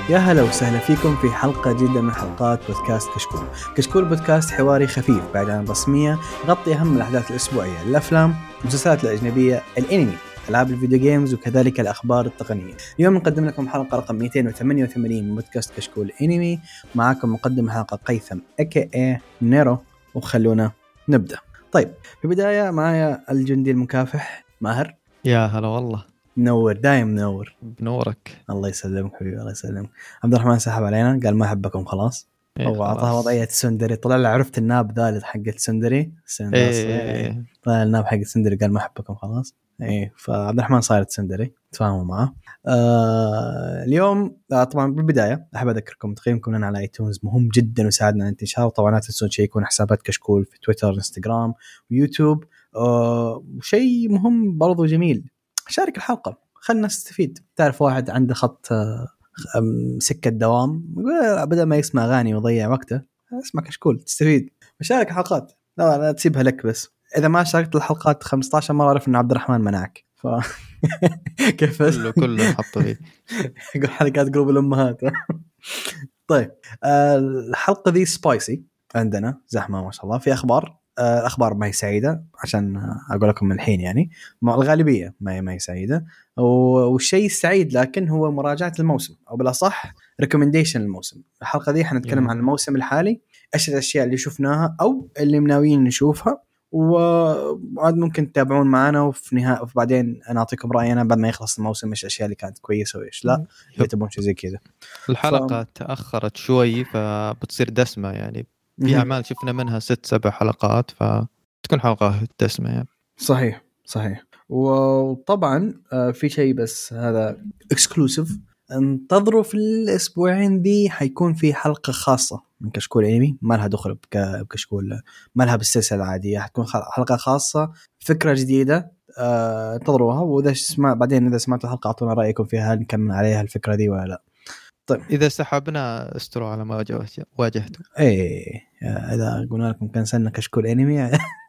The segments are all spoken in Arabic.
يا هلا وسهلا فيكم في حلقة جديدة من حلقات بودكاست كشكول. كشكول بودكاست حواري خفيف بعيد عن الرسمية، يغطي أهم الأحداث الأسبوعية، الأفلام، المسلسلات الأجنبية، الأنمي، ألعاب الفيديو جيمز، وكذلك الأخبار التقنية. اليوم نقدم لكم حلقة رقم 288 من بودكاست كشكول أنمي. معاكم مقدم الحلقة قيثم AKA نيرو، وخلونا نبدأ. طيب، في البداية معايا الجندي المكافح ماهر. يا هلا والله، منور، دايم منور. بنورك. الله يسلمك حبيبي، الله يسلمك. عبد الرحمن سحب علينا، قال ما أحبكم خلاص. هو أعطاها وضعية سندري، طلع له عرفت الناب ذالت حقت سندري إيه. طلع الناب حقت سندري، قال ما أحبكم خلاص. إيه، فعبد الرحمن صارت سندري، تفاهموا معه. اليوم طبعا بالبداية أحب أذكركم تقييمكم لنا على ايتونز مهم جدا ويساعدنا على الانتشار. طبعا لا تنسون تشيكون حسابات كشكول في تويتر انستغرام ويوتيوب. وشيء مهم برضو جميل، شارك الحلقة، خلنا نستفيد. تعرف واحد عنده خط سكة دوام، بدل ما يسمع أغاني ويضيع وقته اسمع كشكول تستفيد. وشارك الحلقات، لا تسيبها لك. بس إذا ما شاركت الحلقات 15 مرة عرف إن عبد الرحمن منعك. كيف كله نحطه فيه. يقول حلقات جروب الأمهات. طيب، الحلقة دي سبايسي، عندنا زحمة ما شاء الله، في أخبار. الأخبار ما هي سعيدة عشان أقول لكم من الحين، يعني الغالبية ما هي سعيدة. والشيء السعيد لكن هو مراجعة الموسم، أو بالأصح ريكومنديشن الموسم. الحلقة دي حنتكلم عن الموسم الحالي، إيش الأشياء اللي شفناها أو اللي مناويين نشوفها، وعاد ممكن تتابعون معنا. وفي نهاية بعدين أنا أعطيكم رأينا بعد ما يخلص الموسم، إيش الأشياء اللي كانت كويسة وإيش لا، إذا تبون شيء زي كذا. الحلقة تأخرت شوي فبتصير دسمة، يعني في أعمال شفنا منها 6-7 حلقات فتكون حلقة دسمة يعني. صحيح. وطبعا في شيء بس هذا اكسكلوسيف، انتظروا في الاسبوعين دي حيكون في حلقة خاصة من كشكول انمي، ما لها دخل بكشكول، ما لها بالسلسلة العادية، حتكون حلقة خاصة، فكرة جديدة. انتظروها، واذا بعدين اذا سمعتوا الحلقة اعطونا رأيكم فيها، هل نكمل عليها الفكرة دي ولا لا. طيب، إذا سحبنا استروا على ما واجهته. ايه، اذا قلنا لكم كنسلنا كشكول انمي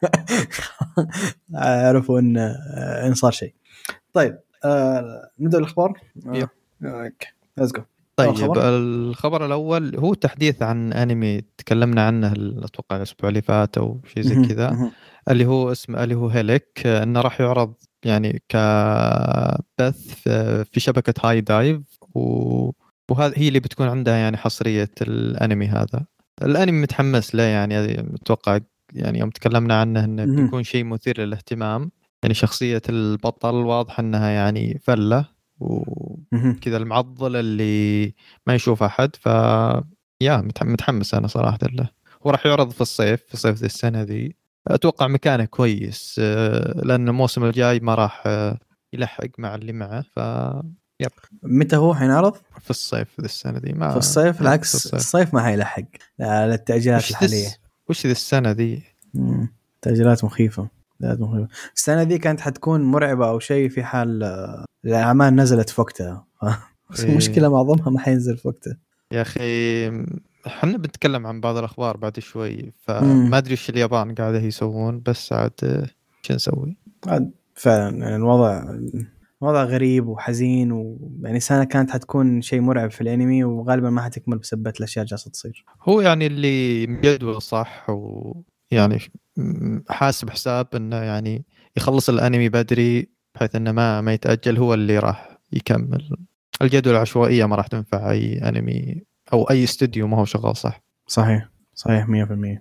عرفوا ان صار شيء. طيب، نبدأ الأخبار. اوكي، ليتس جو. طيب، الخبر الأول هو تحديث عن أنمي تكلمنا عنه أتوقع الأسبوع اللي فات أو شيء زي كذا، اللي هو اسمه اللي هو هيليك، إنه راح يعرض يعني كبث في شبكة هاي دايف، وهذه هي اللي بتكون عندها يعني حصرية الأنمي هذا. الأنمي متحمس له، يعني متوقع يعني يوم تكلمنا عنه إنه بيكون شيء مثير للاهتمام. يعني شخصية البطل واضح أنها يعني فلة وكذا المعضل اللي ما يشوف أحد، متحمس أنا صراحة له. وراح يعرض في صيف السنة ذي. أتوقع مكانه كويس، لأن الموسم الجاي ما راح يلحق مع اللي معه. يب. متى هو حينعرض؟ في الصيف ذي السنة ذي. في الصيف؟ العكس، الصيف ما حيلحق للتأجيلات الحالية. وش ذي السنة ذي؟ تأجيلات مخيفة. السنة ذي كانت حتكون مرعبة أو شيء، في حال الأعمال نزلت في وقتها. المشكلة معظمها ما حينزل في وقتها يا أخي. احنا بنتكلم عن بعض الأخبار بعد شوي، فما أدري إيش اليابان قاعدة يسوون، بس عاد شو نسوي؟ فعلا يعني الوضع غريب وحزين، ويعني سنة كانت حتكون شيء مرعب في الأنمي، وغالبا ما حتكمل بسبب الأشياء جالسة تصير. هو يعني اللي مجدول صح، ويعني حاسب حساب إنه يعني يخلص الأنمي بدري بحيث إنه ما يتأجل، هو اللي راح يكمل. الجدول العشوائية ما راح تنفع أي أنمي أو أي استوديو ما هو شغال صح. صحيح 100%.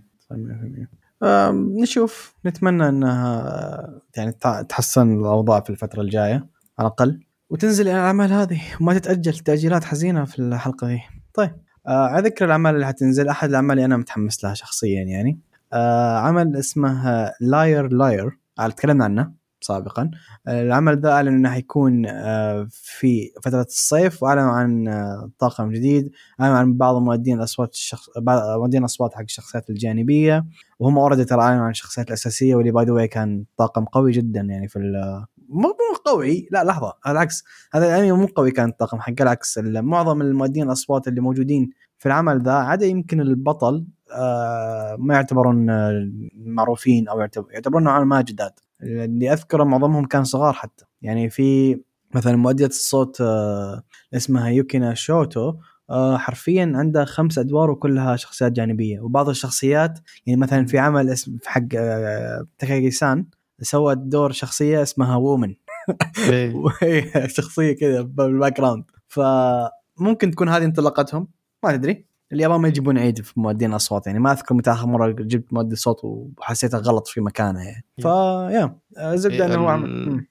نشوف، نتمنى أنها يعني تحسن الأوضاع في الفترة الجاية على الأقل، وتنزل الأعمال هذه وما تتأجل تأجيلات حزينة في الحلقة دي. طيب، أذكر الأعمال اللي هتنزل. أحد الأعمال اللي أنا متحمس لها شخصيا يعني عمل اسمه لاير تكلمنا عنه سابقا. العمل ذا أعلن أنه هيكون في فترة الصيف، وأعلن عن طاقم جديد، أعلن عن بعض مؤدين الأصوات حق الشخصيات الجانبية، وهم أوريدي ترى أعلنوا عن الشخصيات الأساسية، واللي باي ذا واي كان طاقم قوي جدا يعني في مو قوي، لا لحظة، العكس، هذا الأنمي مو قوي كان الطاقم حق، العكس، معظم المؤدين الأصوات اللي موجودين في العمل ذا عدا يمكن البطل ما يعتبرون معروفين، أو يعتبرون نوعا ما جداد. اللي أذكره معظمهم كان صغار حتى، يعني في مثلا مؤدية الصوت اسمها يوكينا شوتو، حرفيا عنده 5 أدوار وكلها شخصيات جانبية. وبعض الشخصيات يعني مثلا في عمل اسم في حق تاكاغي-سان سوى دور شخصية اسمها وومن إيه. وهي شخصية كذا بالباك جراوند. فممكن تكون هذه انطلاقتهم، ما تدري. اليابان ما يجيبون عيد في مؤدين أصوات يعني. ما أذكر متى آخر مرة جبت مؤدي صوت وحسيته غلط في مكانه يعني. فيا زبدة أنه هو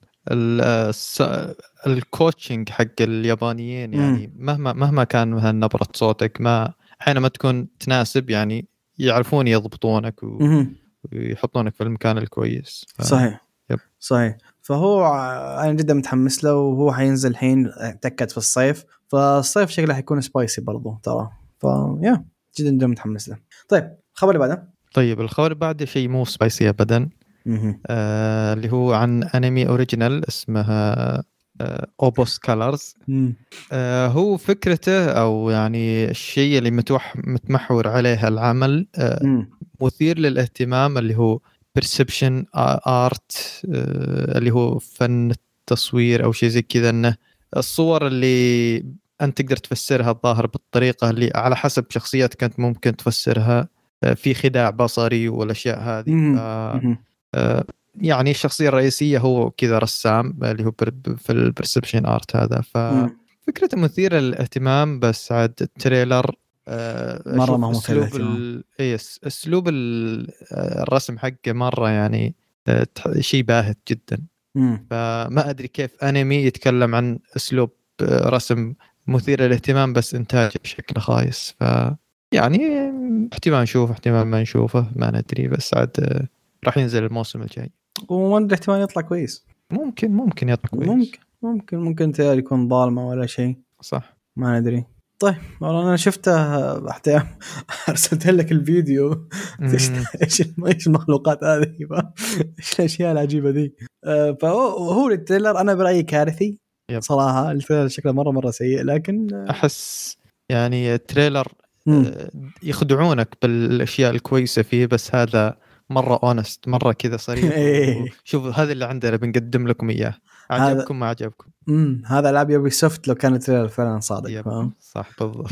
الكوتشنج حق اليابانيين يعني مهما كان مثلا نبرة صوتك ما حينما تكون تناسب يعني يعرفون يضبطونك ويحطونك في المكان الكويس. صحيح. صحيح. فهو أنا جدا متحمس له، وهو حينزل الحين تأكد في الصيف. فالصيف شكله حيكون سبايسي برضو ترى. فيا جدا متحمس له. طيب الخبر اللي بعده. طيب الخبر اللي بعده شيء مو سبايسي أبدا. اللي هو عن أنمي أوريجينال اسمها أوبوس كالرز. هو فكرته أو يعني الشيء اللي متمحور عليه العمل مثير للاهتمام، اللي هو perception art، اللي هو فن التصوير أو شيء زي كذا. إنه الصور اللي أنت تقدر تفسرها الظاهر بالطريقة اللي على حسب شخصيتك أنت ممكن تفسرها، في خداع بصري والأشياء هذه. يعني الشخصية الرئيسية هو كذا رسام اللي هو في البرسبشن آرت هذا. ففكرته مثيرة للاهتمام، بس عاد التريلر مرة ما هو أسلوب الرسم حقه مرة يعني شيء باهت جدا. فما أدري كيف أنمي يتكلم عن أسلوب رسم مثير للاهتمام بس إنتاج بشكل خايس. يعني احتمال نشوف احتمال ما نشوفه ما ندري، بس عاد راح ينزل الموسم الجاي وما احتمال يطلع كويس. ممكن يطلع كويس. ممكن يكون ظالمة ولا شيء. صح ما ندري. طيب والله أنا شفته حتى أرسلت لك الفيديو. إيش المخلوقات هذه إيش الأشياء العجيبة دي. فهو التريلر أنا برأيي كارثي صراحة. التريلر شكله مرة سيء، لكن أحس يعني التريلر يخدعونك بالأشياء الكويسة فيه، بس هذا مرة اونست مرة كذا صريح. شوف هذا اللي عندنا بنقدم لكم إياه، عجبكم ما عجبكم. هذا لعب يوبي سوفت لو كان التريلر فعلا صادق. صح بالضبط.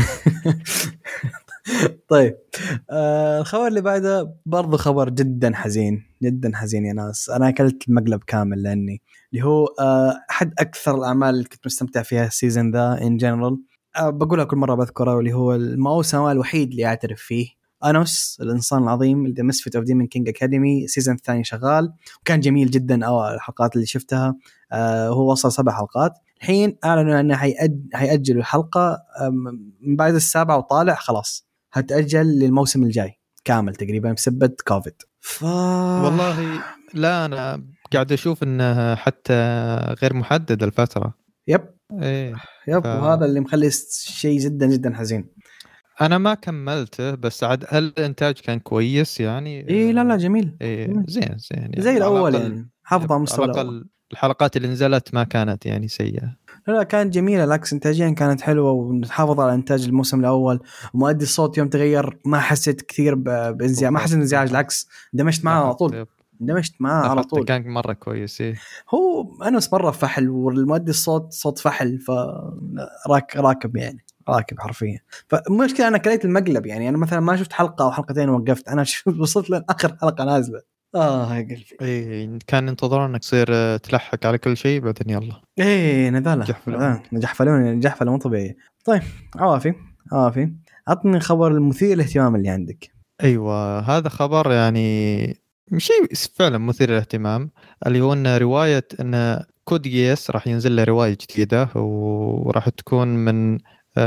طيب الخبر اللي بعده برضو خبر جدا حزين يا ناس. أنا أكلت المقلب كامل لأني اللي هو أحد أكثر الأعمال اللي كنت مستمتع فيها السيزن ذا in general. بقولها كل مرة بذكرها، واللي هو الموسم الوحيد اللي أعترف فيه أنوس الإنسان العظيم اللي مسفت أوف ديمن كينج أكاديمي السيزن الثاني شغال وكان جميل جدا. أو الحلقات اللي شفتها هو وصل 7 حلقات. الحين أعلنوا أنه هيأجل الحلقة من بعد 7 وطالع خلاص هتأجل للموسم الجاي كامل تقريبا بسبب كوفيد. والله لا أنا قاعد أشوف إنه حتى غير محدد الفترة. يب وهذا اللي مخلي شيء جدا حزين. أنا ما كملته، بس عاد الإنتاج كان كويس يعني. لا جميل. زين يعني زي الأول يعني حافظ على مستوى الأول. الحلقات اللي نزلت ما كانت يعني سيئة. لا كانت جميلة، العكس إنتاجيا كانت حلوة ونحافظ على إنتاج الموسم الأول. ومؤدي الصوت يوم تغير ما حسيت كثير بانزعاج، ما حسيت انزعاج، العكس اندمجت معه على طول. على طول كان مرة كويس. هو أنس مرة فحل، والمؤدي الصوت صوت فحل، راكب حرفيا. فالمشكلة أنا كليت المقلب يعني. أنا مثلا ما شفت حلقة أو حلقتين ووقفت، أنا وصلت لآخر حلقة نازلة. يا قلبي كان انتظر انك تصير تلحق على كل شيء بعدين يلا نذالة جحفلة مو طبيعية. طيب عوافي عطني خبر المثير للاهتمام اللي عندك. ايوه هذا خبر يعني شيء فعلا مثير للاهتمام، اللي هو ان رواية ان كود جياس راح ينزل له رواية جديدة، وراح تكون من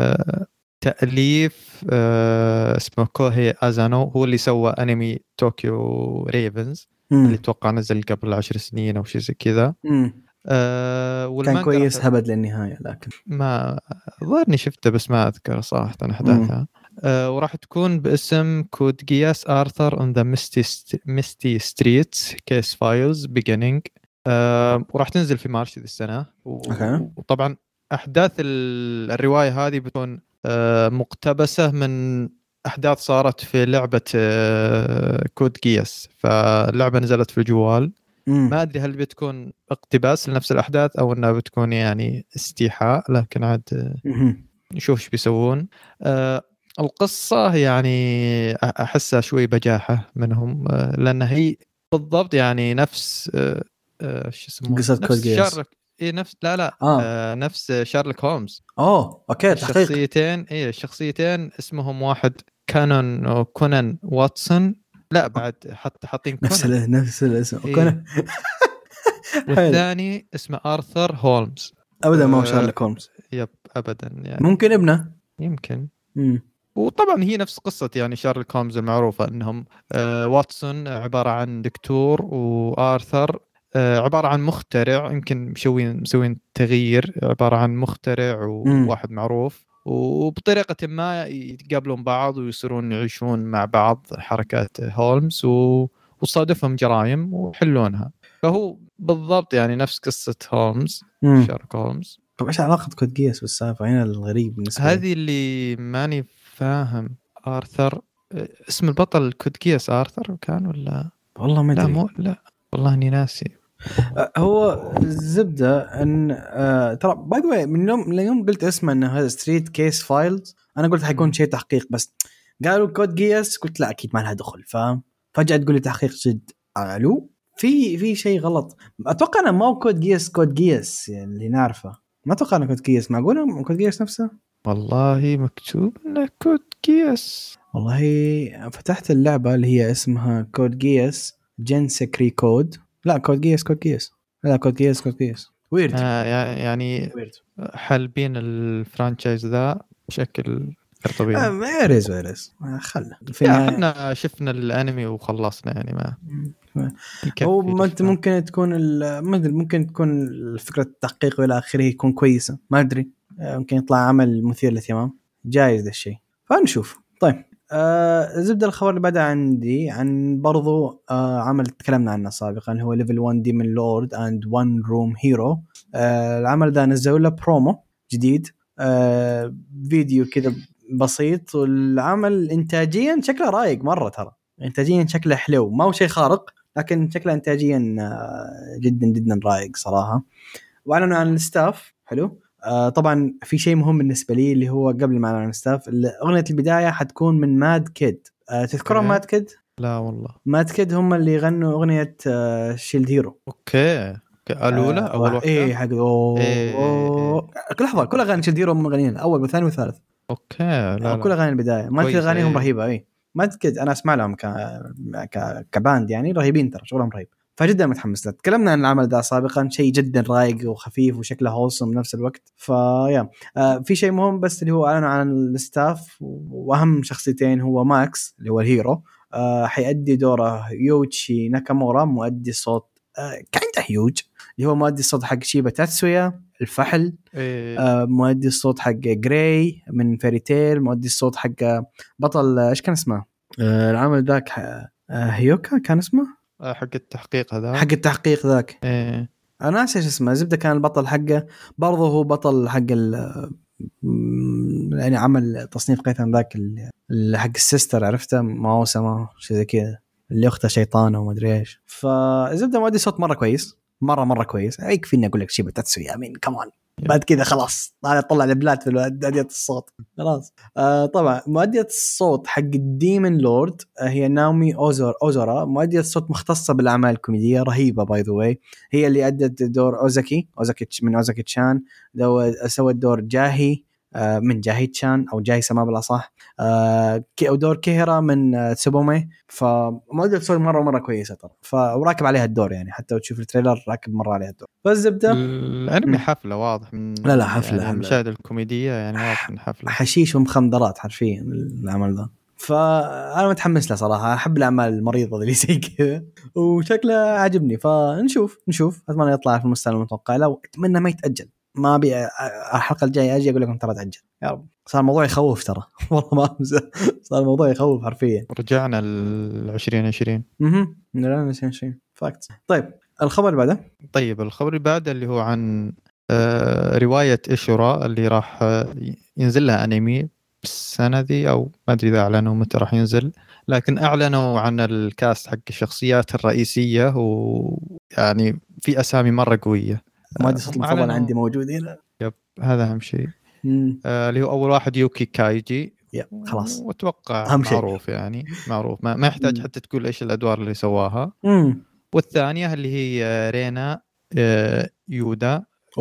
تأليف اسمه كوهي أزانو، هو اللي سوى أنمي طوكيو ريفنز اللي توقع نزل قبل 10 سنين أو شيء زي كذا. كان كويس هبد للنهاية، لكن ما ظهرني شفته بس ما أذكر صراحة أحداثها. وراح تكون باسم كود جياس آرثر on the Misty Streets Case Files Beginning. وراح تنزل في مارس السنة. وطبعا أحداث الرواية هذه بتكون مقتبسة من أحداث صارت في لعبة كود جياس. فاللعبة نزلت في الجوال. ما أدري هل بتكون اقتباس لنفس الأحداث أو أنها بتكون يعني استيحاء، لكن عاد نشوف ايش بيسوون. القصة يعني أحسها شوي بجاحة منهم، لأن هي بالضبط يعني نفس شو يسمونه، قصة كود نفس جياس. شارلوك. إيه نفس لا نفس شارلوك هومز. اوكي، تحقيق. الشخصيتين اسمهم واحد كانون وكونان واتسون. لا بعد حاطين كونان. نفس الاسم إيه. كونان. حلو. والثاني اسمه آرثر هولمز. ابدا ما هو شارلوك هولمز. يب أبدا يعني. ممكن ابنه. يمكن. مم. وطبعا هي نفس قصة يعني شارلوك هومز المعروفة، انهم واتسون عبارة عن دكتور، وآرثر عبارة عن مخترع، يمكن مسوين تغيير، عبارة عن مخترع وواحد معروف، وبطريقة ما يتقابلون بعض ويصيرون يعيشون مع بعض حركات هولمز، وصادفهم جرائم ويحلونها. فهو بالضبط يعني نفس قصة هولمز، شارلوك هولمز. طب ايش علاقة كود جياس بالسالفة هنا؟ الغريب بالنسبة لي هذه اللي ماني فاهم. آرثر اسم البطل كود جياس آرثر كان ولا؟ والله ما لا ادري. مو لا والله اني ناسي. هو الزبدة ان ترى باي ذا واي من يوم قلت اسمه انه هذا ستريت كيس فايلز، انا قلت حيكون شيء تحقيق، بس قالوا كود جياس قلت لا اكيد ما لها دخل، فاهم؟ فجأة تقول لي تحقيق جد. الو، في شيء غلط. اتوقع انه ما هو كود جياس، كود جياس يعني اللي نعرفه. ما اتوقع انه كود جياس. معقوله كود جياس نفسه؟ والله مكتوب انه كود جياس. والله فتحت اللعبه اللي هي اسمها كود جياس جنسكري كود. لا كود جياس، كود جياس. لا كود جياس، كود جياس. ويرد. يعني ويرد. حالبين الفرانشايز ذا بشكل غير طبيعي. ويرز خل في يا النهايه. احنا شفنا الانمي وخلصنا يعني، ما هو يكفي ما انت الفهم. ممكن تكون ما ادري، ممكن تكون فكره التحقيق والى اخره يكون كويسه، ما ادري. ممكن يطلع عمل مثير للاهتمام، جايز ذا الشيء، فنشوف. طيب زبدة الخبر اللي بعدها عندي عن برضو عمل تكلمنا عنه سابقا، هو ليفل 1 ديمن لورد اند 1 روم هيرو. العمل ده نزلوا له برومو جديد، فيديو كذا بسيط، والعمل انتاجيا شكله رايق مره، ترى انتاجيا شكله حلو، ما هو شيء خارق لكن شكله انتاجيا جدا جدا رايق صراحه. واعلنوا عن الستاف. حلو. طبعا في شيء مهم بالنسبه لي اللي هو قبل ما اعلن عن الستاف، اغنيه البدايه حتكون من ماد كيد. تذكرون ماد كيد؟ لا والله. ماد كيد هم اللي يغنوا اغنيه شيلد هيرو. اوكي الاولى اول واحده. ايه حق كل لحظه، كل اغاني شيلد هيرو من غنيين الاول والثاني والثالث. اوكي لا كل اغاني البدايه ماد كيد كويس. اغانيهم رهيبه. اي ماد كيد انا اسمع لهم كباند يعني رهيبين، ترى شغلهم رهيب، فجدا متحمس له. تكلمنا عن العمل ده سابقا، شيء جدا رايق وخفيف وشكله هولسم بنفس الوقت. فيا في شيء مهم بس اللي هو اعلنوا عن الستاف، واهم شخصيتين هو ماكس اللي هو الهيرو، حيأدي دوره يوتشي ناكامورا مؤدي صوت كايندا هيوج، اللي هو مؤدي الصوت حق شيبا تاتسويا الفحل. مؤدي الصوت حق جراي من فيري تيل، مؤدي الصوت حق بطل ايش كان اسمه العمل ذاك، هيوكا كان اسمه، حق التحقيق هذا، حق التحقيق ذاك. ايه انا ناسي ايش اسمه. زبده كان البطل حقه برضه هو بطل حق يعني عمل تصنيف قيثم ذاك اللي حق السيستر، عرفته؟ ما هو سما شيء زي كذا، اللي اخته شيطانه وما ادري ايش. فزبده مؤدي صوت مره كويس، مره كويس. يكفي اني اقول لك شيء بتتسوي امين كمان. بعد كذا خلاص طلع البلات في مؤدية الصوت خلاص. طبعا مؤدية الصوت حق الديمن لورد هي ناومي أوزورا، مؤدية الصوت مختصة بالأعمال الكوميدية، رهيبة باي ذا واي. هي اللي أدت دور أوزاكي من أوزاكي تشان، سوت دور جاهي من جاهي تشان أو جاهي سما بالأصح، أو دور كيهرا من تسوبومي. فمؤدية الصوت مرة كويسة ترى، فراكب عليها الدور يعني، حتى تشوف التريلر راكب مرة عليها الدور. فالزبدة الانمي حفله واضح من لا حفله يعني المشاهد الكوميديه يعني واضح من حفله حشيش ومخندرات حرفيا العمل ذا. فانا متحمس له صراحه، احب الاعمال المريضه اللي زي كذا وشكله عجبني. فنشوف اتمنى يطلع في المستوى المتوقع، لو اتمنى ما يتاجل. ما ابي الحلقه الجايه اجي اقول لكم ترى تاجل، يا رب. صار الموضوع يخوف ترى والله ما امزح، صار الموضوع يخوف حرفيا. رجعنا ل 2020 نرجع 2020 فاكت. طيب الخبر اللي بعده. طيب الخبر اللي بعده اللي هو عن رواية إيشورا اللي راح ينزل لها أنمي السنة دي، أو ما أدري إذا أعلنوا متى راح ينزل، لكن أعلنوا عن الكاست حق الشخصيات الرئيسية، ويعني في أسامي مرة قوية. مؤدي صوت المفضل عندي موجود هنا. يب هذا أهم شيء. اللي هو اول واحد يوكي كايجي. خلاص واتوقع معروف يعني معروف ما يحتاج حتى تقول ايش الادوار اللي سواها. والثانيه اللي هي رينا يودا.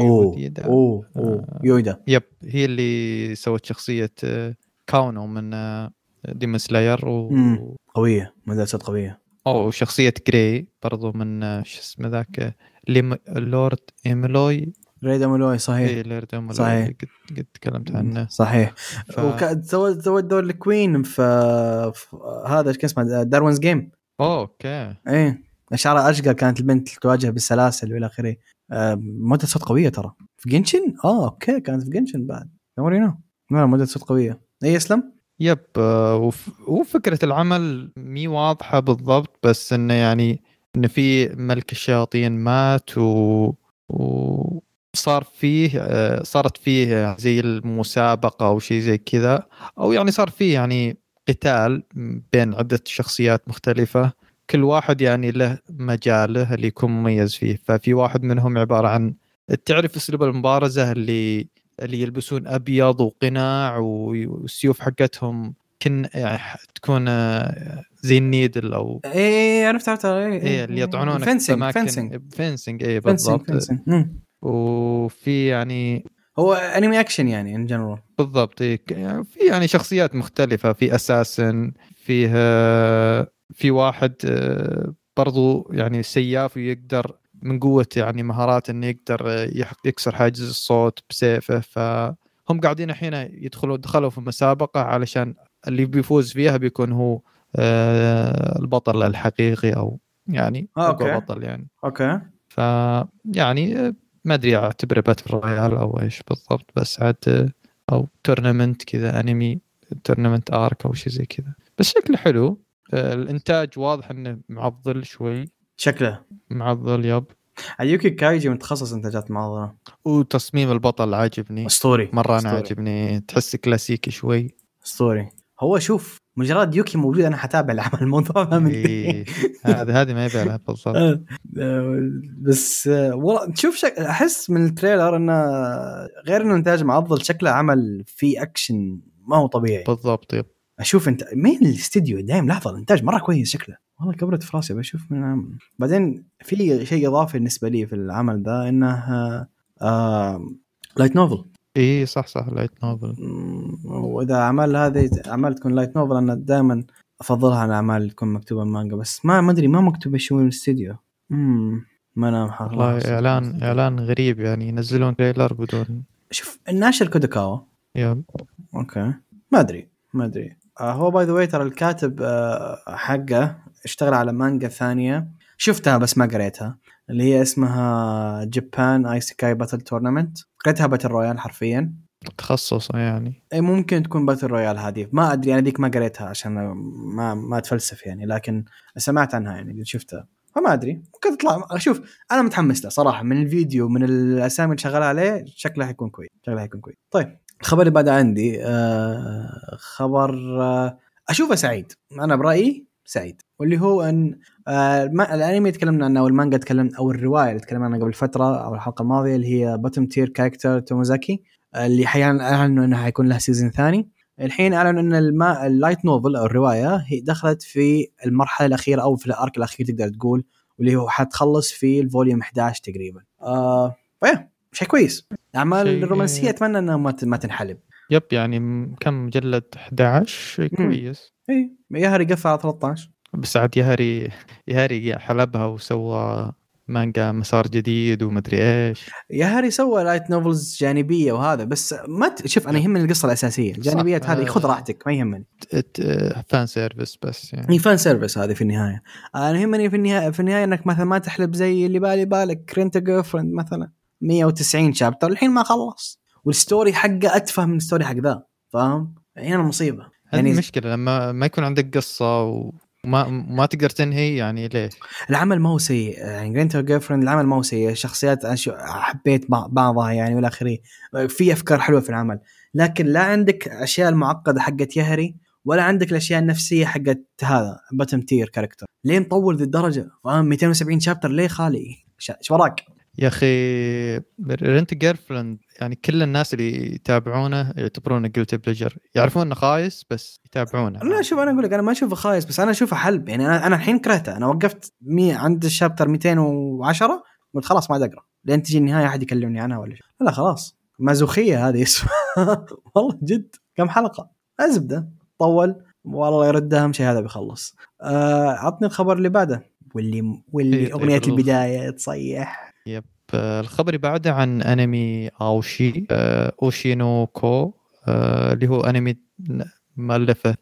يودا يب هي اللي سوت شخصيه كاونو من ديمون سلاير قويه مدرسة قويه. شخصيه جراي برضو من شو اسمه ذاك لورد إيميلوي. ريد أميلوي صحيح. لورد إيميلوي قد تكلمت عنه صحيح. سوى دور الكوين في هذا ايش اسمه داروينز جيم. اوكي ايه شعرها اشقر كانت البنت تواجه بالسلاسل والى اخره. مدة صوت قويه ترى في جنشن. اوكي كانت في جنشن بعد دورينا مدة صوت قويه. اي اسلم. يب وفكرة العمل مي واضحة بالضبط بس انه يعني انه في ملك الشياطين مات وصار فيه صارت فيه زي المسابقة او شيء زي كذا او يعني صار فيه يعني قتال بين عدة شخصيات مختلفة كل واحد يعني له مجاله اللي يكون مميز فيه. ففي واحد منهم عبارة عن تعرف اسلوب المبارزة اللي يلبسون أبيض وقناع والسيوف حقتهم يعني تكون زي النيدل أو إيه عرفت إيه اللي يطعنون في أماكن فينسينج إيه بالضبط. وفي يعني هو أنمي أكشن يعني إن جنرال بالضبط. إيه يعني في يعني شخصيات مختلفة في أساسن فيه في واحد برضو يعني سياف ويقدر من قوة يعني مهارات إنه يقدر يكسر حاجز الصوت بسيفه. فهم قاعدين الحين دخلوا في مسابقة علشان اللي بيفوز فيها بيكون هو البطل الحقيقي أو يعني أقوى بطل يعني. أوكي فيعني ما أدري أعتبره باتل رويال أو إيش بالضبط بس عاد أو تورنمنت كذا أنمي تورنمنت آرك أو شيء زي كذا بس شكله حلو. الإنتاج واضح إنه معضل شوي شكله معضل. يب أيوكي كايجي متخصص إنتاجات معضلة. وتصميم البطل عاجبني أسطوري مرة. أنا عاجبني تحس كلاسيكي شوي. أسطوري. هو شوف مجرد يوكي موجود أنا حتابع العمل الموضوع هذه ما يبي لها بالضبط. بس والله تشوف أحس من التريلر إنه غير إنه إنتاج معضل شكله عمل فيه أكشن ما هو طبيعي بالضبط. يب أشوف أنت مين الاستديو دايم لحظة الإنتاج مرة كويس شكله والله كبرت في راسي بشوف من العمل. بعدين في شيء إضافي بالنسبة لي في العمل ده إنه لايت نوفل. إيه صح لايت نوفل. وإذا عمل هذه أعمال تكون لايت نوفل أنا دائما أفضلها عن أعمال تكون مكتوبة مانجا بس ما أدري ما مكتوبة شو من الاستديو. ما أنا والله إعلان غريب يعني ينزلون تريلر بدون شوف الناشر كودوكاوا. يب أوكي ما أدري هو باي ذا واي ترى الكاتب حقه اشتغل على مانجا ثانية شفتها بس ما قريتها اللي هي اسمها جابان ايسيكاي باتل تورنمنت. قريتها باتل رويال حرفيا تخصص يعني اي ممكن تكون باتل رويال هذه ما ادري انا ديك ما قريتها عشان ما اتفلسف يعني لكن سمعت عنها يعني شفتها فما ادري ممكن تطلع. اشوف انا متحمس له صراحه من الفيديو من الاسامي اللي شغال عليه شكله حيكون كويس طيب الخبر اللي بعد عندي خبر اشوفه سعيد انا برايي سعيد واللي هو ان الانمي تكلمنا عنه او المانجا تكلمنا او الروايه اللي تكلمنا عنها قبل فتره او الحلقه الماضيه اللي هي بوتوم تير كاركتر توموزاكي اللي اعلنوا انه حيكون له سيزون ثاني. الحين اعلنوا ان اللايت نوفل او الروايه هي دخلت في المرحله الاخيره او في الارك الاخير تقدر تقول واللي هو حتخلص في الفوليوم 11 تقريبا. شيء كويس. اعمال الرومانسيه اتمنى انها ما تنحلب. يب يعني كم مجلد 11 شيء كويس. اي ياهري قفل على 13 بس عاد ياهري حلبها وسوى مانجا مسار جديد ومدري ايش. ياهري سوى لايت نوفلز جانبيه وهذا بس ما شوف انا يهمني القصه الاساسيه الجانبيات هذه خذ راحتك ما يهمني فان سيرفيس بس يعني هي فان سيرفيس هذه في النهايه. انا يهمني في النهايه انك مثلا ما تحلب زي اللي بالك كرينتا جيرفرند مثلا 190 شابتر الحين ما خلص والستوري حقه اتفه من الستوري حق ذا فاهم يعني انا مصيبه يعني المشكله لما ما يكون عندك قصه وما تقدر تنهي يعني ليه العمل ما هو سيء يعني كرينتا جيرفرند العمل ما هو سيء شخصيات حبيت بعضها يعني والاخري في افكار حلوه في العمل لكن لا عندك اشياء المعقده حقت يهري ولا عندك الاشياء النفسيه حقت هذا باتم تير كاركتر ليه مطول ذي الدرجه فاهم 270 شابتر ليه خالي ايش وراك يا اخي رنت جيرفرند يعني كل الناس اللي يتابعونه يعتبرونه جلتي بليجر، يعرفون انه خايس بس يتابعونه. لا شوف انا اقول لك انا ما اشوفه خايس، بس انا اشوفه حلب. يعني انا الحين كرهته، انا وقفت عند الشابتر 210 قلت خلاص ما اقرا لين تجي النهايه احد يكلمني عنها ولا شيء. لا خلاص مازوخيه هذه اسمها والله جد كم حلقه أزبدة طول والله يرد اهم شيء هذا بيخلص. عطني الخبر اللي بعده واللي طيب اغنيه البدايه تصيح. يب الخبر اللي بعده عن انمي اوشي اوشينوكو، اللي هو انمي مؤلفه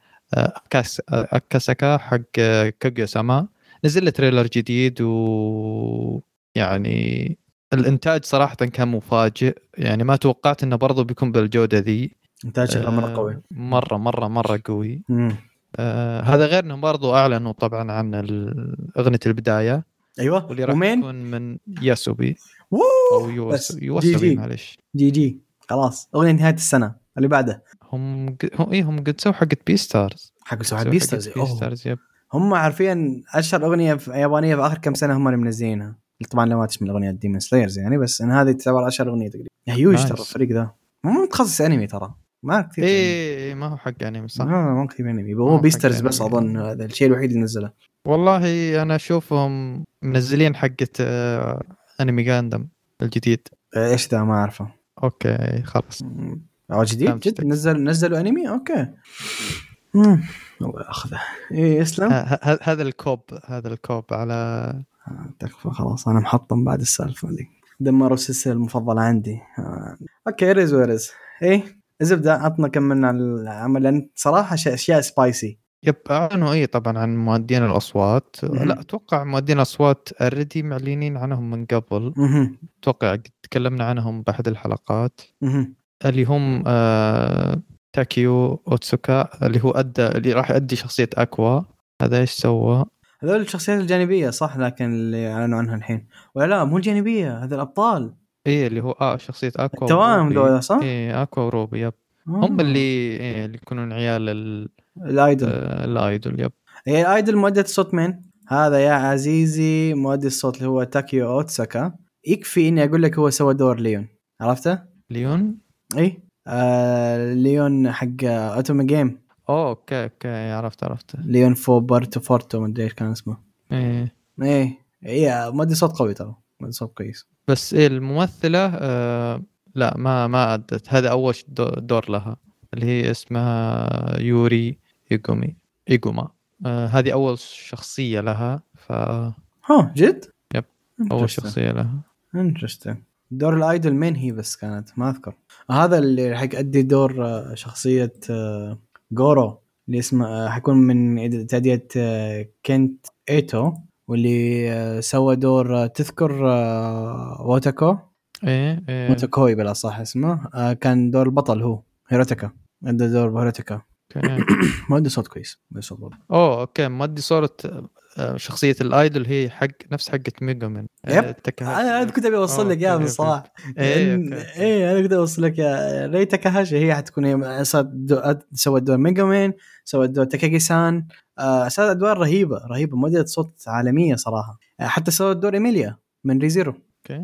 اكاساكا حق كاغيو ساما. نزل له تريلر جديد، و يعني الانتاج صراحه كان مفاجئ، يعني ما توقعت انه برضه بيكون بالجوده ذي. انتاج شكله مره قوي، مره قوي. هذا غير انهم برضو اعلنوا طبعا عن اغنيه البدايه، ايوه واللي راح ومين تكون من ياسوبي او بس يوسوبي معلش. جي خلاص اغنيه نهايه السنه اللي بعده. هم قد سووا حقت بي ستارز، حق سووا بي ستارز. يب. هم عارفين اشهر اغنيه في يابانيه في اخر كم سنه هم اللي منزلينها، طبعا لو ما تشمل اغنيه ديمون سلايرز يعني، بس ان هذه تعتبر اشهر اغنيه تقريبا. هيوج ترى الفريق ذا، مو متخصص انمي ترى، ما كثير ايه ما هو حق انمي صح، ما كثير انمي، هو بيسترز بس اظن هذا الشيء الوحيد اللي نزله. والله انا اشوفهم منزلين حقت انمي غاندم الجديد. ايش ذا ما اعرفه. اوكي خلاص او جديد جد نزلوا انمي اوكي. والله اخذه ايه اسلم. هذا الكوب على تكفى خلاص انا محطم بعد السالفه دي، دمروا السلسله المفضله عندي. اوكي ريز ورز ايه زبده. عطنا كملنا على العمل لان صراحه اشياء سبايسي. يب اعلنوا ايه طبعا عن مؤدين الاصوات. لا اتوقع مؤدين الاصوات اوريدي معلنين عنهم من قبل. اتوقع تكلمنا عنهم باحد الحلقات. اللي هم تاكيو اوتسوكا اللي هو اللي راح يؤدي شخصيه اكوا. هذا ايش سوى؟ هذول الشخصيات الجانبيه صح، لكن اللي اعلنوا عنها الحين ولا لا مو الجانبيه، هذول الابطال. ايه اللي هو شخصيه اكوا توام دول صح. ايه اكوا وروبي يب. هم اللي يكونون عيال الايدول. الايدول يب. هي الايدول مؤدية الصوت من هذا يا عزيزي؟ مؤدي الصوت اللي هو تاكيو اوتساكا. يكفي اني اقول لك هو سوى دور ليون، عرفته؟ ليون اي ليون حق اوتوما جيم. اوكي عرفت ليون فورتو ما ادري ايش كان اسمه. ايه هي مؤدي صوت قوي ترى، مؤدي صوت كويس. بس إيه الممثلة لا ما أدت. هذا أول دور لها اللي هي اسمها يوري إيغوما. هذه أول شخصية لها. جد؟ يب أول شخصية لها. انترستين. دور الايدول مين هي بس كانت ما اذكر. هذا اللي حيأدي دور شخصية جورو اللي اسمه حيكون من تأدية كنت ايتو، واللي سوى دور تذكر ووتاكو. ايه ووتاكوي بلا صح اسمه. كان دور البطل هو هيروتاكا، عنده دور هيروتاكا. مؤدي صوت كويس اوكي مؤدي صورة شخصية الايدول هي نفس حقة ميجامين. انا كنت ابي اوصل لك اياها بصراحه. انا كنت اوصل لك يا ري تاكاهاشي. هي حتكون هي سوت دور ميجامين، سوت دور تاكاغي سان. سوت ادوار رهيبه مؤدية صوت عالميه صراحه. حتى سوت دور ايميليا من ريزيرو.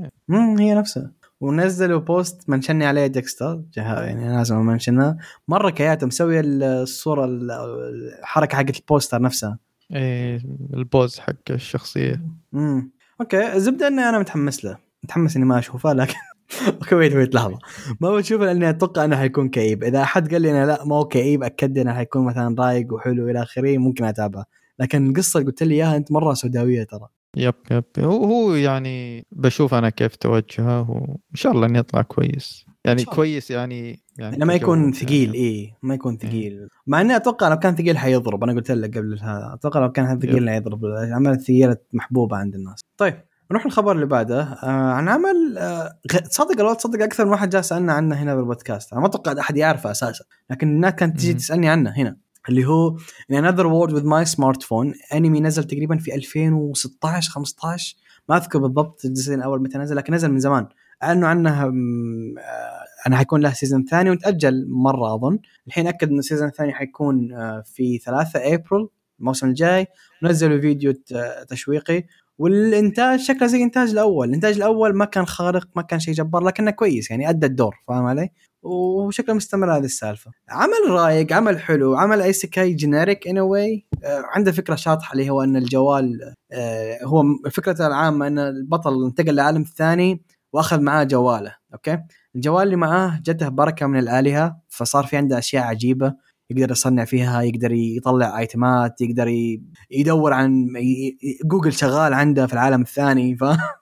هي نفسها. ونزلوا بوست منشني عليه ديكستر يعني لازم منشنها مره كياته مسوي الصوره الحركه حقت البوستر نفسها. ايه البوز حق الشخصيه. اوكي زبده اني انا متحمس اني ما اشوفه، لكن اوكي ويت لحظه ما بشوفه لاني اتوقع انه حيكون كئيب. اذا احد قال لي انا لا ما هو كئيب اكد انه حيكون مثلا رايق وحلو الى اخره ممكن اتابعه، لكن القصه قلت لي اياها انت مره سوداويه ترى. يب هو يعني بشوف انا كيف توجهه وان شاء الله انه يطلع كويس يعني كويس يعني ما يكون ثقيل. يعني ما يكون ثقيل. مع اني اتوقع لو كان ثقيل حيضرب. انا قلت لك قبل هذا اتوقع لو كان ثقيل حيضرب. العمل الثقيله محبوبه عند الناس. طيب نروح الخبر اللي بعده عن عمل تصدق لو تصدق اكثر من واحد جاء سالنا عنه هنا بالبودكاست. انا ما اتوقع احد يعرفه اساسا، لكن الناس كانت تجي تسالني عنه هنا، اللي هو In Another World with My Smartphone. انمي نزل تقريبا في 2016 15 ما اذكر بالضبط الجزء الاول متى نزل، لكن نزل من زمان. اعلنوا عنه أنا حيكون له سيزن ثاني وتأجل مرة أظن. الحين أكد إن السيزن الثاني حيكون في 3 أبريل الموسم الجاي. ونزلوا فيديو تشويقي والانتاج شكله زي الانتاج الاول ما كان خارق، ما كان شيء جبار، لكنه كويس يعني ادى الدور، فاهم علي؟ وشكله مستمر هذه السالفه. عمل رايق، عمل حلو، عمل ايسيكاي جينيريك ان واي. عنده فكره شاطحه اللي هو ان الجوال هو فكرته العامه ان البطل انتقل للعالم الثاني واخذ معاه جواله. اوكي، الجوال اللي معاه جته بركه من الالهه، فصار في عنده اشياء عجيبه يقدر يصنع فيها، يقدر يطلع ايتمات، يقدر يدور عن جوجل شغال عنده في العالم الثاني.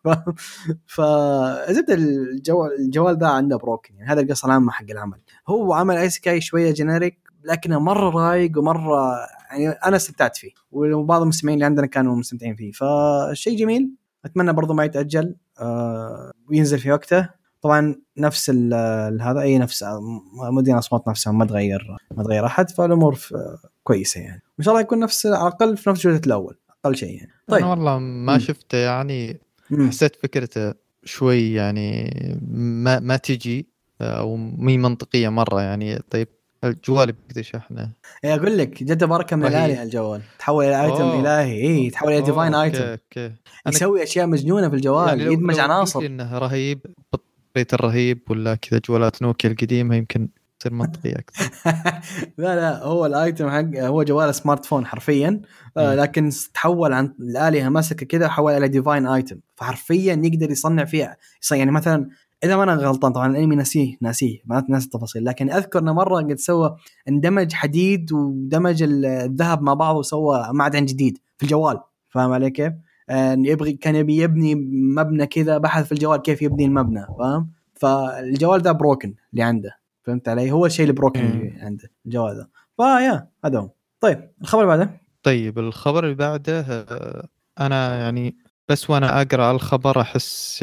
فزبد الجوال ده عنده بروكن يعني. هذا القصة العامة حق العمل. هو عمل ايسكاي شوية جينيريك لكنه مرة رايق ومرة يعني أنا استمتعت فيه، وبعض المستمعين اللي عندنا كانوا مستمتعين فيه، فشيء جميل. أتمنى برضو ما يتأجل وينزل في وقته. طبعا نفس هذا أي نفس مدينة أصوات نفسها ما تغير أحد، فالأمور كويسة يعني، وإن شاء الله يكون نفس على الأقل في نفس جودة الأول أقل شيء يعني. طيب أنا والله ما شفته يعني حسيت فكرته شوي يعني ما تجي أو مي منطقية مرة يعني. طيب الجوال بيقدر يشحنه؟ أقول لك جد بركة من الآلهة الجوال، تحول إلى آيتم إلهي، يتحول إلى ديفاين آيتم، يسوي أشياء مجنونة في الجوال يعني. يدمج عناصر. إنه رهيب بطريقة الرهيب ولا كذا جوالات نوكيا القديمة يمكن تصير منطقية أكثر. لا هو الايتم حق هو جوال سمارت فون حرفيا، لكن تحول عن الآلهة مسكه كذا حول الى ديفاين ايتم، فحرفيا يقدر يصنع فيها يعني مثلا اذا ما انا غلطان طبعا الانمي ناسيه ما ناس التفاصيل، لكن اذكر انه مره قد سوى اندمج حديد ودمج الذهب مع بعض وسوى معدن جديد في الجوال، فاهم علي كيف؟ كان يبني مبنى كذا، بحث في الجوال كيف يبني المبنى، فاهم؟ فالجوال ده بروكن اللي عنده، فهمت علي؟ هو الشيء البروكن اللي عنده الجوال ده. فيا هذا هو. طيب الخبر اللي بعده. طيب الخبر اللي بعده انا يعني بس وانا اقرا الخبر احس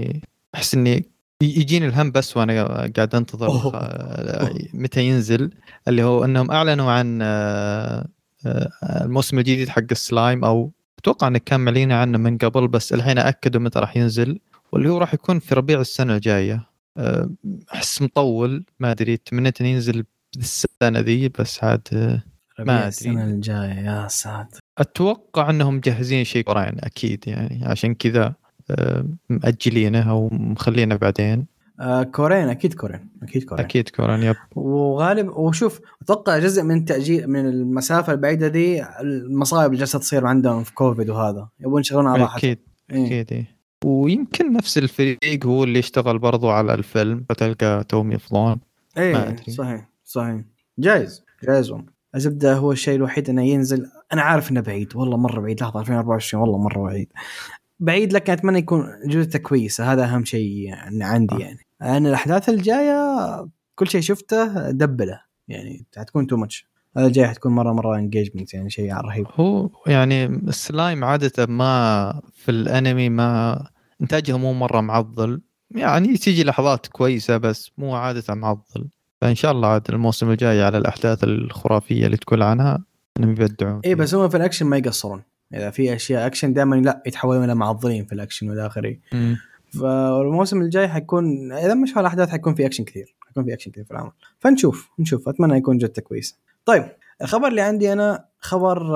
اني يجيني الهم بس وانا قاعد انتظر متى ينزل، اللي هو انهم اعلنوا عن الموسم الجديد حق السلايم، او اتوقع انه كان معلنين عنه من قبل بس الحين اكدوا متى راح ينزل، واللي هو راح يكون في ربيع السنه الجايه. احس مطول، ما ادري، تمنيت ان ينزل السنه ذي بس عاد ما ادري. السنه الجايه يا ساتر. اتوقع انهم مجهزين شيء قريب اكيد يعني، عشان كذا مأجلينه او مخلينه بعدين. كورين اكيد كورين يب. وغالب وشوف اتوقع جزء من تأجيل من المسافه البعيده دي المصايب اللي جالسه تصير عندهم في كوفيد وهذا، يبون يشغلون على راحتهم. اكيد إيه. ويمكن نفس الفريق هو اللي اشتغل برضو على الفيلم، فتلقى توم يفضلون. ايه صحيح جايز الزبده. هو الشيء الوحيد انه ينزل، انا عارف انه بعيد والله مره بعيد، لحظه 2024 والله مره بعيد لكن اتمنى يكون جودته كويسه، هذا اهم شيء يعني عندي. يعني انا الاحداث الجايه كل شيء شفته دبله يعني، حتكون تو ماتش. هذا الجاي حتكون مره انجيجمنت يعني، شيء رهيب. هو يعني السلايم عاده ما في الانمي ما انتاجه مو مره معضل يعني، تيجي لحظات كويسه بس مو عاده معضل. فان شاء الله عاد الموسم الجاي على الاحداث الخرافيه اللي تقول عنها انهم يبدعون. ايه بس هم في الاكشن ما يقصرون، اذا في اشياء اكشن دائما لا يتحولون الى معضلين في الاكشن والى اخره. فالموسم الجاي حيكون اذا مش على الاحداث حيكون في اكشن كثير في العمل، فنشوف اتمنى يكون جدته كويسه. طيب الخبر اللي عندي انا خبر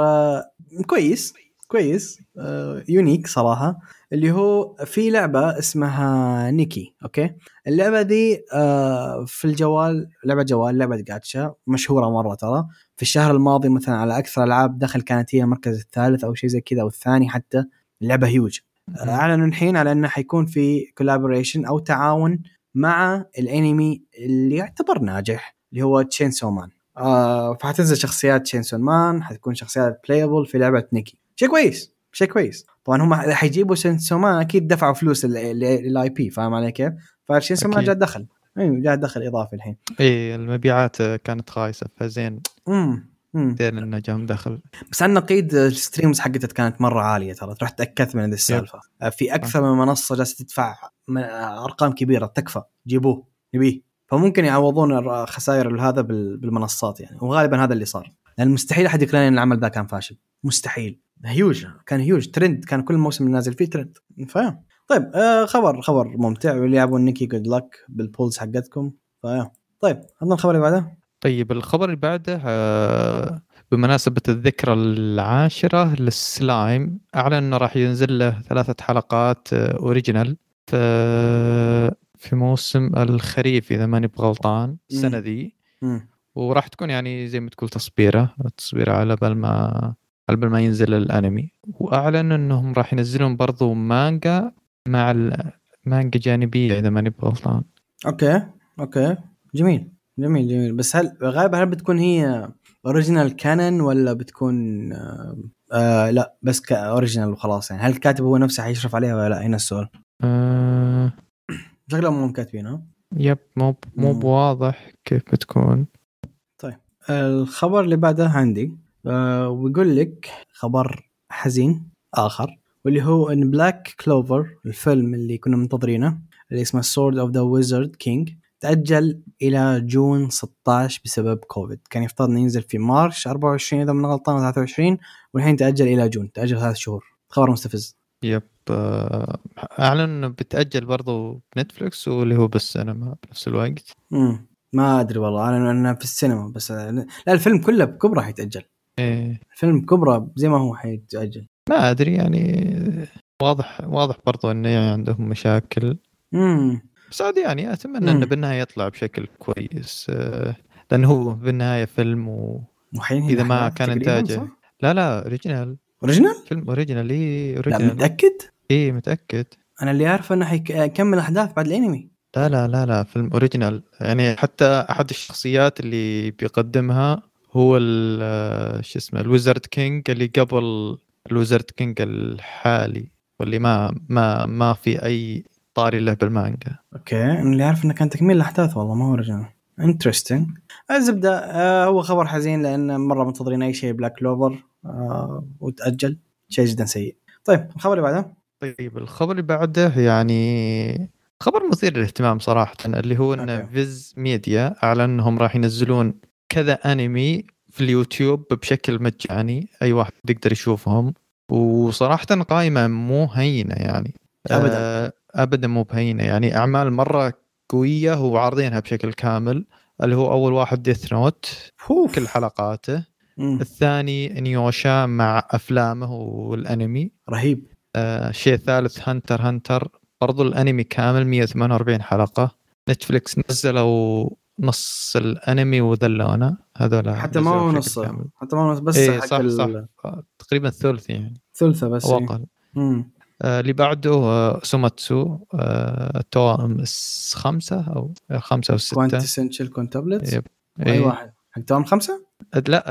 كويس يونيك صراحه، اللي هو في لعبه اسمها نيكي. اوكي، اللعبه دي في الجوال، لعبه جاتشا مشهوره مره ترى. في الشهر الماضي مثلا على اكثر العاب دخل كانت هي المركز الثالث او شيء زي كذا او الثاني حتى. اللعبه هيوج. اعلنوا الحين على انه حيكون في كولابوريشن او تعاون مع الانمي اللي يعتبر ناجح اللي هو تشينسو مان. فحتنزل شخصيات تشينسو مان، حتكون شخصيات بلايبل في لعبه نيكي. شيء كويس. طبعا هم اذا حيجيبوا تشينسو مان اكيد دفعوا فلوس للاي بي، فاهم علي كيف؟ فتشينسو مان جاء دخل اضافي الحين. ايه المبيعات كانت خايسه فزين. دين انه جام دخل. بس عندنا قيد الستريمز حقتها كانت مره عاليه ترى، رحت تاكدت من هذه السالفه. في اكثر من منصه جالسه تدفع ارقام كبيره، تكفى جيبوه نبيه، فممكن يعوضون خسائر هذا بالمنصات يعني، وغالبا هذا اللي صار، لان مستحيل احد يقول ان العمل ذا كان فاشل، مستحيل. كان هيوج ترند، كان كل موسم نازل فيه ترند. فاهم؟ طيب خبر ممتع، واللي يلعبون نيكي جود لك بالبولز حقتكم. طيب هذا الخبر اللي بعده. طيب الخبر اللي بعده بمناسبة الذكرى 10 للسلايم أعلن أنه راح ينزل له 3 حلقات أوريجينال في موسم الخريف إذا ماني بغلطان السنة ذي. وراح تكون يعني زي ما تقول تصبيرة على بال ما ينزل الأنمي. وأعلن أنهم راح ينزلون برضو مانجا مع المانجا جانبية إذا ماني بغلطان. أوكي جميل. بس هل بتكون هي اوريجينال كانون ولا بتكون لا بس كاوريجينال وخلاص يعني؟ هل الكاتب هو نفسه حيشرف عليها ولا لا؟ هنا السؤال. شكلهم مو كاتبينها. يب مو بواضح كيف بتكون. طيب الخبر اللي بعده عندي ويقول لك خبر حزين آخر، واللي هو إن بلاك كلوفر الفيلم اللي كنا منتظرينه اللي اسمه Sword of the Wizard King تأجل إلى جون 16 بسبب كوفيد. كان يفترض إنه ينزل في مارش 24 إذا من غلطان 23، والحين تأجل إلى جون، تأجل 3 شهور. خبر مستفز. يب أعلن إنه بتأجل برضو بنتفليكس واللي هو بالسينما بنفس الوقت. ما أدري والله، أنا في السينما بس لا الفيلم كله بكبره حيتأجل. الفيلم كبره زي ما هو حيتأجل. ما أدري يعني واضح برضو إنه يعني عندهم مشاكل. بس عادي يعني أتمنى إنه بالنهاية يطلع بشكل كويس، لأنه هو بالنهاية فيلم إذا ما كان إنتاجه لا أوريجينال فيلم أوريجينال. لا متأكد؟ متأكد. أنا اللي أعرفه إنه حيكمل أحداث بعد الأنمي. لا فيلم أوريجينال يعني. حتى أحد الشخصيات اللي بيقدمها هو شو اسمه الويزارد كينج اللي قبل الويزارد كينج الحالي، واللي ما في أي طاري له بالمانجا. أوكي أنا اللي أعرف إنه كان تكميل الأحداث والله ما هو أوريجينال. interesting. الزبدة هو خبر حزين لأن مرة منتظرين أي شيء بلاك كلوفر وتأجل، شيء جدا سيء. طيب الخبر اللي بعده. طيب الخبر اللي بعده يعني خبر مثير للاهتمام صراحة، اللي هو إن فيز ميديا أعلن أنهم راح ينزلون كذا أنمي في اليوتيوب بشكل مجاني، أي واحد يقدر يشوفهم. وصراحة قائمة مو هينة يعني، أبدا مو بهينة يعني. أعمال مرة قوية وعارضينها بشكل كامل، اللي هو أول واحد ديث نوت كل حلقاته. الثاني نيوشا مع أفلامه والأنمي رهيب. شيء ثالث هانتر برضو الأنمي كامل 148 حلقة. نتفليكس نزلوا نص الأنمي وذلونا هذول، حتى ما هو نص بس صح تقريبا ثلث يعني، ثلثة بس أو أقل. اللي بعده سوماتسو التوائم 5 أو 5 أو 6 كوانتسنشل كونتابلتس. أي واحد حق توائم 5 لا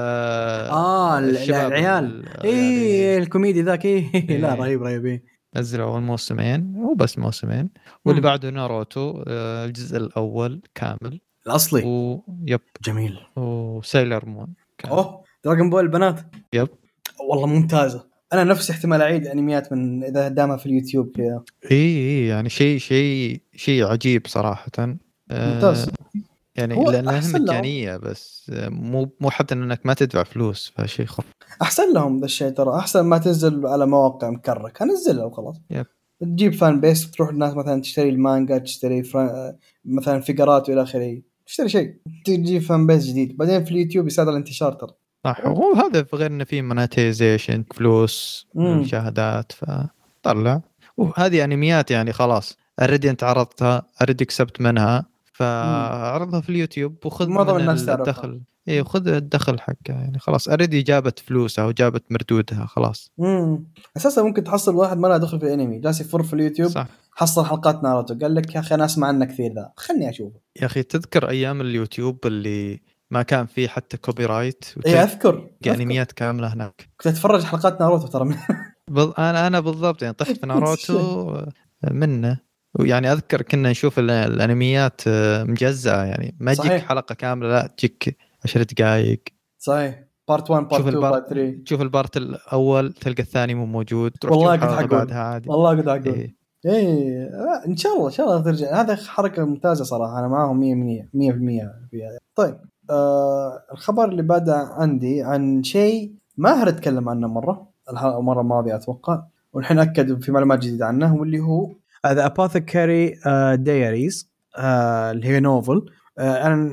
العيال الكوميدي ذاك لا رهيب. نزلوا أول موسمين وبس موسمين. واللي بعده ناروتو الجزء الأول كامل الأصلي يب جميل. وسايلر مون دراغون بول البنات يب والله ممتازة. أنا نفسي احتمال أعيد أنميات من إذا دامها في اليوتيوب كذا. يعني شيء عجيب صراحة. ممتاز يعني لأنها مجانية بس مو حتى أنك ما تدفع فلوس، فشيء خف. أحسن لهم ذا الشيء ترى، أحسن ما تنزل على مواقع مكرك. هنزلها وخلاص. تجيب فان بيس، تروح الناس مثلا تشتري المانجا، تشتري مثلا فيجرات وإلى آخره، تشتري شيء تجيب فان بيس جديد. بعدين في اليوتيوب يساعد على الانتشار ترى. صح. وهذا في غير إنه في مونتايزيشن فلوس مشاهدات فطلع. وهذه أنميات يعني خلاص أريد أنت عرضتها، أريد كسبت منها، فعرضها في اليوتيوب وخذ من الدخل. خذ الدخل حقه يعني خلاص. أريد جابت فلوسها وجابت مردودها خلاص. أساسا ممكن تحصل واحد ما له دخل في الأنمي جالس يفر في اليوتيوب. صح. حصل حلقات ناروتو قال لك يا أخي أنا أسمع عنه كثير ذا، خلني أشوفه. يا أخي تذكر أيام اليوتيوب اللي ما كان فيه حتى كوبي رايت؟ أذكر أنميات كاملة هناك. كنت أتفرج حلقات ناروتو ترى أنا بالضبط يعني طحت في ناروتو منه. يعني أذكر كنا نشوف الأنميات مجزأة يعني ما تجيك حلقة كاملة، لا تجيك 10 دقائق. صحيح. بارت 1 بارت 2 بارت 3. تشوف البارت الأول تلقى الثاني مو موجود، تروح والله قد حقول بعدها عادي. والله قد حقول إن شاء الله ترجع. هذا حركة ممتازة صراحة، أنا معهم 100% فيها. طيب الخبر اللي بعده عندي عن شيء ماهر اتكلم عنه مرة الماضية أتوقع، والحين أكد في معلومات جديدة عنه، واللي هو The Apothecary Diaries اللي هي نوفل. أنا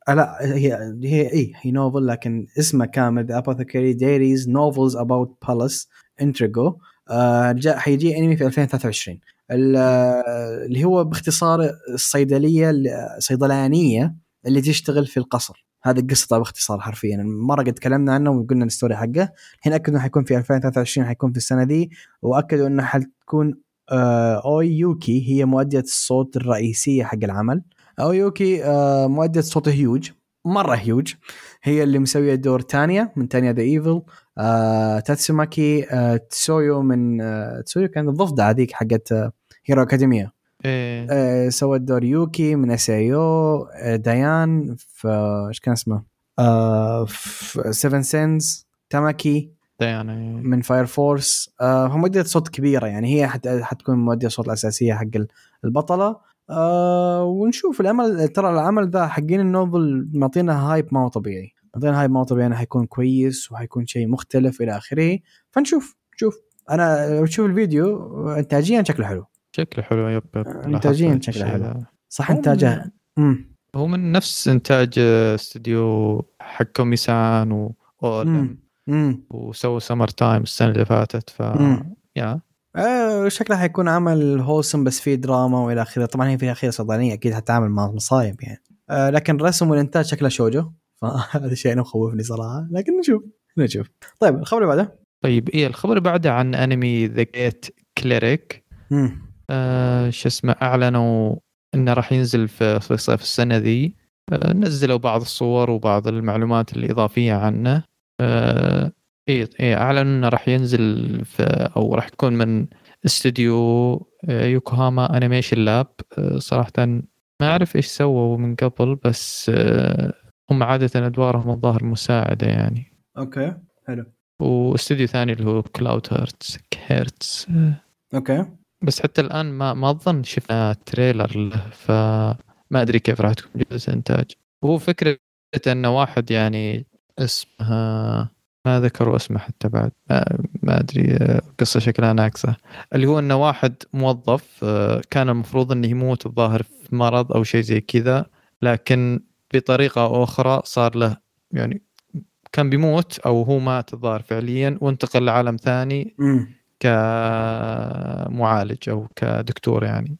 لا هي نوفل، لكن اسمه كامل The Apothecary Diaries Novels About Pallas Intrigo. جاء حيجي انمي في 2023. اللي هو باختصار الصيدلانيه اللي تشتغل في القصر. هذه القصه باختصار حرفيا، مره قد تكلمنا عنه وقلنا الستوري حقه. هنا اكدوا انه حيكون في 2023، حيكون في السنه دي، واكدوا انه حتكون اوي يوكي هي مؤدية الصوت الرئيسية حق العمل. اوي يوكي مؤدية صوت هيوج، مرة هيوج، هي اللي مسوية دور تانيا من تانيا ذا ايفل. تاتسوماكي تسويو من تسويو كان الضفدع هذيك حقت هيرو اكاديميا. سوت دور يوكي من اسايو. ديان في ايش كان اسمه في سيفن سينز. تاماكي يعني من فاير فورس. هم مؤدية صوت كبيرة، يعني هي حتكون مؤدية الصوت الأساسية حق البطلة. ونشوف العمل. ترى العمل ذا حقين النوفل معطينا هايب ما هو طبيعي، معطينا هايب ما هو طبيعي، أنه حيكون كويس وحيكون شيء مختلف إلى آخره. فنشوف. أنا بشوف الفيديو إنتاجيا شكله حلو. شكله حلو. يب إنتاجيا شكله حلو. صح إنتاجه هو من نفس إنتاج استوديو حق كوميسان وأولم وسووا سمر تايم السنة اللي فاتت. يا شكله حيكون عمل هوسم بس فيه دراما والى اخره. طبعا هي في الاخير صيدلانيه اكيد حتعامل مع مصايب يعني. لكن الرسم والانتاج شكله شوجو، فهذا شيء مخوفني صراحه، لكن نشوف. طيب الخبر اللي بعده. طيب الخبر اللي بعده عن انمي ذا جيت كليريك. شو اسمه، اعلنوا انه راح ينزل في صيف السنه ذي. نزلوا بعض الصور وبعض المعلومات الإضافية عنه. اعلنوا انه راح ينزل او راح يكون من استوديو يوكوهاما انيميشن لاب. صراحة ما اعرف ايش سووا من قبل، بس هم عادة ادوارهم الظاهر مساعدة يعني. اوكي حلو. واستوديو ثاني اللي هو كلاود هيرتز. اوكي بس حتى الان ما اظن شفنا تريلر له، فما ادري كيف راح تكون جلسة انتاج. وهو فكرة انه واحد يعني اسمها ما ذكروا اسمه حتى بعد، ما أدري، قصة شكلها ناقصة. اللي هو أنه واحد موظف كان المفروض أنه يموت الظاهر في مرض أو شيء زي كذا، لكن بطريقة أو أخرى صار له يعني كان بيموت أو هو مات الظاهر فعليا، وانتقل لعالم ثاني كمعالج أو كدكتور يعني.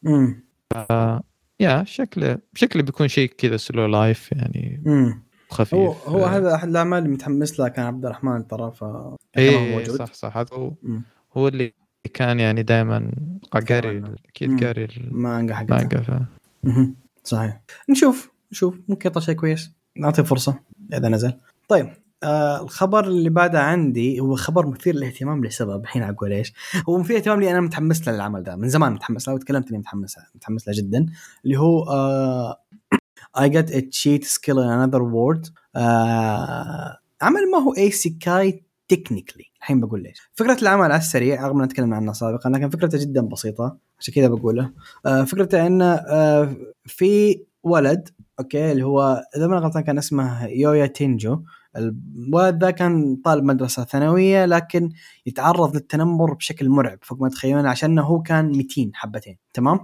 شكله بيكون شيء كذا سلو لايف يعني. خفيف. هو هذا احد الاعمال اللي متحمس لها كان عبد الرحمن ترى. موجود. صح هذا هو اللي كان يعني دائما قاري اكيد قاري المانجا حقته. صحيح. نشوف ممكن يطلع شيء كويس، نعطيه فرصه اذا نزل. طيب الخبر اللي بعده عندي هو خبر مثير للاهتمام لسبب الحين اقول ايش. هو مثير اهتمام لي، انا متحمس له للعمل ده من زمان، متحمس له وتكلمت اني متحمس له جدا. اللي هو I got a cheat skill in another world. عمل ما هو ايسيكاي تكنيكلي. الحين بقول ليش. فكرة العمل على السريع رغم أن نتكلم عنه سابقا، لكن فكرته جدا بسيطة عشان كذا بقوله. فكرته أن في ولد أوكي اللي هو إذا ما غلطان كان اسمه يويا تينجو. الولد ذا كان طالب مدرسة ثانوية، لكن يتعرض للتنمر بشكل مرعب فوق ما تتخيلون، عشان هو كان متين حبتين. تمام.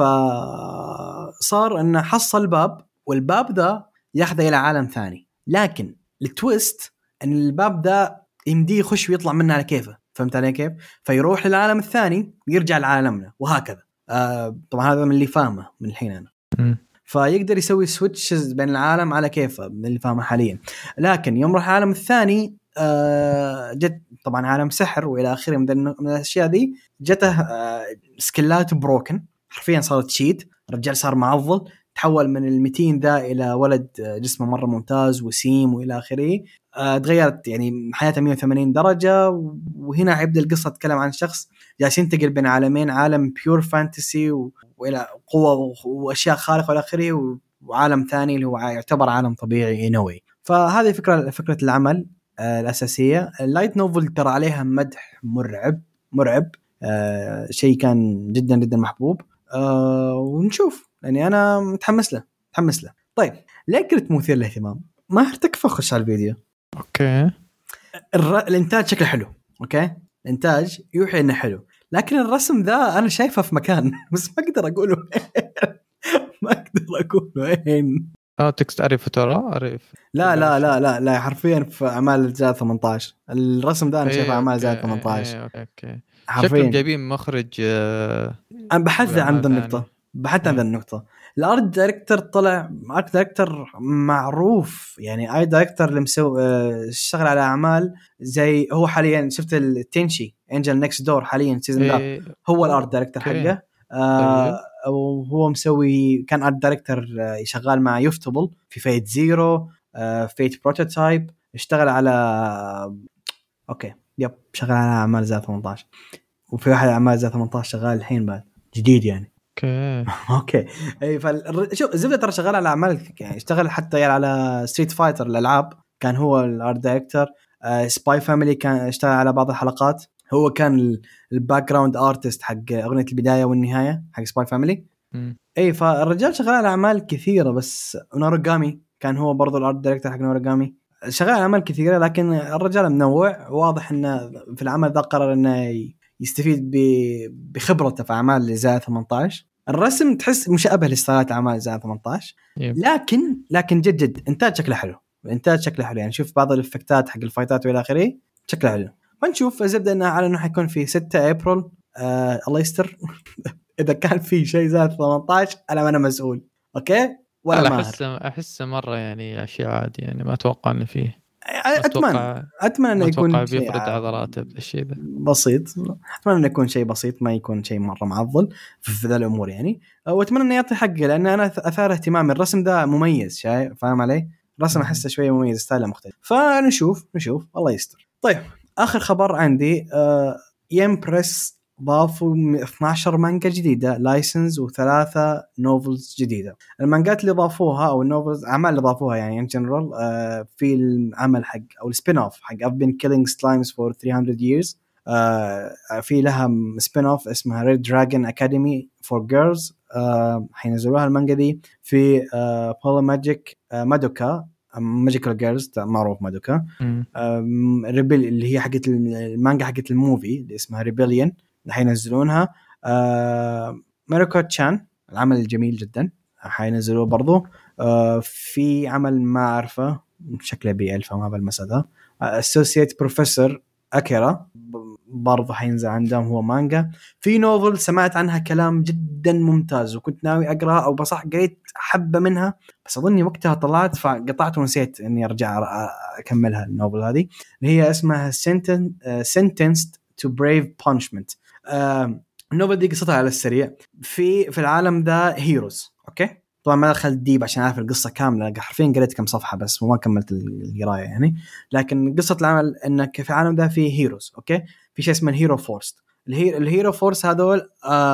فصار أنه حصل باب، والباب ذا ياخذه إلى عالم ثاني، لكن التويست أن الباب ذا يمديه يخش ويطلع منه على كيفه. فهمت علي كيف؟ فيروح للعالم الثاني ويرجع لعالمنا وهكذا. طبعا هذا من اللي فاهمه من الحين أنا. فيقدر يسوي سويتشز بين العالم على كيفه من اللي فاهمه حاليا. لكن يوم راح العالم الثاني جت طبعا عالم سحر والى اخره من الاشياء دي، جته سكيلات بروكن حرفيا، صارت شيت. الرجال صار معضل، تحول من المتين ذا الى ولد جسمه مره ممتاز وسيم والى اخره. تغيرت يعني حياته 180 درجه. وهنا يبدا القصه تتكلم عن شخص جالس ينتقل بين عالمين، عالم بيور فانتسي والى قوه واشياء خارقه والى اخره، وعالم ثاني اللي هو يعتبر عالم طبيعي نووي. فهذه فكره العمل الاساسيه. اللايت نوفل ترى عليها مدح مرعب. شيء كان جدا جدا محبوب. ونشوف يعني انا متحمس له. طيب ليه قلت مثير للاهتمام؟ ما تكفى خش على الفيديو. اوكي. الانتاج شكله حلو. اوكي الانتاج يوحي انه حلو، لكن الرسم ذا انا شايفه في مكان بس ما اقدر اقوله وين. تكست أعرف ترى أعرف. لا لا لا لا لا حرفيا في اعمال زائد 18 الرسم ده انا شايفه ايه اعمال اوكي، زائد 18 ايه اوكي. شكلهم حرفيا. جايبين مخرج انا بحث يقول عن اعمال ذا النقطه، ثانية. بحثت عن ذا ايه النقطه. الارت دايركتور طلع ارت دايركتور معروف، يعني اي دايركتور اللي مسوي اشتغل على اعمال زي هو حاليا شفت التنشي انجل نكست دور حاليا سيزون ده، ايه هو الارت دايركتور اوكي. حقه. طيب وهو مسوي كان ارت دايركتور شغال مع يفتبل في فيت زيرو، فيت بروتوتايب، اشتغل على اوكي يب شغال على اعمال زي 18، وفي واحد اعمال زي 18 شغال الحين بعد جديد يعني. اوكي. اوكي اي شوف الزبده ترى شغال على اعمال، يعني اشتغل حتى يعني على ستريت فايتر الالعاب كان هو الارت دايركتور. سباي فاميلي كان اشتغل على بعض الحلقات، هو كان الباك جراوند ارتست حق اغنيه البدايه والنهايه حق سباي فاميلي. مم. اي فالرجال شغال على اعمال كثيره، بس نوروغامي كان هو برضو الارت دايركتور حق نوروغامي، شغال على اعمال كثيره. لكن الرجال منوع، واضح انه في العمل ذا قرر انه يستفيد بخبرته في اعمال اللي زي 18. الرسم تحس مشابه لستايلات اعمال زي 18، يب. لكن جد جد انتاج شكله حلو، انتاج شكله حلو. يعني شوف بعض الافكتات حق الفايتات والى اخره شكله حلو. فنشوف الزبده انه على انه حيكون في 6 ابريل. الله يستر اذا كان في شيء زاد 18 انا مسؤول، اوكي ولا لا ماهر. احس مره يعني شيء عادي، يعني ما اتوقع انه فيه. ما اتمنى اتوقع انه ما اتوقع يكون شيء بيفرض عضلاته بالشيء ذا. بسيط. اتمنى انه يكون شيء بسيط، ما يكون شيء مره معضل في ذا الامور يعني. واتمنى انه يعطي حقه، لان انا اثار اهتمامي الرسم ده مميز، شايف فاهم علي؟ الرسم احسه شويه مميز، ستايله مختلف. فنشوف الله يستر. طيب اخر خبر عندي يم بريس ضافوا 12 مانجا جديده لايسنس وثلاثه نوفلز جديده. المانجات اللي ضافوها او النوفلز اعمال اللي ضافوها يعني ان جنرال في العمل حق او السبين اوف حق I've been killing slimes for 300 years. في لها سبين اوف اسمها ريد دراجون اكاديمي فور جيرلز، حينزلوها المانجا دي في بولا ماجيك مادوكا ماجيكال جيرلز معروف مادوكا. ريبل اللي هي حقت المانجا حقت الموفي اللي اسمها ريبليون حينزلونها. ماروكو تشان العمل الجميل جدا حينزلوه برضو. في عمل ما أعرفه شكله بألفا ما بالمسألة أسوسييت بروفيسور أكيرا برضو حينزل عندهم هو مانجا. في نوفل سمعت عنها كلام جدا ممتاز وكنت ناوي أقرأها أو بصح قريت حبة منها، بس أظني وقتها طلعت فقطعت ونسيت إني أرجع أكملها. النوفل هذه اللي هي اسمها Sentenced to Brave Punishment. النوفل دي قصتها على السريع في العالم ذا هيروز. اوكي طبعا ما دخلت ديب عشان اعرف القصه كامله، حرفيا قريت كم صفحه بس وما كملت القرايه يعني. لكن قصه العمل انك في العالم ده في هيروز. اوكي في شيء اسمه الهيرو فورس. الهيرو فورس هذول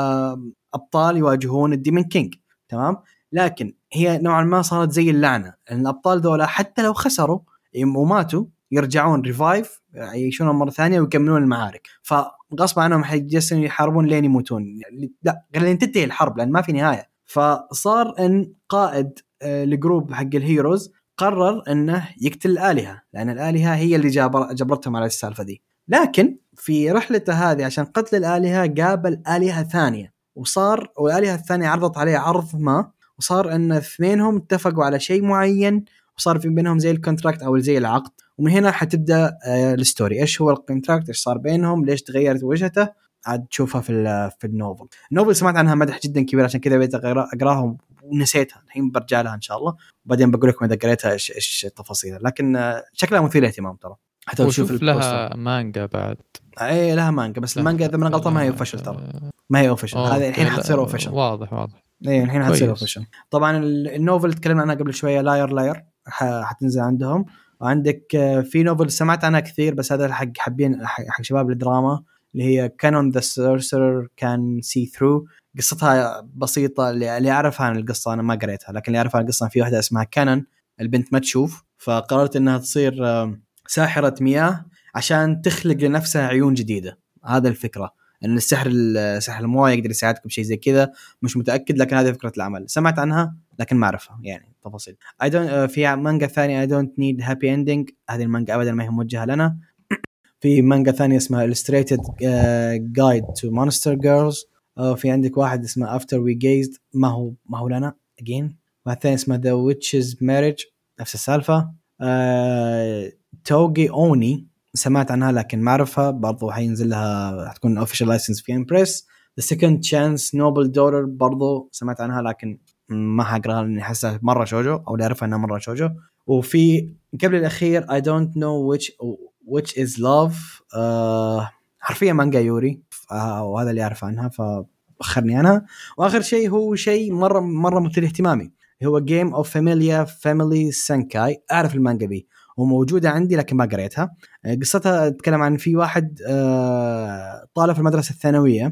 ابطال يواجهون الديمن كينج، تمام. لكن هي نوعا ما صارت زي اللعنه، لان الابطال دول حتى لو خسروا وماتوا يرجعون ريفايف يعيشون مرة ثانية ويكملون المعارك. فغصب عنهم حيجلسون يحاربون لين يموتون، لا لين تنتهي الحرب لأن ما في نهاية. فصار أن قائد الجروب حق الهيروز قرر أنه يقتل الآلهة، لأن الآلهة هي اللي جبرتهم على السالفة دي. لكن في رحلته هذه عشان قتل الآلهة قابل آلهة ثانية، والآلهة الثانية عرضت عليه عرض ما، وصار أن اثنينهم اتفقوا على شيء معين وصار في بينهم زي الكونتراكت أو زي العقد. ومن هنا حتبدأ الستوري، إيش هو الكونتراكت، إيش صار بينهم، ليش تغيرت وجهته، عاد تشوفها في النوفل سمعت عنها مدح جدا كبير عشان كذا بقيت أقراها ونسيتها. الحين برجع لها إن شاء الله وبعدين بقول لكم إذا قريتها إيش التفاصيل. لكن شكلها مثير اهتمام ترى، حتى تشوف لها مانجا بعد. ايه لها مانجا، بس المانجا اذا من غلطان ما هي اوفيشال ترى، ما هي اوفيشال. هذه الحين حتصير اوفيشال. واضح ايه الحين حتصير اوفيشال. طبعا النوفل تكلمنا عنها قبل شويه لاير حتنزل عندهم. وعندك في نوفل سمعت عنها كثير بس هذا حق حابين حق شباب الدراما اللي هي كانون ذا سورسرر كان سي ثرو. قصتها بسيطه، اللي اعرفها عن القصه انا ما قريتها، لكن اللي اعرفها عن القصه في واحده اسمها كانون البنت ما تشوف، فقررت انها تصير ساحرة مياه عشان تخلق لنفسها عيون جديدة. هذا الفكرة، ان سحر المويه يقدر يساعدكم شيء زي كذا، مش متأكد لكن هذه فكرة العمل. سمعت عنها لكن ما أعرفها يعني تفاصيل. في مانجا ثانية I don't need happy ending، هذه المانجا أبدا ما هي موجهة لنا. في مانجا ثانية اسمها Illustrated Guide to Monster Girls. في عندك واحد اسمه After We Gazed، ما هو لنا again الثاني اسمه ذا ويتشز ماريج نفس السالفة. توغي أوني سمعت عنها لكن ما أعرفها برضو، حينزل لها حتكون official license في إمبريس. The Second Chance Noble Daughter برضو سمعت عنها لكن ما حقرأها لأني حاسة مرة شوجو أو لا أعرفها أنها مرة شوجو. وفي قبل الأخير I don't know which is love حرفيا مانجا يوري وهذا اللي أعرف عنها فأخرني عنها. وآخر شيء هو شيء مرة مثير اهتمامي، هو Game of Familia Family Senkai. أعرف المانجا دي وموجودة عندي لكن ما قريتها. قصتها تتكلم عن في واحد طالب في المدرسة الثانوية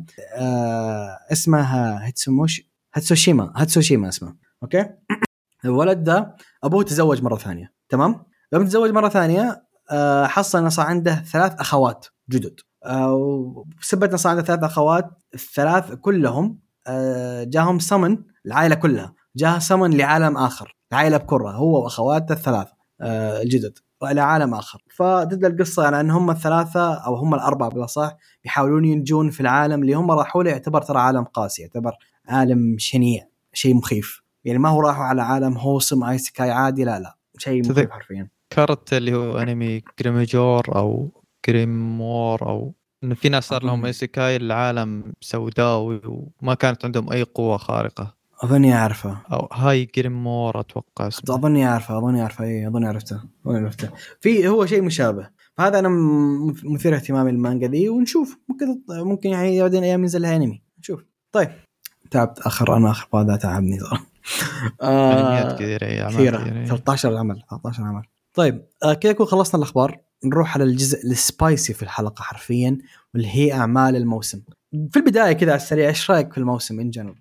اسمها هاتسوشيما اسمه. أوكي. الولد ده أبوه تزوج مرة ثانية، تمام؟ لما تزوج مرة ثانية حصل أنه صار عنده 3 أخوات جدد، وبسبب أنه صار عنده 3 أخوات، الثلاث كلهم جاهم سمن، العائلة كلها جاها سمن لعالم آخر، العائلة بكرة هو وأخواته الثلاث الجدد إلى عالم آخر. فتبدأ القصة يعني أن هم الثلاثة أو هم الأربعة بلا صح بيحاولون ينجون في العالم اللي هم راحوا له، يعتبر ترى عالم قاسي، يعتبر عالم شنيع، شيء مخيف يعني، ما هو راحوا على عالم هوسم ايسكاي عادي، لا شيء مخيف حرفيا. كارت اللي هو انمي جريمجور او جريمور، او انه في ناس صار لهم ايسكاي العالم سوداوي وما كانت عندهم اي قوة خارقة. اظني اعرفه، او هاي جريمور اتوقع اسمه. اظني عارفه اي اظني عرفته في هو شيء مشابه. فهذا انا مثير اهتمامي المانجا دي، ونشوف ممكن يعني بعدين ايام ينزل لها انمي نشوف. طيب تعبت اخر بعد تعبني صراحه. انميات كثيرة 13 عمل. طيب كذا يكون خلصنا الاخبار، نروح على الجزء السبايسي في الحلقه حرفيا، واللي هي اعمال الموسم. في البدايه كذا على السريع، ايش رايك في الموسم ان جنرال؟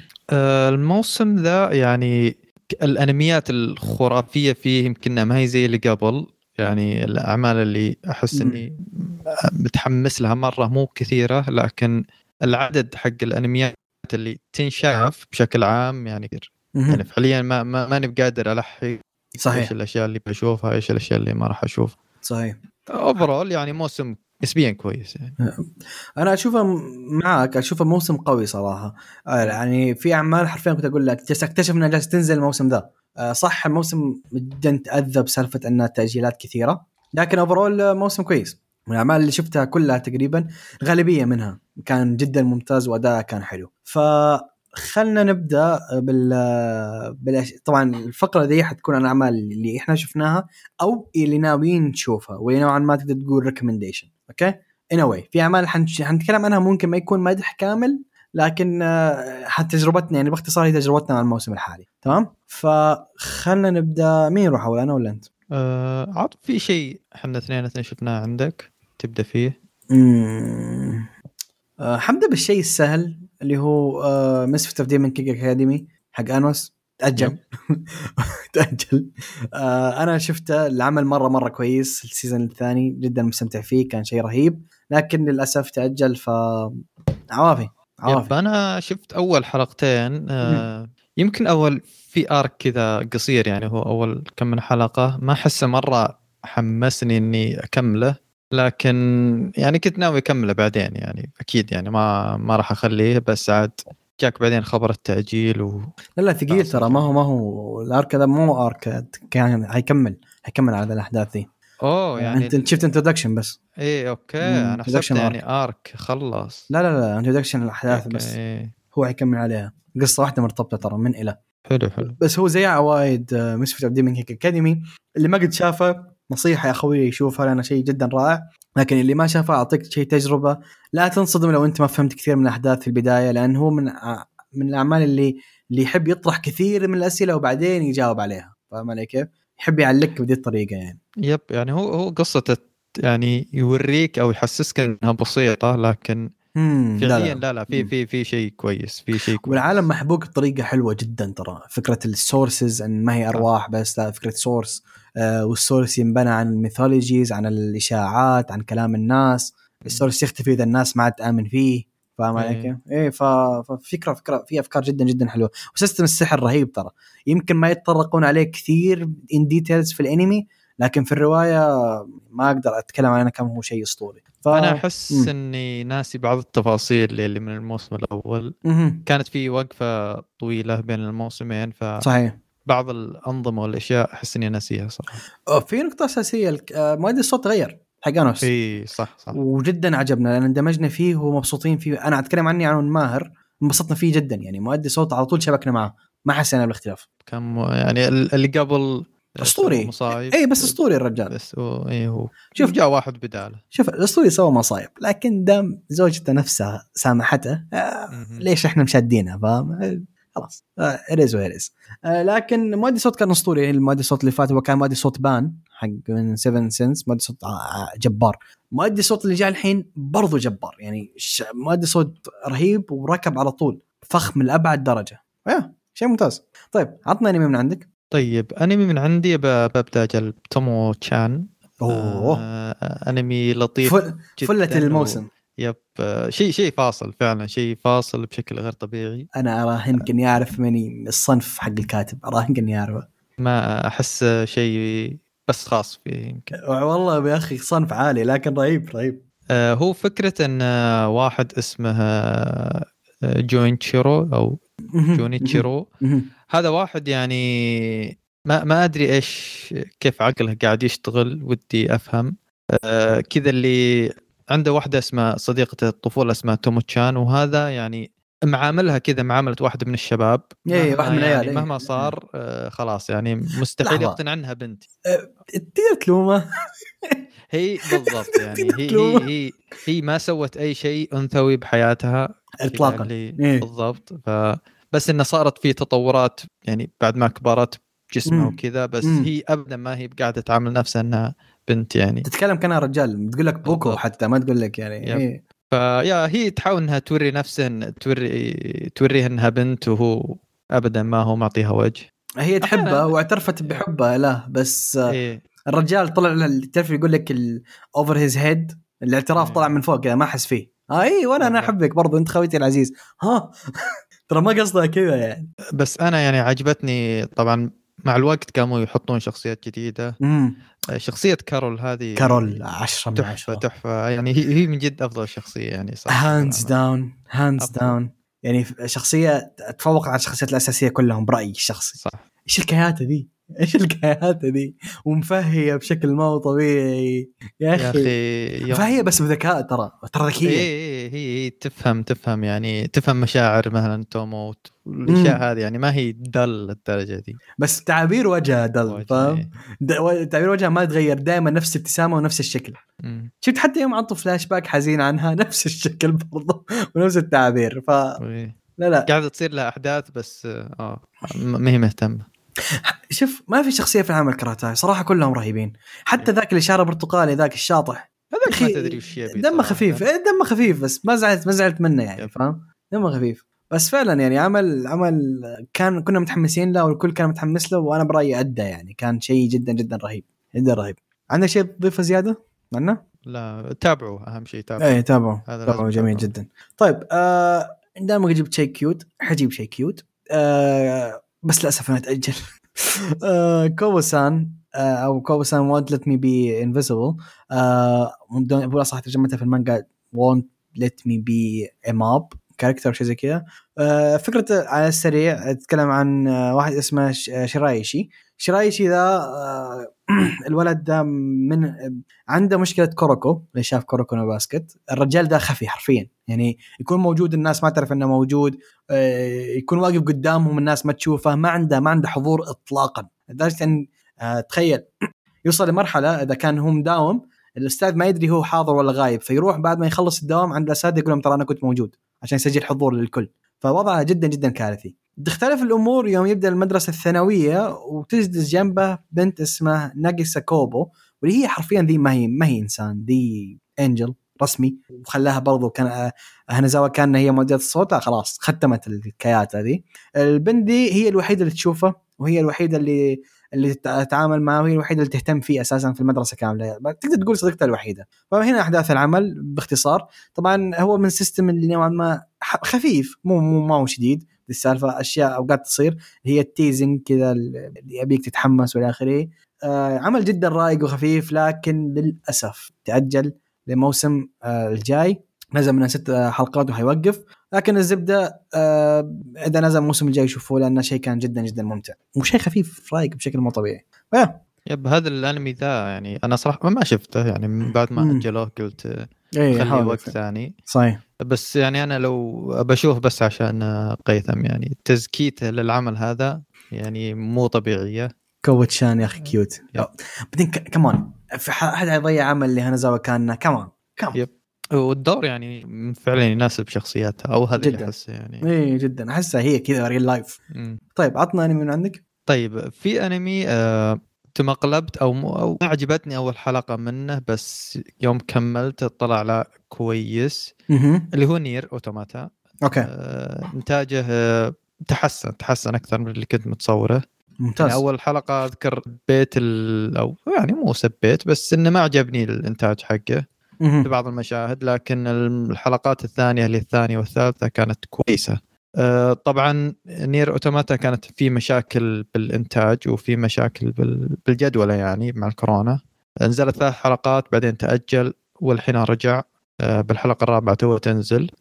الموسم ذا يعني الانميات الخرافيه فيه يمكن ما هي زي اللي قبل، يعني الاعمال اللي احس اني متحمس لها مره مو كثيره، لكن العدد حق الانميات اللي تنشاف بشكل عام يعني كثير. يعني فعليا ماني بقادر الحق صحيح ايش الاشياء اللي بشوفها، ايش الاشياء اللي ما راح اشوف. صحيح. اوفرول يعني موسم نسبيا كويس يعني. انا اشوفه معك، اشوفه موسم قوي صراحه. يعني في اعمال حرفيا كنت اقول لك جالس اكتشف انها جالس تنزل الموسم ذا. صح الموسم جدا تاذى بسالفه ان تاجيلات كثيره، لكن اوفرول موسم كويس. من الاعمال اللي شفتها كلها تقريبا غالبيه منها كان جدا ممتاز واداء كان حلو. فخلنا نبدا طبعا الفقره دي حتكون عن الاعمال اللي احنا شفناها او اللي ناويين نشوفها، واللي نوعا ما تقدر تقول ريكومنديشن. اوكي anyway في اعمال حنتكلم عنها ممكن ما يكون مدح كامل، لكن حتى تجربتنا يعني باختصار هي تجربتنا مع الموسم الحالي. تمام، فخلنا نبدا. مين يروح اول، انا ولا انت؟ عاد في شيء احنا اثنين شفناه عندك تبدا فيه؟ حبدا بالشيء السهل اللي هو مسفت اوف ديمون كيك اكاديمي حق انوس. تأجل تأجل. أنا شفته، العمل مرة كويس، السيزن الثاني جدا مستمتع فيه، كان شيء رهيب، لكن للأسف تأجل. عوافي. أنا شفت أول حلقتين. يمكن أول في آرك كذا قصير، يعني هو أول كم من حلقة ما حسه مرة حمسني إني أكمله، لكن يعني كنت ناوي أكمله بعدين يعني أكيد، يعني ما راح أخليه، بس عاد جاك بعدين خبر التأجيل لا ثقيل ترى، ما هو الارك هذا مو ارك، كان هيكمل على الاحداث دي. يعني انت شفت انترودكشن بس. ايه اوكي، انا حسبت يعني ارك خلص. لا انترودكشن الاحداث بس. هو هيكمل عليها قصه واحده مرتبطه ترى من الى. حلو بس هو زي عوايد مسفت اوف ديمون كيك اكاديمي، اللي ما قد شافه نصيحه يا اخوي يشوفها، لأنه شيء جدا رائع. لكن اللي ما شافه اعطيك شيء تجربه، لا تنصدم لو انت ما فهمت كثير من الاحداث في البدايه، لان هو من الاعمال اللي يحب يطرح كثير من الاسئله وبعدين يجاوب عليها. فاهم علي كيف؟ يحب يعلق بهذه الطريقه يعني. يب، يعني هو قصته يعني يوريك او يحسسك انها بسيطه، لكن فعليا لا في شيء كويس، في شيء كويس. والعالم محبوك بطريقه حلوه جدا ترى. فكره السورسز ان ما هي ارواح بس، لا فكره سورس، والسورس ينبنى عن الميثولوجيز، عن الاشاعات، عن كلام الناس. السورس يختفي اذا الناس ما تآمن فيه. فاهم عليك؟ ايه ففكره في افكار جدا جدا حلوه، وسيستم السحر رهيب ترى. يمكن ما يتطرقون عليه كثير ان ديتيلز في الانمي، لكن في الروايه ما اقدر اتكلم عنها كم هو شيء اسطوري. انا احس اني ناسي بعض التفاصيل اللي من الموسم الاول. كانت في وقفه طويله بين الموسمين، صحيح بعض الانظمه والاشياء احس اني ناسيها صراحه. في نقطه اساسيه، مؤدي الصوت تغير حق انوس. اي صح وجدا عجبنا لان اندمجنا فيه ومبسوطين فيه. انا اتكلم عني عن ماهر، انبسطنا فيه جدا يعني. مؤدي صوت على طول شبكنا معه، ما حسينا بالاختلاف. كم يعني اللي قبل اسطوري مصايب. اي بس اسطوري الرجال. بس هو شوف جاء واحد بداله. شوف الاسطوري سوى مصايب، لكن دام زوجته نفسها سامحته ليش احنا مشادينها؟ فاهم؟ خلاص اريز ويريز. لكن مؤدي صوت كان اسطوري. المؤدي صوت اللي فات هو كان مؤدي صوت بان حق من 7 سنس، مؤدي صوت جبار. مؤدي صوت اللي جاء الحين برضو جبار يعني. مؤدي صوت رهيب وركب على طول فخم لأبعد درجة. شيء ممتاز. طيب عطنا انمي من عندك. طيب انمي من عندي ببدأ جلب تومو تشان. انمي لطيف فلة الموسم. يب شيء فاصل فعلا، شيء فاصل بشكل غير طبيعي. انا اراهنك اني اعرف مني الصنف حق الكاتب، اراهنك اني اعرفه. ما احس شيء بس خاص فيه يمكن. والله يا اخي صنف عالي لكن رهيب. هو فكرة ان واحد اسمه جونيتشيرو او جونيتشيرو. هذا واحد يعني ما ادري ايش كيف عقله قاعد يشتغل، ودي افهم. كذا اللي عنده واحدة اسمها صديقة الطفولة اسمها توموتشان، وهذا يعني معاملها كذا معاملة واحدة من الشباب. واحد من العيال يعني مهما صار خلاص يعني مستحيل يقتنع عنها بنت. تقدر تلومه. هي بالضبط يعني هي ما سوت أي شيء أنثوي بحياتها إطلاقا. بالضبط. بس إنه صارت فيه تطورات يعني بعد ما كبرت جسمها وكذا، بس هي أبدا ما هي قاعدة تعامل نفسها أنها بنت يعني. تتكلم كأنها رجال، تقول لك بوكو حتى ما تقول لك يعني. فيا هي تحاول انها توري نفسها، توريها انها بنت، وهو ابدا ما هو معطيها وجه. هي تحبه واعترفت بحبه له، بس الرجال طلع تعرف يقول لك اوفر هيز هيد، الاعتراف طلع من فوق كذا ما حس فيه. اي وانا انا احبك برضو انت خويتي العزيز. ترى ما قصدها كذا يعني. بس انا يعني عجبتني طبعا مع الوقت قاموا يحطون شخصيات جديدة. شخصية كارول هذه 10 من 10 تحفة يعني. هي من جد أفضل شخصية يعني صح. هاندز داون يعني شخصية تفوق على الشخصيات الأساسية كلهم برأيي الشخصي. صح. إيش الكياتة دي ومفهية بشكل ما هو طبيعي يا أخي. فهي بس بذكاء، ترى ذكية. هي تفهم يعني تفهم مشاعر مثلا تومو والاشياء هذه يعني. ما هي دل الدرجه دي، بس تعابير وجهها دل، فاهم؟ تعابير وجهها ما تغير، دائما نفس الابتسامه ونفس الشكل. شفت حتى يوم عطوا فلاش باك حزين عنها نفس الشكل برضه ونفس التعابير. لا قاعده تصير لها احداث بس ما هي مهتمه. شوف ما في شخصية في العمل كرهتها صراحة، كلهم رهيبين. حتى ذاك اللي شعره برتقالي ذاك الشاطح هذاك ما تدري وش يبي، دمه خفيف بس ما زعلت منه يعني. فاهم؟ دمه خفيف بس فعلا يعني. عمل كنا متحمسين له والكل كان متحمس له، وانا برأيي ادى يعني. كان شيء جدا جدا رهيب جدا رهيب. عندك شيء تضيفه زيادة عنه؟ لا تابعوا، اهم شيء تابعوا. تابعوا جميل جدا. طيب دائما جبت شيء كيوت حجيب شيء كيوت. بس للأسف أنا تأجل. كوبوسان أو كوبوسان won't let me be invisible. بقول صح ترجمتها في المانجا won't let me be a mob كاركتر شيء زي كذا. فكرة على السريع أتكلم عن واحد اسمه شرايشي ذا. الولد ده من عنده مشكلة كوروكو، اللي شاف كوروكو نو باسكت. الرجال ده خفي حرفيا يعني، يكون موجود الناس ما تعرف انه موجود، يكون واقف قدامهم الناس ما تشوفه، ما عنده حضور اطلاقا. لدرجة ان تخيل يوصل لمرحلة اذا كان هو مداوم الاستاذ ما يدري هو حاضر ولا غايب، فيروح بعد ما يخلص الدوام عند الاساتذه يقول لهم ترى انا كنت موجود عشان يسجل حضور للكل. فوضعه جدا جدا كارثي. تختلف الامور يوم يبدا المدرسه الثانويه وتجلس جنبه بنت اسمها ناجيسا كوبو، واللي هي حرفيا ذي ما هي انسان، ذي انجل رسمي. وخلاها برضو كان هنزاوا كان هي مؤدية الصوت، خلاص ختمت الكيات هذه. البنت دي هي الوحيده اللي تشوفه، وهي الوحيده اللي تتعامل معه، وهي الوحيده اللي تهتم فيه اساسا في المدرسه كامله، تقدر تقول صديقتها الوحيده. فهنا احداث العمل باختصار. طبعا هو من سيستم اللي نوعا ما خفيف، مو ما هو شديد. السالفه اشياء اوقات تصير هي التيزنج كذا اللي يبيك تتحمس والى اخره. عمل جدا رايق وخفيف، لكن للأسف تأجل لموسم الجاي. نزل من 6 حلقات وحيوقف، لكن الزبدة إذا نزل الموسم الجاي يشوفوه، لأنه شيء كان جدا جدا ممتع وشيء خفيف رايق بشكل مو طبيعي. يب هذا الانمي ذا يعني انا صراحه ما شفته، يعني من بعد ما اجلوه قلت خلي وقت ثاني. صحيح. بس يعني انا لو بشوف بس عشان قيثم يعني تزكيته للعمل هذا يعني مو طبيعيه. كوتشان يا اخي كيوت. بعدين كمان في حد يضيع عمل اللي هنزاوا كان كمان. يب والدور يعني فعلا يناسب شخصياتها، او هذا اللي احسه يعني. اي جدا احسها هي كذا ريل لايف. طيب عطنا انمي من عندك. طيب في انمي تمقلبت او ما عجبتني اول حلقه منه، بس يوم كملت طلع لا كويس. اللي هو نير اوتوماتا. اوكي. انتاجه تحسن اكثر من اللي كنت متصوره. ممتاز. يعني اول حلقه اذكر بيت او يعني مو سبيت، بس انه ما عجبني الانتاج حقه في بعض المشاهد، لكن الحلقات الثانيه اللي الثانيه والثالثه كانت كويسه. طبعا نير اوتوماتا كانت في مشاكل بالانتاج وفي مشاكل بالجدولة يعني مع الكورونا. نزلت 3 حلقات بعدين تأجل، والحين رجع بالحلقة الرابعة تو تنزل.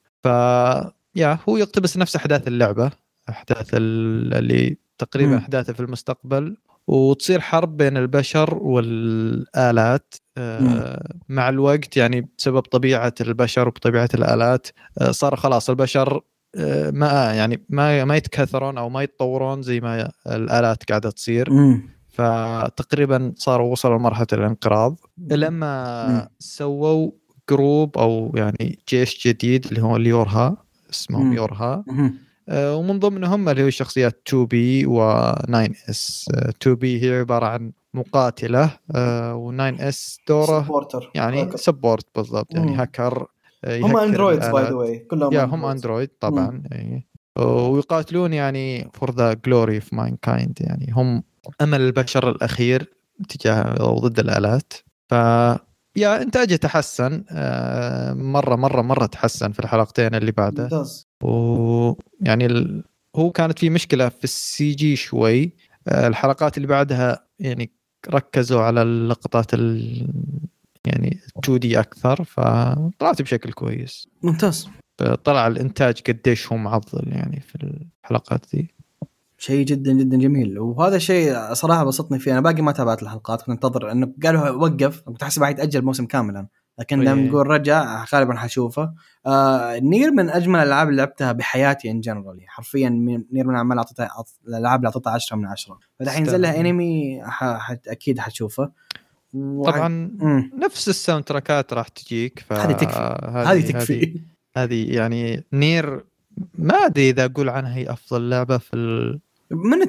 هو يقتبس نفس أحداث اللعبة، أحداث اللي تقريبا أحداثه في المستقبل، وتصير حرب بين البشر والآلات مع الوقت. يعني بسبب طبيعة البشر وبطبيعة الآلات صار خلاص البشر ما يتكاثرون او ما يتطورون زي ما الآلات قاعده تصير. فتقريبا صاروا وصلوا لمرحله الانقراض لما سووا جروب او يعني جيش جديد اللي هو اليورها، اسمهم يورها. ومن ضمنهم اللي هو الشخصيات 2B و9S. 2B هي عباره عن مقاتله، و9S دوره سبورتر. يعني سبورت بالضبط، يعني هاكر. هم اندرويدز باي ذا واي، كلهم هم اندرويد طبعا. ويقاتلون يعني for the glory of mankind، يعني هم امل البشر الاخير تجاه او ضد الالات. ف انتاجه تحسن مره تحسن في الحلقتين اللي بعده. ممتاز. ويعني هو كانت في مشكله في السي جي شوي. الحلقات اللي بعدها يعني ركزوا على اللقطات يعني 2D أكثر، فطلعت بشكل كويس. ممتاز. طلع الإنتاج قديش هو معضل يعني في الحلقات دي. شيء جدا جدا جميل، وهذا الشيء صراحة بسطني فيه. أنا باقي ما تابعت الحلقات، كنت انتظر إنه قالوا وقف، كنت أحسب حيتأجل موسم كاملا، لكن لما نقول رجع غالبا حشوفه. نير من أجمل الألعاب اللي لعبتها بحياتي إن جنرالي، حرفيا نير من الأعمال الألعاب اللي أعطيتها 10 من 10. فالحين نزل لها أنمي أكيد حتشوفه. طبعا نفس الساوند تراكات راح تجيك، هذه تكفي. هذه يعني نير ما أدري إذا أقول عنها هي أفضل لعبة في من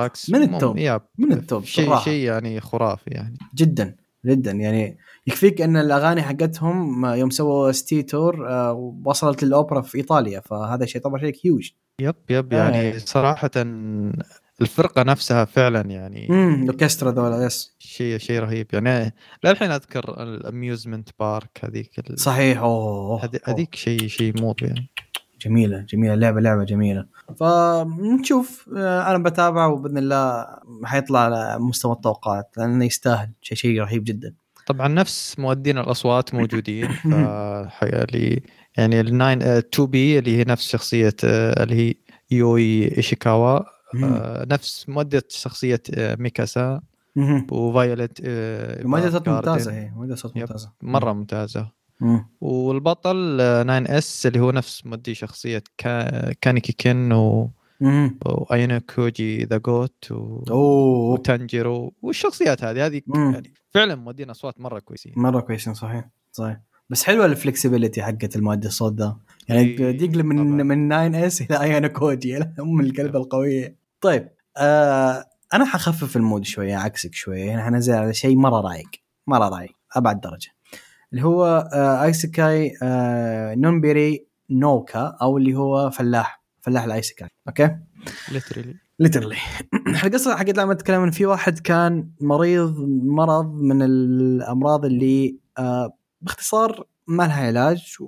التوب شيء يعني خرافي يعني جدا جدا. يعني يكفيك ان الاغاني حقتهم يوم سووا ستيتور وصلت للاوبرا في ايطاليا، فهذا شيء طبعا شيء هيوج. يب يعني صراحة الفرقة نفسها فعلا يعني الاوركسترا ذولا يس شيء رهيب. يعني للحين اذكر الاميوزمنت بارك هذيك صحيح. هذيك شيء مو يعني جميلة لعبة جميلة. فنشوف، أنا بتابع وبإذن الله حيطلع على مستوى التوقعات، لأنه يستاهل. شيء رهيب جدا. طبعا نفس مؤدين الأصوات موجودين. فحيالي يعني الناين 2B اللي هي نفس شخصية اللي هي يوي إيشيكاوا، نفس مؤدية شخصية ميكاسا وفايولت. مؤدية صوت ممتازة، هي مؤدية صوت ممتازة مرة ممتازة. والبطل 9S اللي هو نفس مؤدي شخصية كانيكي كين وأينا كوجي ذا جوت وتانجيرو والشخصيات هذه يعني فعلا مؤدين أصوات مرة كويسين. صحيح. بس حلوة الفلكسبيليتي حقت المؤدي الصوت ده، يعني يقلب من 9S إلى أينا كوجي الكلبة القوية. طيب أنا حخفف المود شوية عكسك شوية، يعني حنزل على شيء مرة رايق أبعد درجة، اللي هو ايسيكاي نونبيري نوكا، او اللي هو فلاح الايسيكاي. اوكي ليترلي القصه حقت لما نتكلم ان في واحد كان مرض من الامراض اللي باختصار ما لها علاج،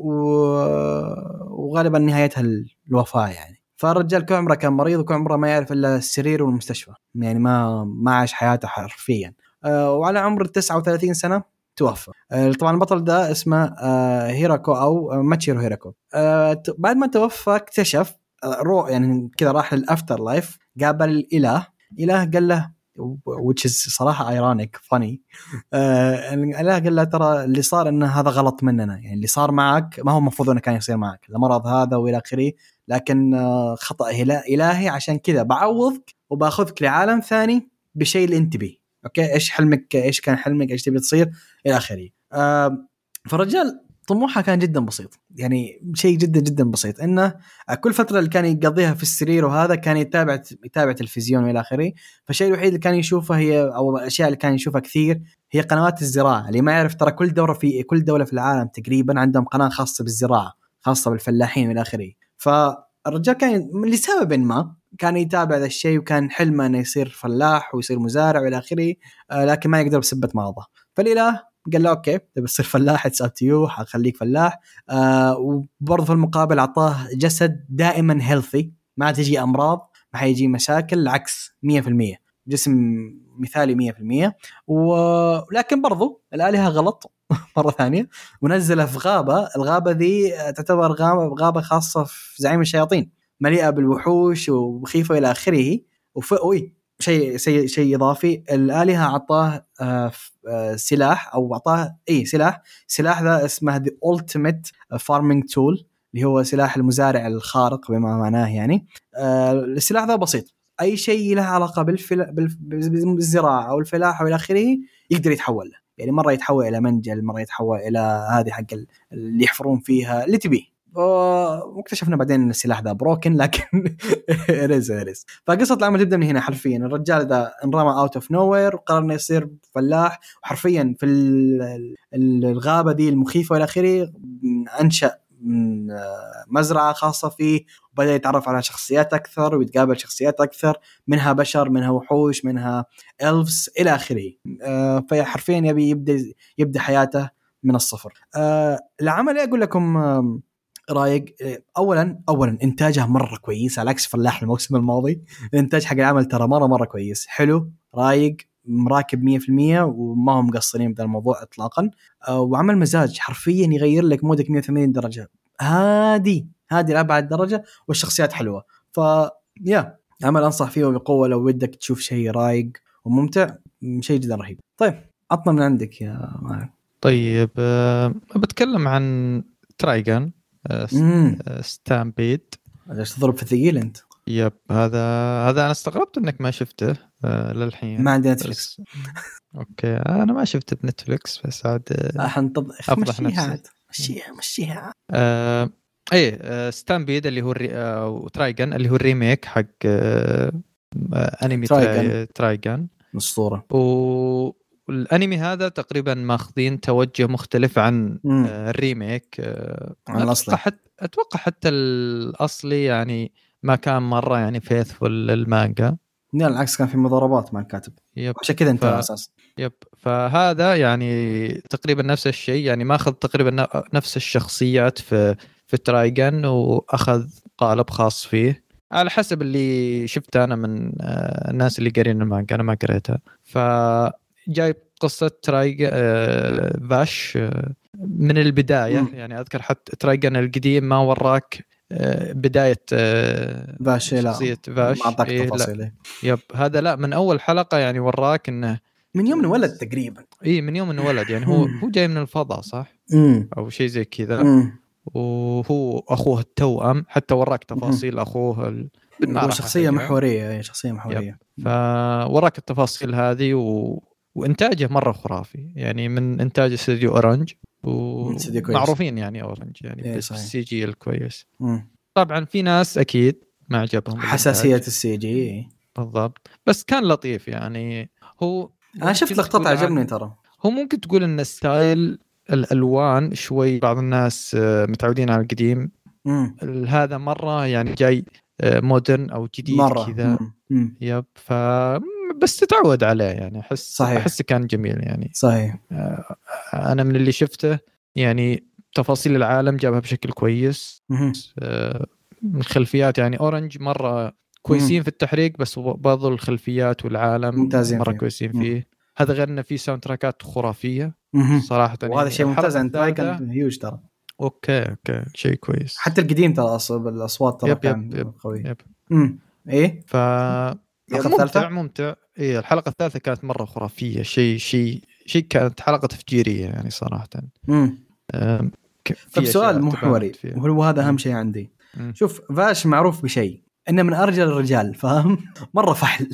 وغالبا نهايتها الوفاه يعني. فالرجال كل عمره كان مريض، وكل عمره ما يعرف الا السرير والمستشفى، يعني ما عاش حياته حرفيا. وعلى عمر 39 سنة توفى. طبعا البطل ده اسمه هيراكو أو ماتشيرو هيراكو. بعد ما توفى اكتشف يعني كذا راح للأفتر لايف، قابل الإله قال له which is صراحة ironic funny. الإله قال له ترى اللي صار إنه هذا غلط مننا، يعني اللي صار معك ما هو مفروض إنه كان يصير معك، المرض هذا وإلى آخره، لكن خطأ إلهي، عشان كذا بعوضك وباخذك لعالم ثاني بشيء اللي انت بيه. اوكي ايش حلمك، ايش كان حلمك، ايش تبي تصير الى اخره. فالرجال طموحه كان جدا بسيط، يعني شيء جدا جدا بسيط، انه كل فتره اللي كان يقضيها في السرير وهذا كان يتابع تلفزيون والى اخره. فالشيء الوحيد اللي كان يشوفه هي، او الاشياء اللي كان يشوفها كثير، هي قنوات الزراعه. اللي ما يعرف ترى كل دوله في العالم تقريبا عندهم قناه خاصه بالزراعه، خاصه بالفلاحين والى اخره. فالرجال كان لسبب ما كان يتابع هذا الشيء، وكان حلمه انه يصير فلاح ويصير مزارع والى اخره، لكن ما يقدر بسبة مرضه. فالاله قال له اوكي تبي تصير فلاح، اتس اب تو يو، حخليك فلاح. وبرضه في المقابل اعطاه جسد دائما هيلثي، ما تجي امراض، ما حيجي مشاكل، العكس 100% جسم مثالي 100%. ولكن برضه الالهه غلط مرة ثانية، ونزله في الغابة ذي تعتبر غابة خاصة في زعيم الشياطين، مليئة بالوحوش ومخيفة إلى آخره. شيء إضافي، الآلهة عطاه سلاح، أو عطاه سلاح ذا اسمه The Ultimate Farming Tool، اللي هو سلاح المزارع الخارق بما معناه. يعني السلاح ذا بسيط، أي شيء له علاقة بالزراعة أو الفلاحة وإلى آخره يقدر يتحول له. يعني مرة يتحول إلى منجل، مرة يتحول إلى هذه حق اللي يحفرون فيها اللي تبيه. واكتشفنا بعدين ان السلاح ذا بروكن، لكن ريز. فقصة العمل تبدأ من هنا حرفيا. الرجال ذا انرمى اوت اوف نوير وقرر انه يصير فلاح، وحرفيا في الغابة دي المخيفة والى آخره انشأ مزرعة خاصة فيه، وبدأ يتعرف على شخصيات أكثر ويتقابل شخصيات أكثر، منها بشر، منها وحوش، منها إلفز إلى آخره. فحرفيا يبي يبدأ حياته من الصفر. العمل أقول لكم رايق. اولا انتاجه مره كويس، على عكس فلاح الموسم الماضي. الانتاج حق العمل ترى مره كويس، حلو، رايق، مراكب 100%، وما هم مقصرين بهذا الموضوع اطلاقا. وعمل مزاج حرفيا يغير لك مودك 180 درجه، هادي لأبعد درجه، والشخصيات حلوه. عمل انصح فيه وبقوه لو ودك تشوف شيء رايق وممتع، شيء جدا رهيب. طيب عطنا من عندك يا معلم. طيب بتكلم عن ترايجان ستامبيد. ليش تضرب في الثقيل انت؟ يب، هذا انا استغربت انك ما شفته للحين. ما عندي نتفلكس. اوكي انا ما شفته بنتفلكس، بس عاد افضح نفسي. مشيها. ستامبيد اللي هو ترايجان اللي هو الريميك حق انمي ترايجان اسطوره. والانمي هذا تقريبا ماخذين توجه مختلف عن الريميك، عن الاصلي. اتوقع حتى الاصلي يعني ما كان مره يعني فيثفول للمانجا. لا العكس، كان في مضاربات مع الكاتب، عشان كذا انت اساس. فهذا يعني تقريبا نفس الشيء، يعني ماخذ تقريبا نفس الشخصيات في ترايجان، واخذ قالب خاص فيه على حسب اللي شفته انا من الناس اللي قارين المانجا. انا ما قريتها. فجايب قصة فاش من البداية. يعني أذكر حتى ترايجان القديم ما وراك بداية فاش، شخصية فاش، ما أعطاك تفاصيله. يب، هذا لا، من أول حلقة يعني وراك إنه من يوم انولد تقريبا. من يوم انولد، يعني هو جاي من الفضاء صح؟ أو شيء زي كذا. وهو أخوه التوأم، حتى وراك تفاصيل أخوه شخصية محورية. شخصية محورية. فوراك التفاصيل هذه وإنتاجه مرة خرافي، يعني من إنتاج استوديو أورنج، ومعروفين يعني أورنج يعني بالسي جي الكويس. طبعا في ناس أكيد ما عجبهم حساسية السي جي بالضبط، بس كان لطيف. يعني هو أنا شفت لقطة عجبني ترى. هو ممكن تقول إن ستايل الألوان شوي، بعض الناس متعودين على القديم، هذا مرة يعني جاي مودرن أو جديد كذا. يب، بس تتعود عليه يعني. أحس كان جميل يعني. صحيح. أنا من اللي شفته يعني تفاصيل العالم جابها بشكل كويس. الخلفيات يعني أورنج مرة كويسين في التحريك، بس بعض الخلفيات والعالم ممتازين مرة فيه. كويسين فيه. هذا غير انه في ساوند تراكات خرافيه صراحه. وهذا يعني شيء ممتاز عند الثالثة... ترايجن، هيوج ترى. اوكي شيء كويس. حتى القديم ترى الاصوات ترى كان قوي. ايه ف الحلقه ممتع. ايه الحلقه الثالثه كانت مره خرافيه، شيء كانت حلقه تفجيريه يعني صراحه. طب سؤال محوري وهو هذا اهم شيء عندي. شوف فاش معروف بشيء انه من ارجل الرجال، فاهم؟ مره فحل.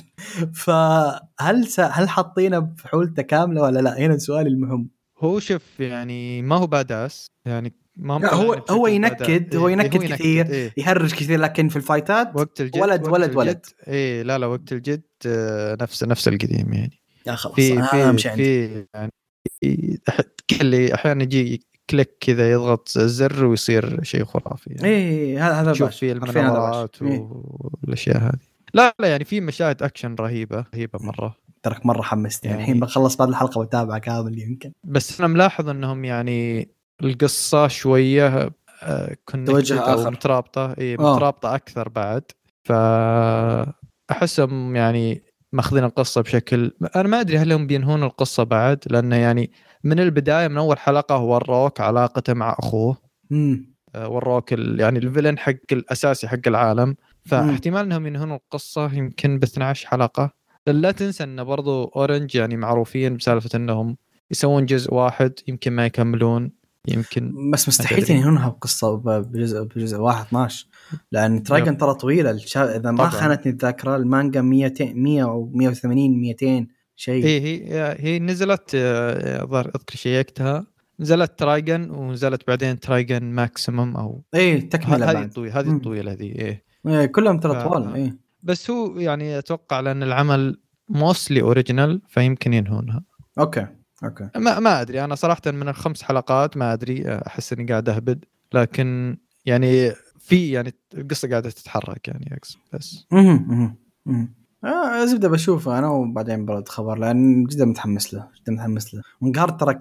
هل حاطينه بفحولته كامله ولا لا؟ هنا السؤال المهم. هو شوف يعني ما هو باداس يعني، ما لا هو ينكد، هو ينكد كثير، يهرج كثير، لكن في الفايتات وقت الجد ولد. ايه لا وقت الجد نفس القديم يعني. يا خلاص في يعني كل احيانا يجي كليك كذا يضغط زر ويصير شيء خرافي يعني. ايه هذا شوف في المناورات والاشياء هذه. لا يعني في مشاهد اكشن رهيبه مره. ترك مره حمست يعني الحين بخلص بعد الحلقه واتابع كامل يمكن. بس انا ملاحظ انهم يعني القصه شويه توجه اخر، مترابطه مترابطه اكثر بعد. فاحسهم يعني ماخذين القصه بشكل، انا ما ادري هل هم بينهون القصه بعد، لانه يعني من البدايه من اول حلقه وروك علاقته مع اخوه. وروك يعني الفيلن حق الاساسي حق العالم. فاحتمال انهم ينهون القصه يمكن ب 12 حلقه. لا تنسى ان برضو اورنج يعني معروفين بسالفه انهم يسوون جزء واحد يمكن ما يكملون، يمكن بس مستحيل ينهونها بقصه بجزء واحد 12، لان ترايجن ترى طويله. اذا ما خانتني الذاكره المانجا 100 او 180 200 شيء. هي نزلت اذكر شيكتها، نزلت ترايجن ونزلت بعدين ترايجن ماكسيمم او تكمله هذه الطويله هذه كلهم ترى طوال. بس هو يعني اتوقع لان العمل موستلي اوريجينال فيمكن ينهونها. اوكي ما ادري انا صراحه من ال5 حلقات ما ادري، احس اني قاعد اهبد، لكن يعني في يعني القصه قاعده تتحرك يعني بس زبده بشوفه انا وبعدين برد خبر، لان جدا متحمس له وانقهرت ترى.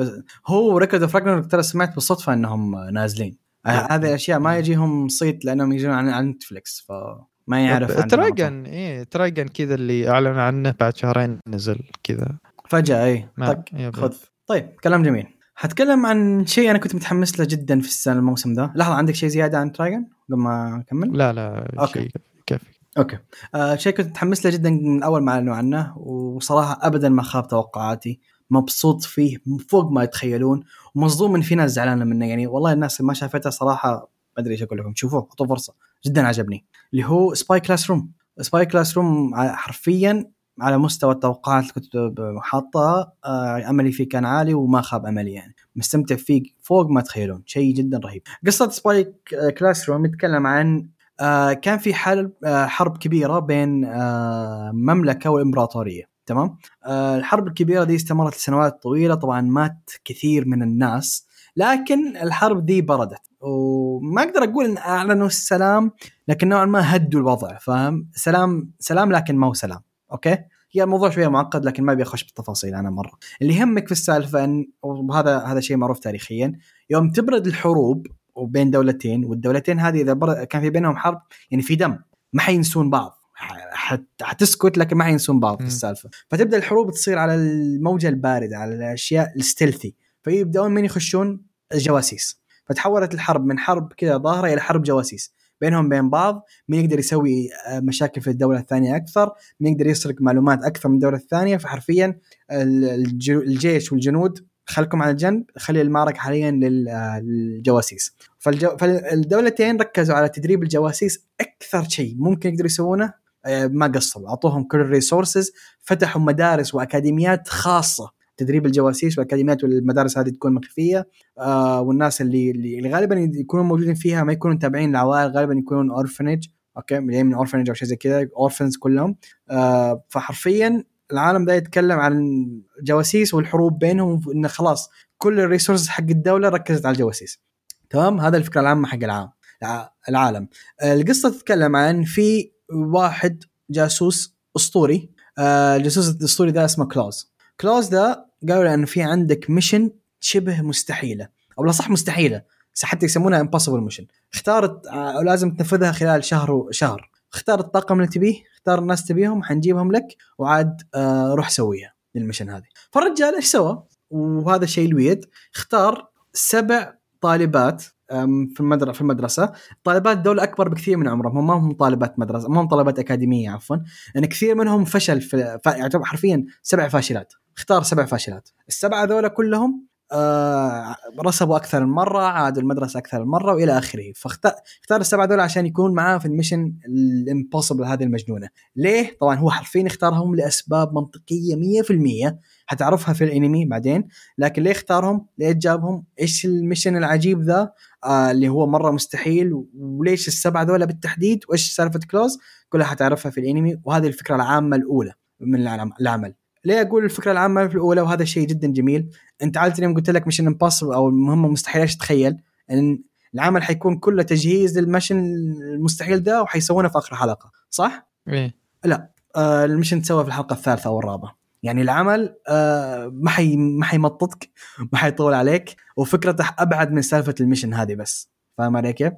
هو ريكورد اوف راجناروك ترى سمعت بالصدفه انهم نازلين. هذه الاشياء ما يجيهم صيت لانهم يجون عن نتفليكس، فما يعرف عن ترايجن كذا اللي اعلن عنه بعد شهرين نزل كذا فجاه. خذ. طيب كلام جميل. هتكلم عن شيء انا كنت متحمس له جدا في السنه الموسم ده. لحظه، عندك شيء زياده عن ترايجن قبل ما اكمل؟ لا شيء كافي. اوكي. شيء كنت متحمس له جدا من اول ما اعلنوا عنه، وصراحه ابدا ما خاب توقعاتي. مبسوط فيه فوق ما يتخيلون، ومصدوم ان في ناس زعلانه منه. يعني والله الناس ما شافتها صراحه ما ادري ايش اقول لكم، شوفوه اعطوه فرصه، جدا عجبني. اللي هو سباي كلاس روم حرفيا على مستوى التوقعات اللي كنت حاطها. املي فيه كان عالي وما خاب املي، يعني مستمتع فيه فوق ما تخيلون، شيء جدا رهيب. قصه سباي كلاس روم يتكلم عن كان في حرب كبيرة بين مملكة وإمبراطورية، تمام؟ الحرب الكبيرة دي استمرت لسنوات طويلة، طبعا مات كثير من الناس، لكن الحرب دي بردت، وما أقدر أقول إن أعلنوا السلام، لكن نوعا ما هدوا الوضع، فاهم؟ سلام لكن ما هو سلام. أوكي؟ هي الموضوع شوية معقد، لكن ما بيخش بالتفاصيل أنا مرة. اللي يهمك في السالفة أن هذا شيء معروف تاريخيا، يوم تبرد الحروب وبين دولتين، والدولتين هذه إذا كان في بينهم حرب يعني في دم، ما حينسون بعض، حتسكت لكن ما حينسون بعض في السالفة. فتبدأ الحروب تصير على الموجة الباردة، على الأشياء الستيلثي، فيبدأون من يخشون الجواسيس. فتحولت الحرب من حرب كذا ظاهرة إلى حرب جواسيس بينهم بين بعض. مين يقدر يسوي مشاكل في الدولة الثانية أكثر، مين يقدر يسرق معلومات أكثر من الدولة الثانية. فحرفيا الجيش والجنود خلكم على الجنب، خلي المعركة حاليا للجواسيس. فالدولتين ركزوا على تدريب الجواسيس أكثر شيء ممكن يقدروا يسوونه. ما قصروا، أعطوهم كل الريسورسز، فتحوا مدارس وأكاديميات خاصة تدريب الجواسيس، والأكاديميات والمدارس هذه تكون مخفية. والناس اللي غالبا يكونوا موجودين فيها ما يكونوا تابعين للعوائل، غالبا يكونون أورفنج، أوكي، من أورفنج أو شيء زي كذا، أورفنز كلهم. فحرفيا العالم ده يتكلم عن جواسيس والحروب بينهم، إن خلاص كل الريسورسز حق الدولة ركزت على الجواسيس، تمام؟ هذا الفكرة العامة حق العالم. القصة تتكلم عن في واحد جاسوس أسطوري. الجاسوس الأسطوري ده اسمه كلوز ده قالوا أنه في عندك ميشن شبه مستحيلة، أو لا صح مستحيلة، حتى يسمونها impossible mission. اختارت ولازم تنفذها خلال شهر. اختار الطاقم اللي تبيه، اختار الناس تبيهم، حنجيبهم لك، وعاد روح سويها. للمشن هذه. فالرجال ايش سوى، وهذا الشيء الويد، اختار 7 طالبات في المدرسه. الطالبات دول اكبر بكثير من عمرهم، ما هم طالبات مدرسه، ما هم طالبات اكاديميه عفوا، لان كثير منهم فشل يعتبر حرفيا 7 فاشلات. اختار 7 فاشلات، ال7 ذولا كلهم رسبوا أكثر من مرة، عادوا المدرسة أكثر من مرة وإلى آخره. فاختار ال7 دول عشان يكون معاه في الميشن الامبوسيبل هذه المجنونة. ليه؟ طبعا هو حرفيا اختارهم لأسباب منطقية 100%، هتعرفها في الانمي بعدين. لكن ليه اختارهم؟ ليه جابهم؟ ايش الميشن العجيب ذا اللي هو مرة مستحيل؟ وليش ال7 دول بالتحديد؟ وايش سالفة كلوز؟ كلها هتعرفها في الانمي. وهذه الفكرة العامة الأولى من العمل. ليه أقول الفكرة العامة في الأولى؟ وهذا الشيء جدا جميل. أنت عالتني قلت لك ميشن امبوسيبل أو المهمة مستحيل، إيش تخيل أن العمل حيكون كله تجهيز للميشن المستحيل ده وحيسوونه في آخر حلقة، صح؟ إيه. لا، الميشن تسوى في الحلقة الثالثة أو الرابعة. يعني العمل ما حيمططك، ما حيطول عليك، وفكرته أبعد من سالفة الميشن هذه بس. فاهم علي كيف؟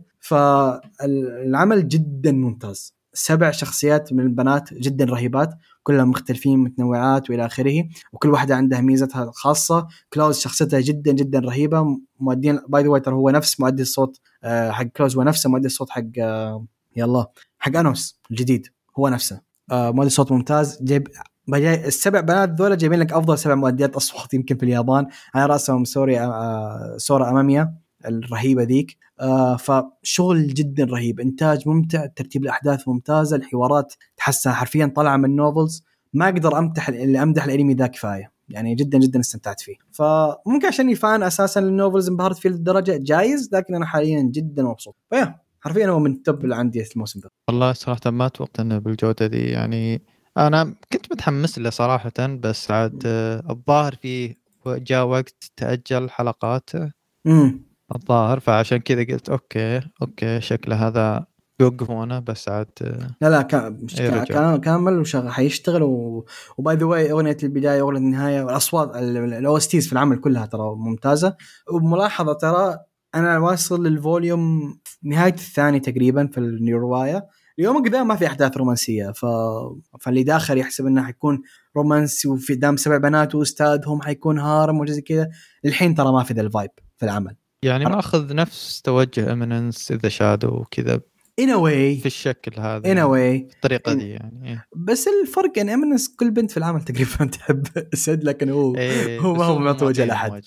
فالعمل جدا ممتاز. 7 شخصيات من البنات جدا رهيبات، كلهم مختلفين متنوعات وإلى آخره، وكل واحدة عندها ميزتها الخاصة. كلاوز شخصيتها جدا جدا رهيبة. مؤدين باي ذا واي ترى هو نفس مؤدي الصوت حق كلاوز، هو نفسه مؤدي الصوت حق يلا حق أنوس الجديد، هو نفسه مؤدي صوت ممتاز. جيب ال7 بنات ذولا جايبين لك أفضل 7 مؤديات أصوات يمكن في اليابان، على رأسهم سورا أماميا الرهيبة ذيك. فشغل جدا رهيب، إنتاج ممتع، ترتيب الأحداث ممتازة، الحوارات تحسها حرفيا طالعة من نوفلز. ما أقدر أمدح الأنمي ذا كفاية، يعني جدا جدا استمتعت فيه. فممكن عشان فان أساسا للنوفلز انبهرت فيه للدرجة جايز، لكن أنا حاليا جدا مبسوط. حرفيا هو من التوب اللي عندي الموسم ده. والله صراحة ما توقعت انه بالجودة دي. يعني انا كنت متحمس له صراحة، بس عاد الظاهر فيه جاء وقت تأجل حلقات الظاهر، فعشان كذا قلت اوكي شكله هذا يوقفونه. بس عاد لا كامل وشغال حيشتغل. وباي ذا واي اغنيه البدايه واغنيه النهايه والاصوات الاو اس تيز في العمل كلها ترى ممتازه. وملاحظه ترى انا واصل للفوليوم نهايه الثاني تقريبا في الروايه. اليوم كذا ما في احداث رومانسيه، فاللي داخل يحسب انه حيكون رومانسي وفي دام 7 بنات واستاذهم حيكون هارم وجزء كذا. الحين ترى ما في ذا الفايب في العمل، يعني ما اخذ نفس توجه اميننس ذا شادو وكذا in a way في الشكل هذا، in a way الطريقة دي يعني. بس الفرق ان اميننس كل بنت في العمل تقريبا تحب سد، لكن هو ما هو متوجه لأحد.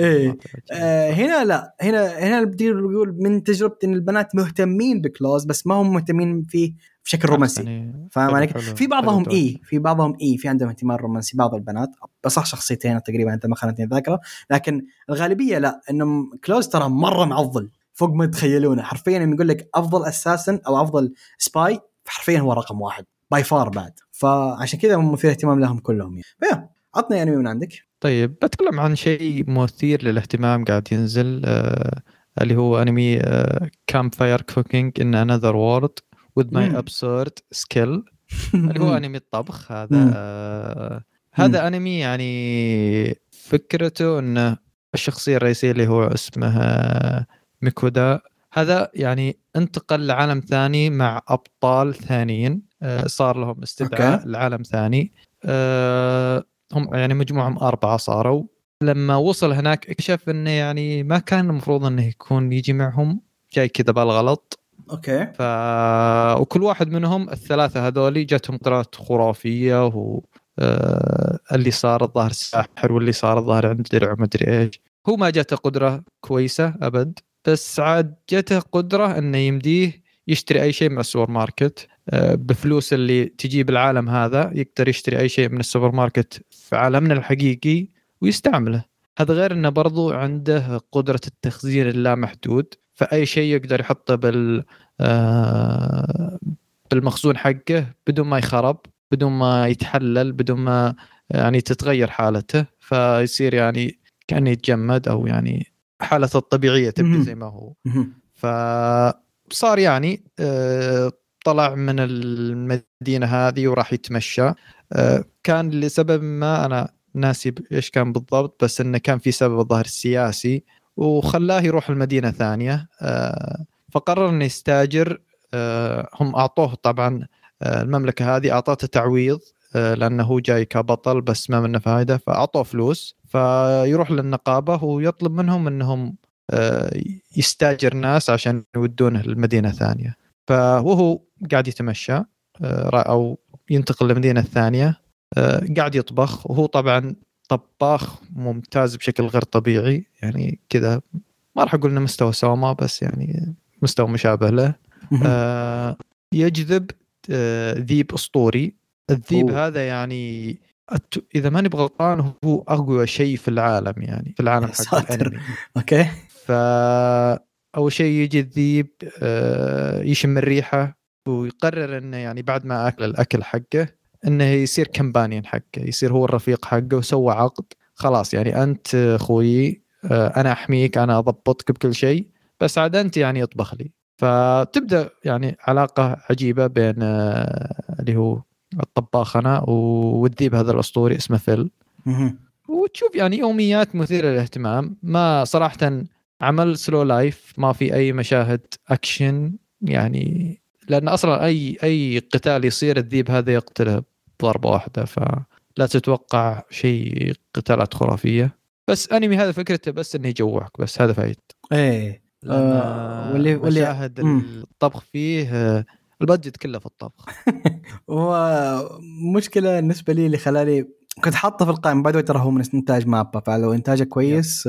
هنا لا، هنا بدي اقول من تجربتي ان البنات مهتمين بكلوز بس ما هم مهتمين فيه بشكل رومانسي. فاهم عليك؟ في بعضهم في عندهم اهتمام رومانسي بعض البنات، بصح شخصيتين تقريبا انت ما خلتني ذاكره، لكن الغالبيه لا، انهم كلوز ترى مره معضل فوق ما تتخيلونه. حرفيا يقول لك افضل اساسن او افضل سباي حرفيا هو رقم 1 باي فار بعد. فعشان كذا مثير اهتمام لهم كلهم يعني. عطني انمي من عندك. طيب بتكلم عن شيء مثير للاهتمام قاعد ينزل اللي هو انمي كامب فاير كوكينج ان انذر وورد with my absurd skill اللي هو انمي الطبخ هذا. هذا انمي يعني فكرته انه الشخصية الرئيسية اللي هو اسمها ميكودا، هذا يعني انتقل لعالم ثاني مع أبطال ثانيين، صار لهم استدعاء لعالم ثاني. هم يعني مجموعهم 4 صاروا. لما وصل هناك اكتشف انه يعني ما كان المفروض انه يكون يجي معهم، جاي كذا بالغلط. وكل واحد منهم الثلاثة هذولي جاتهم قدرات خرافية، اللي صار الظاهر ساحر واللي صار الظاهر عنده درع وما ادري ايش. هو ما جاته قدرة كويسة ابد، بس عاد جاته قدرة انه يمديه يشتري اي شيء من السوبر ماركت بفلوس اللي تجيب العالم هذا. يقدر يشتري اي شيء من السوبر ماركت في عالمنا الحقيقي ويستعمله. هذا غير انه برضو عنده قدرة التخزين اللامحدود، فاي شيء يقدر يحطه بالمخزون حقه بدون ما يخرب، بدون ما يتحلل، بدون ما يعني تتغير حالته، فيصير يعني كأنه يتجمد أو يعني حالته الطبيعية تبقى زي ما هو. فصار يعني طلع من المدينة هذه وراح يتمشى. كان لسبب ما أنا ناسي إيش كان بالضبط، بس إنه كان في سبب الظاهر السياسي وخلاه يروح المدينة ثانية. فقرر إنه يستاجر. هم أعطوه طبعا المملكة هذه أعطته تعويض لأنه هو جاي كبطل بس ما منه فائدة، فأعطوه فلوس فيروح للنقابة ويطلب منهم أنهم يستاجر ناس عشان يودونه المدينة ثانية. فهو قاعد يتمشى أو ينتقل لمدينة ثانية، قاعد يطبخ، وهو طبعا طباخ ممتاز بشكل غير طبيعي، يعني كذا ما راح أقول إنه مستوى سوما بس يعني مستوى مشابه له. يجذب ذيب أسطوري. الذيب هذا يعني إذا ماني بغلطان هو أقوى شيء في العالم، يعني في العالم حق الأنمي. أوكي. فأول شيء يجي الذيب يشم الريحة ويقرر إنه يعني بعد ما أكل الأكل حقه إنه يصير كمبانيون حقه، يصير هو الرفيق حقه، وسوى عقد خلاص يعني أنت أخوي، أنا أحميك، أنا أضبطك بكل شيء، بس عاد أنت يعني اطبخ لي. فتبدأ يعني علاقة عجيبة بين اللي هو الطباخ أنا والذيب هذا الأسطوري اسمه فيل. وتشوف يعني يوميات مثيرة للاهتمام. ما صراحة عمل سلو لايف، ما في أي مشاهد أكشن يعني، لأن أصلا أي قتال يصير الذيب هذا يقتله بضربة واحدة، فلا تتوقع شيء قتالات خرافية. بس أنمي هذا فكرته بس إنه يجوعك، بس هذا فايد. إيه. واللي مشاهد الطبخ فيه البادجت كله في الطبخ. ومشكلة بالنسبة لي اللي خلاني كنت حاطه في القائمة بعد ترى هو من إنتاج مابا، فلو إنتاجه كويس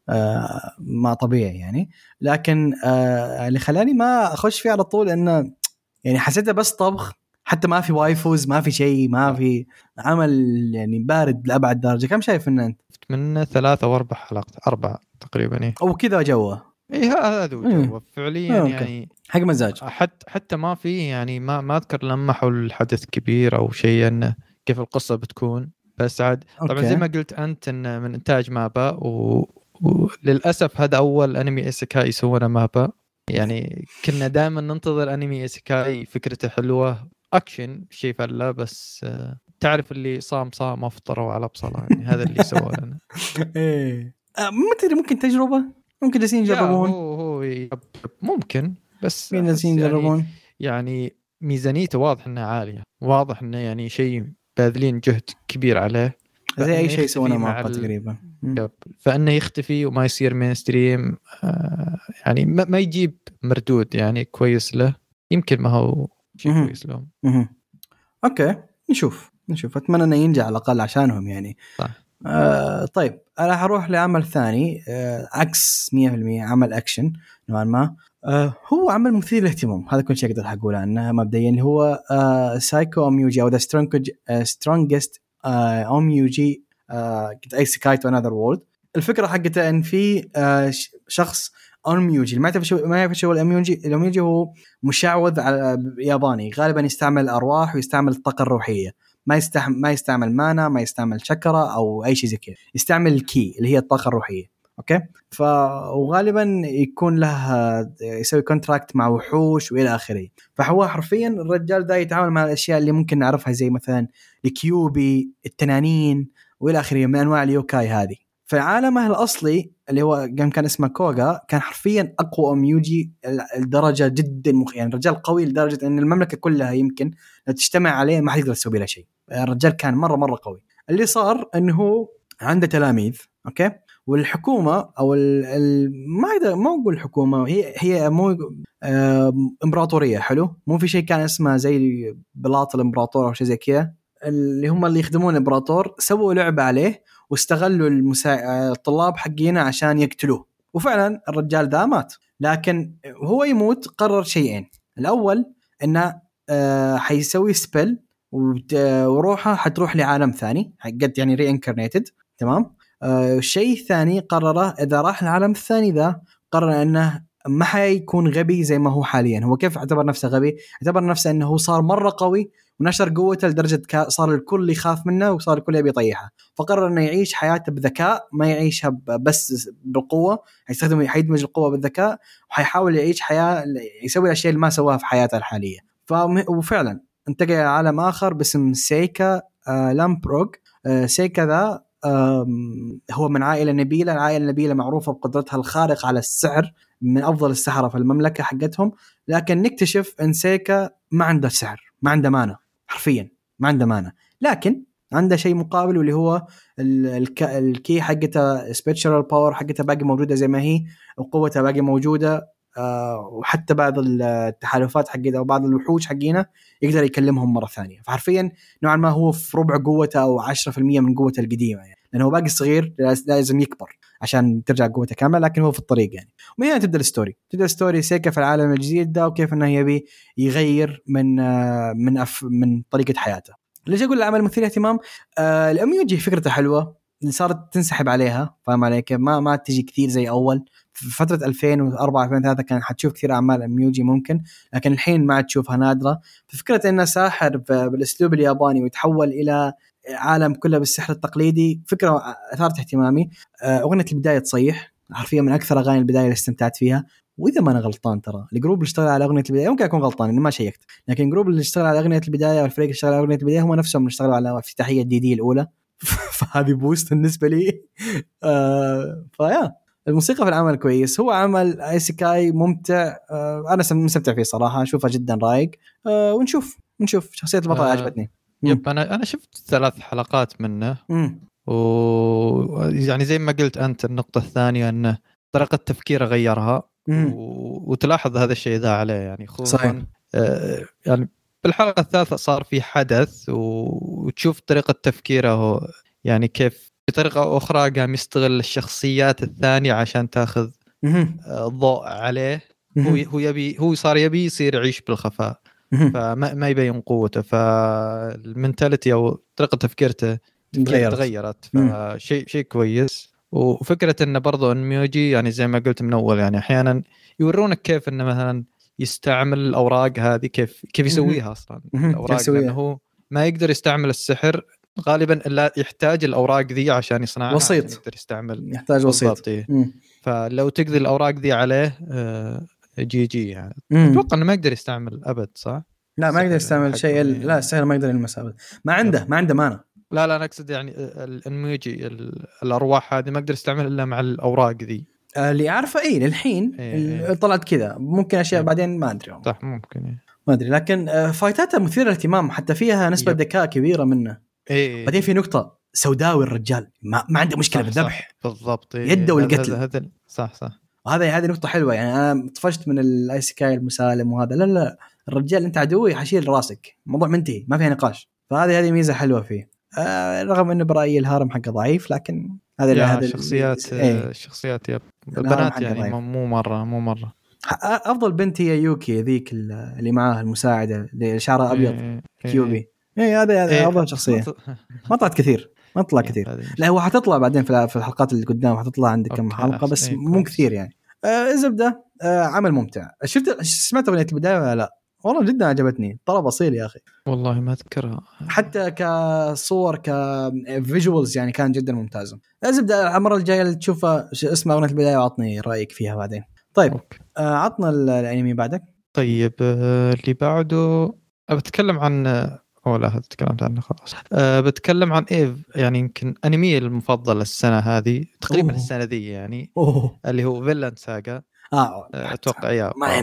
ما طبيعي يعني. لكن اللي خلاني ما أخش فيه على طول إنه يعني حسيته بس طبخ، حتى ما في وايفوز، ما في شيء، ما في عمل، يعني بارد لأبعد درجة. كم شايف إن أنت من 3 أو 4 حلقات، 4 تقريبا إيه؟ أو كذا جوه. إيه هذا جوه فعليا يعني حق مزاج. حتى ما في يعني ما أذكر لمحوا الحدث كبير أو شيء إنه كيف القصة بتكون. بس عاد طبعا زي ما قلت أنت إنه من إنتاج مابا، وللأسف هذا أول أنمي إيسيكاي يسوونه مابا. يعني كنا دائما ننتظر أنمي إيسيكاي فكرته حلوة أكشن شيء فلا، بس تعرف اللي صام أفطروا على بصلة، يعني هذا اللي سواه لنا. إيه ممكن تجربة، ممكن جالسين يجربون. هو ممكن، بس جالسين يجربون. يعني ميزانيته واضح انها عالية، واضح انه يعني شيء باذلين جهد كبير عليه، زي اي شيء يسوونه مع تقريبا. فانه يختفي وما يصير مين ستريم، يعني ما يجيب مردود يعني كويس له. يمكن ما هو شيء كويس لهم. اوكي نشوف اتمنى انه ينجح على الاقل عشانهم يعني. صح. طيب انا حروح لعمل ثاني عكس 100% عمل اكشن نوعا ما. هو عمل مثير للاهتمام، هذا كل شيء اقدر اقوله عنه مبدئيا، اللي هو سايكو أوميوجي او ذا سترونجست أوميوجي ايسيكاي تو انذر وورلد. الفكره حقته ان في شخص أوميوجي، ما يعرف شو الأوميوجي هو مشعوذ ياباني غالبا يستعمل أرواح ويستعمل الطاقة الروحية، ما يستعمل مانا، ما يستعمل شكرة أو أي شيء زي كذا، يستعمل الكي اللي هي الطاقة الروحية. أوكي. وغالبا يكون له يسوي كونتراكت مع وحوش وإلى آخره. فهو حرفيا الرجال ده يتعامل مع الأشياء اللي ممكن نعرفها زي مثلا الكيوبي، التنانين وإلى آخره من أنواع اليوكاي هذه. في عالمه الأصلي اللي هو كان اسمه كوغا، كان حرفيا أقوى أوميوجي الدرجة جدا يعني الرجال قوي لدرجة أن المملكة كلها يمكن تجتمع عليه ما حد يقدر يسوي له شيء. الرجال كان مرة قوي. اللي صار أنه عنده تلاميذ، أوكي، والحكومة أو ما أقول الحكومة، هي مو إمبراطورية، حلو، مو في شيء كان اسمه زي بلاط الإمبراطور أو شيء زي كذا، اللي هم اللي يخدمون الإمبراطور سووا لعبة عليه واستغلوا الطلاب حقينا عشان يقتلوه. وفعلا الرجال ده مات، لكن هو يموت قرر شيئين. الأول إنه حيسوي سبيل وروحه حتروح لعالم ثاني حقت يعني reincarnated، تمام. الشيء الثاني قرره إذا راح العالم الثاني ذا، قرر إنه ما حيكون غبي زي ما هو حاليا. هو كيف اعتبر نفسه غبي؟ اعتبر نفسه إنه هو صار مرة قوي ونشر قوته لدرجة صار الكل يخاف منه وصار الكل يبي يطيحه. فقرر إنه يعيش حياته بذكاء، ما يعيشها بس بالقوة، حيدمج القوة بالذكاء، وحيحاول يعيش حياة يسوي الأشياء اللي ما سواها في حياته الحالية. وفعلا انتقل إلى عالم آخر باسم سيكا لامبروغ. سيكا ذا هو من عائلة نبيلة. العائلة النبيلة معروفة بقدرتها الخارقة على السحر، من أفضل السحرة في المملكة حقتهم. لكن نكتشف أن سيكا ما عنده سحر، ما عنده مانا، حرفيا ما عنده مانا، لكن عنده شيء مقابل واللي هو الكي حقته سبيتشرال باور حقته باقي موجوده زي ما هي، وقوتها باقي موجوده. وحتى بعض التحالفات حقته او بعض الوحوش حقينه يقدر يكلمهم مره ثانيه، فحرفيا نوعا ما هو في ربع قوته او 10% من قوته القديمه يعني، لانه هو باقي صغير لازم يكبر عشان ترجع قوته كامله، لكن هو في الطريق يعني. ومن هنا تبدا الستوري سيكا في العالم الجديد ده، وكيف انه يبي يغير من طريقه حياته. ليش اقول العمل مثير اهتمام؟ الاميوجي فكرته حلوه، صارت تنسحب عليها، فاهم علي كيف؟ ما تجي كثير زي اول. في فتره 2004 2003 كان حتشوف كثير اعمال اميوجي ممكن، لكن الحين ما تشوفها، نادره. ففكره انه ساحر بالاسلوب الياباني ويتحول الى عالم كله بالسحر التقليدي فكره اثارت اهتمامي. اغنيه البدايه تصيح حرفيا من اكثر اغاني البدايه اللي استمتعت فيها. واذا ما انا غلطان ترى الجروب اللي اشتغل على اغنيه البدايه، ممكن اكون غلطان اني ما شيكت، لكن الجروب اللي اشتغل على اغنيه البدايه والفريق اللي اشتغل على اغنيه البدايه هم نفسهم اللي اشتغلوا على افتتاحيه دي الاولى. فهذه بوست بالنسبه لي. فيا الموسيقى في العمل كويس، هو عمل ايسيكاي ممتع. انا مستمتع فيه صراحه، اشوفه جدا رايق. ونشوف شخصيه البطل عجبتني. يب انا شفت 3 حلقات منه، ويعني زي ما قلت انت النقطه الثانيه انه طريقه تفكيره غيرها، وتلاحظ هذا الشيء ذا عليه يعني، خصوصا يعني بالحلقه الثالثه صار في حدث وتشوف طريقه تفكيره يعني كيف بطريقه اخرى قام يستغل الشخصيات الثانيه عشان تاخذ ضوء عليه. هو صار يبي يصير يعيش بالخفاء، فما يبين قوته، فالمنتاليتي او طريقه تفكيرته تغيرت. فشيء كويس. وفكره انه برضه انميوجي يعني زي ما قلت من اول، يعني احيانا يورونك كيف انه مثلا يستعمل الاوراق هذه، كيف يسويها اصلا الاوراق، لانه هو ما يقدر يستعمل السحر غالبا الا يحتاج الاوراق ذي عشان يصنعها، وسيط يقدر يستعمل، يحتاج وسيط. فلو تقضي الاوراق ذي عليه جي يعني. اتوقع انه ما يقدر يستعمل ابد، صح؟ لا ما يقدر يستعمل شيء، لا السحر ما يقدر يلمس ابد، ما عنده مانع. لا انا اقصد يعني الانميوجي الارواح هذه ما يقدر يستعمل الا مع الاوراق ذي اللي عارفه للحين طلعت كذا، ممكن اشياء بعدين ما ادري صح، ممكن ما ادري، لكن فايتاتها مثيره للاهتمام، حتى فيها نسبه ذكاء كبيره منه. بعدين في نقطه سوداوي الرجال ما عنده مشكله بالذبح بالضبط، يده والقتل، هذا صح هذه نقطه حلوه يعني. انا طفشت من الايسيكاي المسالم وهذا، لا الرجال انت عدوي حشيل راسك، موضوع منتهي ما فيها نقاش. فهذه ميزه حلوه فيه، رغم انه برايي الهرم حقه ضعيف، لكن هذا الشخصيات البنات يعني مو مره. افضل بنت هي يوكي ذيك اللي معاها المساعده اللي شعرها ابيض، كيوبي. هذا افضل شخصيه. ما طلعت كثير، ما طلع كثير. لا هو حتطلع بعدين في الحلقات اللي قدام، حتطلع عندك كم حلقه بس مو كثير يعني. الزبده عمل ممتع. سمعت اغنيه البدايه ولا لا؟ والله جدا عجبتني، طلب اصيل يا اخي، والله ما اذكرها، حتى كصور كفيجوالز يعني كان جدا ممتازه. الزبده المره الجايه اللي تشوفها اسمها اغنيه البدايه وعطني رايك فيها بعدين. طيب عطنا الانمي بعدك. طيب اللي بعده بتكلم عن لا تكلمت عنه خلاص. بتكلم عن يعني يمكن انمي المفضل السنه هذه تقريبا السنه دي يعني. اللي هو فيلاند ساغا. اتوقع ما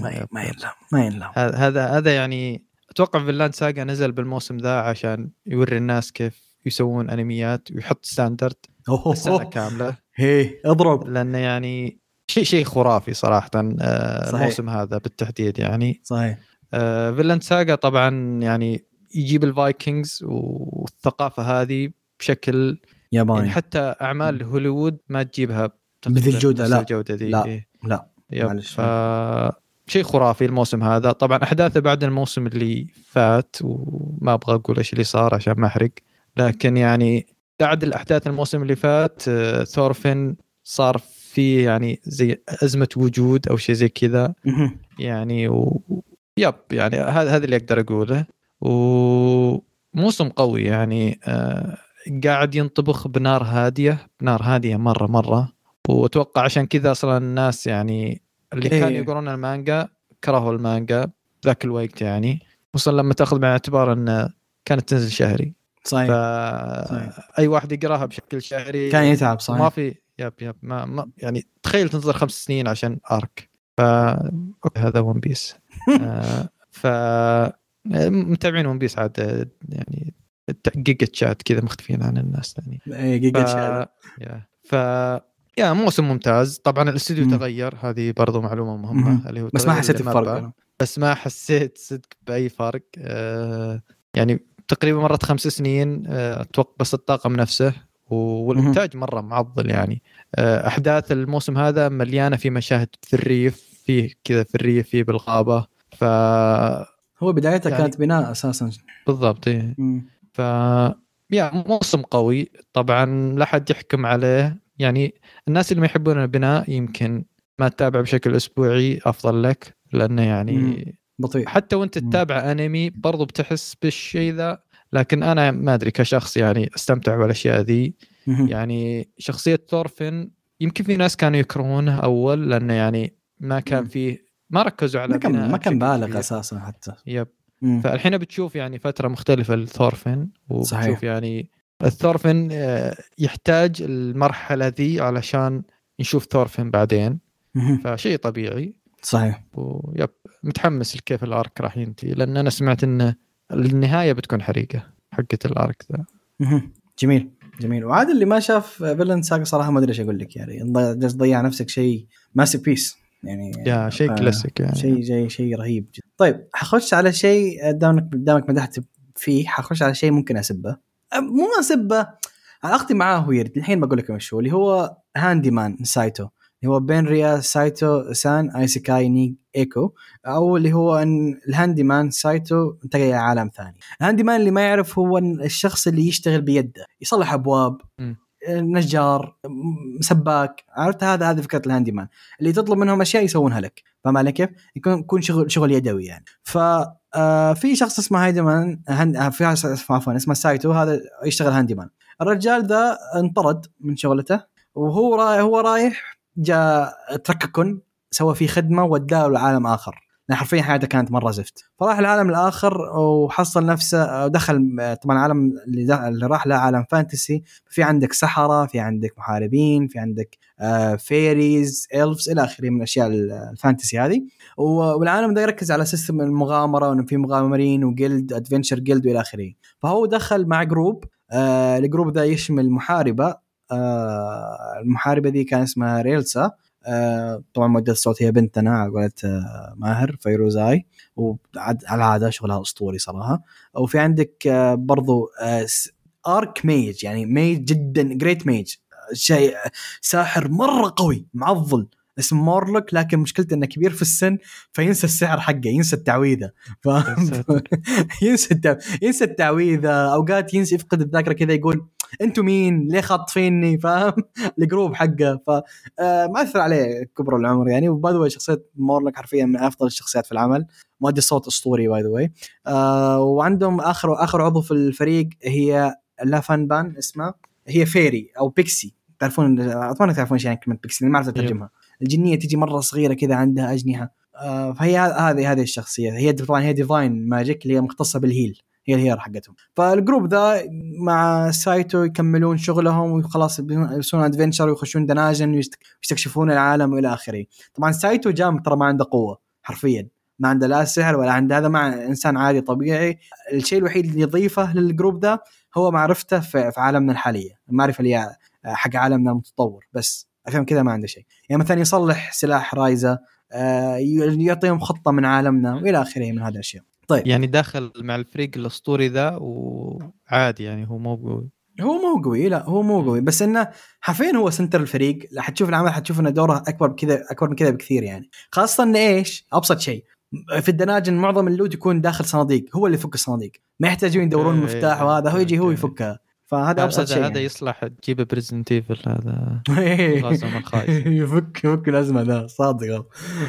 ينلام. هذا يعني اتوقع فيلاند ساغا نزل بالموسم ذا عشان يوري الناس كيف يسوون انميات ويحط ستاندرد السنه كامله. اضرب، لانه يعني شيء خرافي صراحه. الموسم هذا بالتحديد يعني صحيح. فيلاند ساغا طبعا يعني يجيب الفايكنجز والثقافه هذه بشكل ياباني، يعني حتى اعمال هوليوود ما تجيبها مثل الجوده. لا الجوده دي. لا معلش. شيء خرافي الموسم هذا. طبعا احداثه بعد الموسم اللي فات، وما ابغى اقول ايش اللي صار عشان ما احرق، لكن يعني بعد الاحداث الموسم اللي فات ثورفين صار فيه يعني زي ازمه وجود او شيء زي كذا يعني. يعني هذا اللي اقدر اقوله. وموسم قوي يعني قاعد ينطبخ بنار هاديه مره. واتوقع عشان كذا اصلا الناس يعني اللي كانوا يقرون المانجا كرهوا المانجا ذاك الوقت يعني، خصوصا لما تاخذ بعين الاعتبار ان كانت تنزل شهري. صحيح. اي واحد يقراها بشكل شهري كان يتعب. صحيح. ما في ما يعني تخيل تنتظر 5 سنين عشان ارك. هذا ون بيس. ف متابعين ون بيس عاد يعني جيجا تشات كذا مختفين عن الناس ثاني. جيجا تشات. يا موسم ممتاز. طبعا الاستوديو تغير، هذه برضو معلومة مهمة، اللي هو بس ما حسيت بفرق. بس ما حسيت صدق بأي فرق. يعني تقريبا مرت 5 سنين أتوقع، بس الطاقم نفسه والإنتاج مرة معضل يعني. أحداث الموسم هذا مليانة في مشاهد في الريف، فيه كذا في الريف، فيه بالغابة. هو بدايته يعني كانت بناء أساسا. بالضبط. يا موسم قوي طبعا، لا حد يحكم عليه. يعني الناس اللي ما يحبون البناء يمكن ما تتابع بشكل أسبوعي أفضل لك، لأنه يعني بطيء. حتى وانت تتابع أنمي برضو بتحس بالشيء ذا. لكن أنا ما أدري كشخص يعني أستمتع بالأشياء ذي. يعني شخصية ثورفين يمكن في ناس كانوا يكرهونها أول، لأنه يعني ما كان فيه، ما ركزوا على بناء، ما كان بالغ أساسا حتى. يب. فالحين بتشوف يعني فترة مختلفة لثورفين، وبتشوف صحيح. يعني الثورفين يحتاج المرحلة ذي علشان نشوف ثورفين بعدين. فشيء طبيعي. صحيح. ويب متحمس لكيف الارك راح ينتهي، لان انا سمعت ان النهايه بتكون حريقه حقه الارك ذا. جميل جميل. وعاد اللي ما شاف فيلن ساغا صراحه ما ادري ايش اقول لك، يعني ضيع نفسك شيء ماسك بيس يعني. يا شيء كلاسيك يعني. شيء رهيب جدا. طيب حخش على شيء قدامك مدحت فيه، حخش على شيء ممكن اسبه، مو اسبه، علاقتي معاه ويرد. الحين بقول لك مشهور اللي هو هاندي مان سايتو، اللي هو بينريا سايتو سان ايسيكاي ني ايكو، او اللي هو الهاندي مان سايتو انتقل الى عالم ثاني. الهاندي مان اللي ما يعرف هو الشخص اللي يشتغل بيده، يصلح ابواب، نجار، سباك، عرفت؟ هذه فكره الهاندي مان، اللي تطلب منهم اشياء يسوونها لك. فما عليك كيف يكون شغل يدوي يعني. ف في شخص اسمه هاندي مان، اسمه سايتو، هذا يشتغل هاندي مان. الرجال ذا انطرد من شغلته، وهو رايح جاء ترككن سوى فيه خدمة وداه لعالم آخر، لأن حرفيا حياته كانت مرة زفت. فراح العالم الآخر وحصل نفسه دخل طبعا العالم اللي راح له عالم فانتسي، في عندك سحرة، في عندك محاربين، في عندك فيريز، إلفز إلى آخره من الأشياء الفانتسي هذه. والعالم ده يركز على سيستم المغامرة، وإنه في مغامرين وجلد أدفنشر جلد وإلى آخره. فهو دخل مع جروب، الجروب ده يشمل محاربة، المحاربة دي كان اسمها ريلسا، طبعا مؤدية الصوت هي بنتنا على قولة ماهر فيروزاي، وعلى هذا شغلها أسطوري صراحة. وفي عندك برضو آرك ميج، يعني ميج جدا جريت ميج، شيء ساحر مرة قوي معضل اسمه مورلوك، لكن مشكلته انه كبير في السن فينسى السحر حقه، ينسى التعويذه، ينسى التعويذه، اوقات ينسى، يفقد الذاكره كذا، يقول انتوا مين، ليه خاطفيني، فاهم؟ الجروب حقه. فما اثر عليه كبر العمر يعني. وباي ذا واي شخصيه مورلوك حرفيا من افضل الشخصيات في العمل، مؤدي الصوت اسطوري باي ذا واي. وعندهم اخر عضو في الفريق هي لافان بان اسمها، هي فيري او بيكسي، تعرفون اتمنى تعرفون شيء عن كلمه بيكسي، ما اعرف اترجمها. الجنيه تيجي مره صغيره كذا عندها اجنحه، فهي هذه الشخصيه، هي طبعا هي ديفاين ماجيك اللي هي مختصه بالهيل، هي الهير حقتهم. فالجروب ذا مع سايتو يكملون شغلهم وخلاص يسوون ادفنتشر ويخشون دناجن ويستكشفون العالم والى اخره. طبعا سايتو جام ترى ما عنده قوه حرفيا، ما عنده لا سحر ولا عنده هذا، مع انسان عادي طبيعي. الشيء الوحيد اللي يضيفه للجروب ذا هو معرفته في عالمنا الحاليه، المعرفه اللي حق عالمنا المتطور، بس أفهم كذا ما عنده شيء. يعني مثلا يصلح سلاح رايزة، يعطيهم خطة من عالمنا وإلى آخره من هذه الأشياء. طيب يعني داخل مع الفريق الأسطوري ذا وعادي يعني، هو مو قوي، هو مو قوي، لا هو مو قوي، بس إنه حرفيا هو سنتر الفريق. حتشوف العمل حتشوف إنه دوره أكبر من كذا بكثير يعني. خاصة إنه إيش أبسط شيء في الدناجن، معظم اللود يكون داخل صناديق، هو اللي يفك الصناديق، ما يحتاجون يدورون المفتاح وهذا، هو يجي هو يفكها. فهذا أبسط شيء هذا يعني. يصلح تجيب بريزنت ايفل، هذا غازم الخايس يفك الأزمة ذا صادق.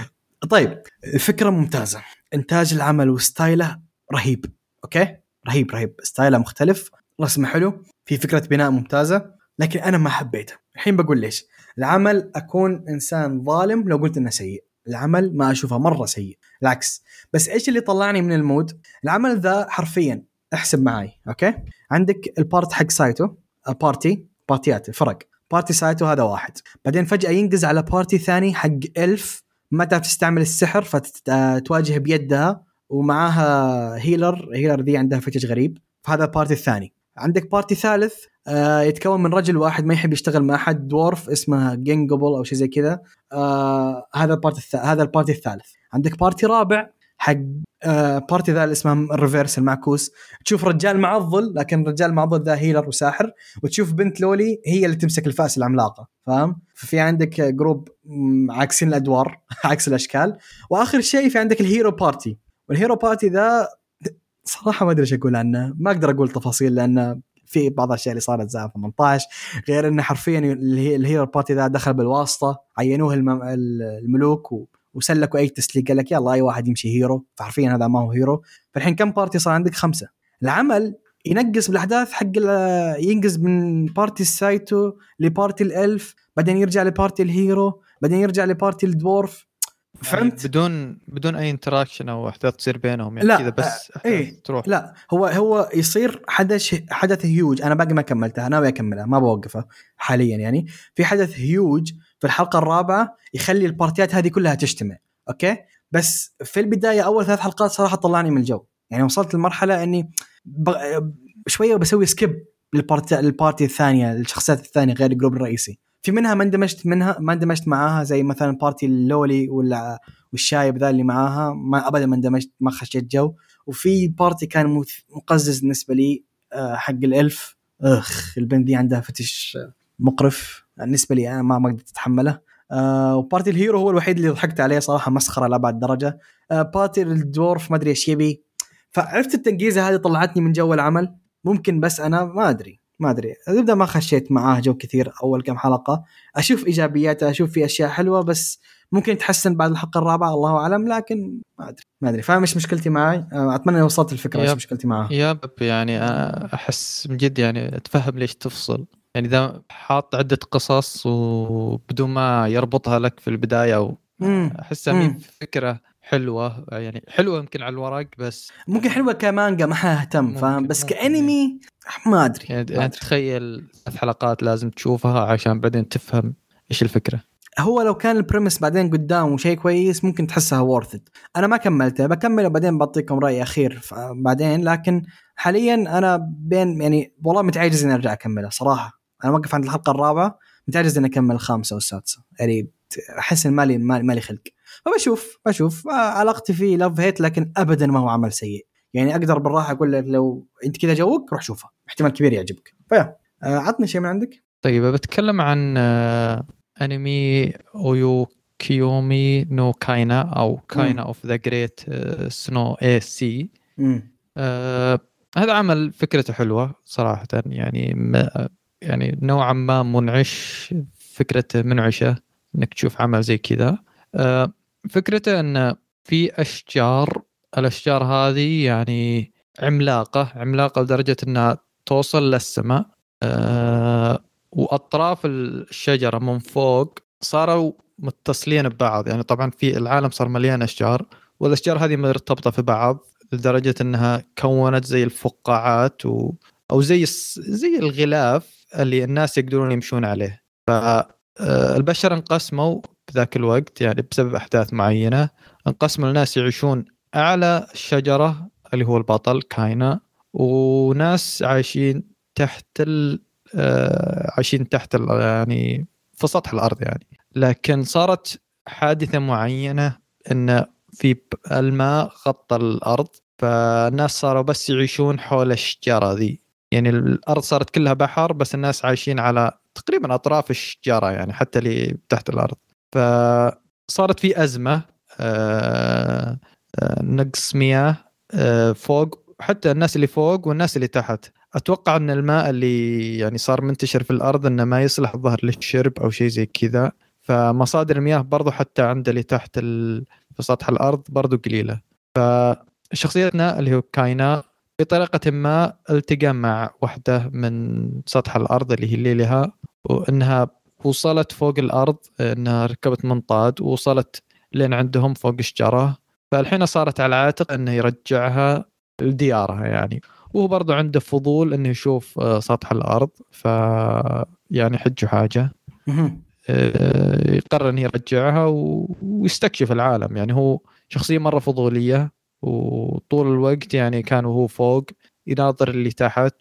طيب فكرة ممتازة، إنتاج العمل وستايله رهيب، أوكي رهيب ستايله مختلف، رسم حلو، في فكرة بناء ممتازة، لكن أنا ما حبيته. الحين بقول ليش. العمل أكون إنسان ظالم لو قلت إنه سيء، العمل ما أشوفه مرة سيء، العكس. بس إيش اللي طلعني من المود؟ العمل ذا حرفيا احسب معي، أوكي، عندك البارت حق سايتو، بارتيات الفرق، بارتي سايتو هذا واحد، بعدين فجأة ينقز على بارتي ثاني حق إلف ما تعرف تستعمل السحر فتواجه بيدها، ومعاها هيلر ذي عندها فتش غريب، فهذا البارتي الثاني. عندك بارتي ثالث يتكون من رجل واحد ما يحب يشتغل مع أحد، دورف اسمه جينجوبل أو شيء زي كذا. هذا البارتي الثالث. عندك بارتي رابع حق بارتي ذا اللي اسمه الريفيرس المعكوس. تشوف رجال معضل، لكن رجال معضل ذا هيلر وساحر، وتشوف بنت لولي هي اللي تمسك الفاس العملاقة، فاهم؟ ففي عندك جروب عكسين الأدوار عكس الأشكال. وآخر شيء في عندك الهيرو بارتي. والهيرو بارتي ذا صراحة ما أدري إيش أقول عنه، ما أقدر أقول تفاصيل لأن في بعض الأشياء اللي صارت زي 18، غير إنه حرفيا الهيرو بارتي ذا دخل بالواسطة، عينوه الملوك وسلكوا أي تسليق، قال لك يلا أي واحد يمشي هيرو، فحرفيا هذا ما هو هيرو. فالحين كم بارتي صار عندك؟ 5. العمل ينقص بالأحداث حق ينقص من بارتي السايتو لبارتي الألف، بعدين يرجع لبارتي الهيرو، بعدين يرجع لبارتي الدورف، فهمت؟ يعني بدون اي انتراكشن او احداث تصير بينهم يعني كذا بس ايه تروح. لا هو يصير حدث هيوج. انا باقي ما كملتها، انا ناوي اكملها ما بوقفها حاليا. يعني في حدث هيوج في الحلقه الرابعه يخلي البارتيات هذه كلها تجتمع، اوكي؟ بس في البدايه اول 3 حلقات صراحه طلعني من الجو. يعني وصلت للمرحله اني شويه بسوي سكيب للبارتي الثانيه، الشخصيات الثانيه غير الجروب الرئيسي. في منها ما اندمجت معاها، زي مثلا بارتي اللولي والشايب ذا اللي معاها ما ابدا ما اندمجت، ما خشيت جو. وفي بارتي كان مقزز بالنسبه لي حق الالف، البنت دي عندها فتش مقرف بالنسبه لي، انا ما قدرت اتحمله. وبارتي الهيرو هو الوحيد اللي ضحكت عليه صراحه، مسخره لأبعد درجه. بارتي الدورف ما ادري ايش يبي. فعرفت التنقيزه هذه طلعتني من جو العمل ممكن، بس انا ما ادري أبدأ ما خشيت معاه جو كثير أول كم حلقة. أشوف إيجابياته، أشوف في أشياء حلوة، بس ممكن يتحسن بعد الحلقة الرابعة، الله أعلم. لكن ما أدري فاهم إيش مشكلتي معي. أتمنى وصلت الفكرة إيش مشكلتي معاه. يعني أحس من جد يعني أتفهم ليش تفصل. يعني إذا حاط عدة قصص وبدون ما يربطها لك في البداية، أو أحسها من فكرة حلوة، يعني حلوة يمكن على الورق، بس ممكن حلوة كمانجا ما اهتم، فاهم؟ بس كأنمي ما أدري. يعني تخيل 3 حلقات لازم تشوفها عشان بعدين تفهم إيش الفكرة. هو لو كان البريمس بعدين قدام وشيء كويس ممكن تحسها وورث. أنا ما كملته، بكمل وبعدين بعطيكم رأي أخير بعدين. لكن حاليا أنا بين يعني والله متعجز إني أرجع أكمله صراحة. أنا وقف عند الحلقة الرابعة، متعجز إني أكمل الخامسة والسادسة، يعني أحس إن مالي خلق. فبشوف علاقتي فيه لاف هيت، لكن أبدا ما هو عمل سيء. يعني أقدر بالراحة أقول لك لو أنت كذا جوك روح شوفه، احتمال كبير يعجبك. عطني شيء من عندك. طيب بتكلم عن أنمي أويوكيومي نو كاينا أو كاينا أوف ذا جريت سنو اي سي. هذا عمل فكرته حلوة صراحة، يعني نوعا ما منعش، فكرته منعشة إنك تشوف عمل زي كذا. فكرته أن في الأشجار هذه يعني عملاقة لدرجة أنها توصل للسماء. وأطراف الشجرة من فوق صاروا متصلين ببعض. يعني طبعا في العالم صار مليان أشجار، والأشجار هذه مرتبطة في بعض لدرجة أنها كونت زي الفقاعات أو زي الغلاف اللي الناس يقدرون يمشون عليه. فالبشر انقسموا بذاك الوقت، يعني بسبب أحداث معينة انقسموا الناس يعيشون أعلى الشجرة اللي هو البطل كاينا، وناس عايشين تحت يعني في سطح الأرض يعني. لكن صارت حادثة معينة إن في الماء غطى الأرض، فالناس صاروا بس يعيشون حول الشجرة ذي. يعني الأرض صارت كلها بحر، بس الناس عايشين على تقريبا أطراف الشجرة، يعني حتى اللي تحت الأرض. فصارت في أزمة، نقص مياه فوق، حتى الناس اللي فوق والناس اللي تحت. أتوقع أن الماء اللي يعني صار منتشر في الأرض أنه ما يصلح الظهر للشرب أو شيء زي كذا. فمصادر المياه برضو حتى عند اللي تحت في سطح الأرض برضو قليلة. فشخصيتنا اللي هو كاينا بطريقة ما التقى مع واحدة من سطح الأرض اللي هي ليلها، وأنها وصلت فوق الأرض، أنها ركبت منطاد ووصلت لين عندهم فوق الشجرة. فالحين صارت على عاتق أنه يرجعها لديارها يعني. وهو برضو عنده فضول أنه يشوف سطح الأرض، يعني حجه حاجة يقرر أن يرجعها ويستكشف العالم. يعني هو شخصية مرة فضولية، وطول الوقت يعني كان وهو فوق يناظر اللي تحت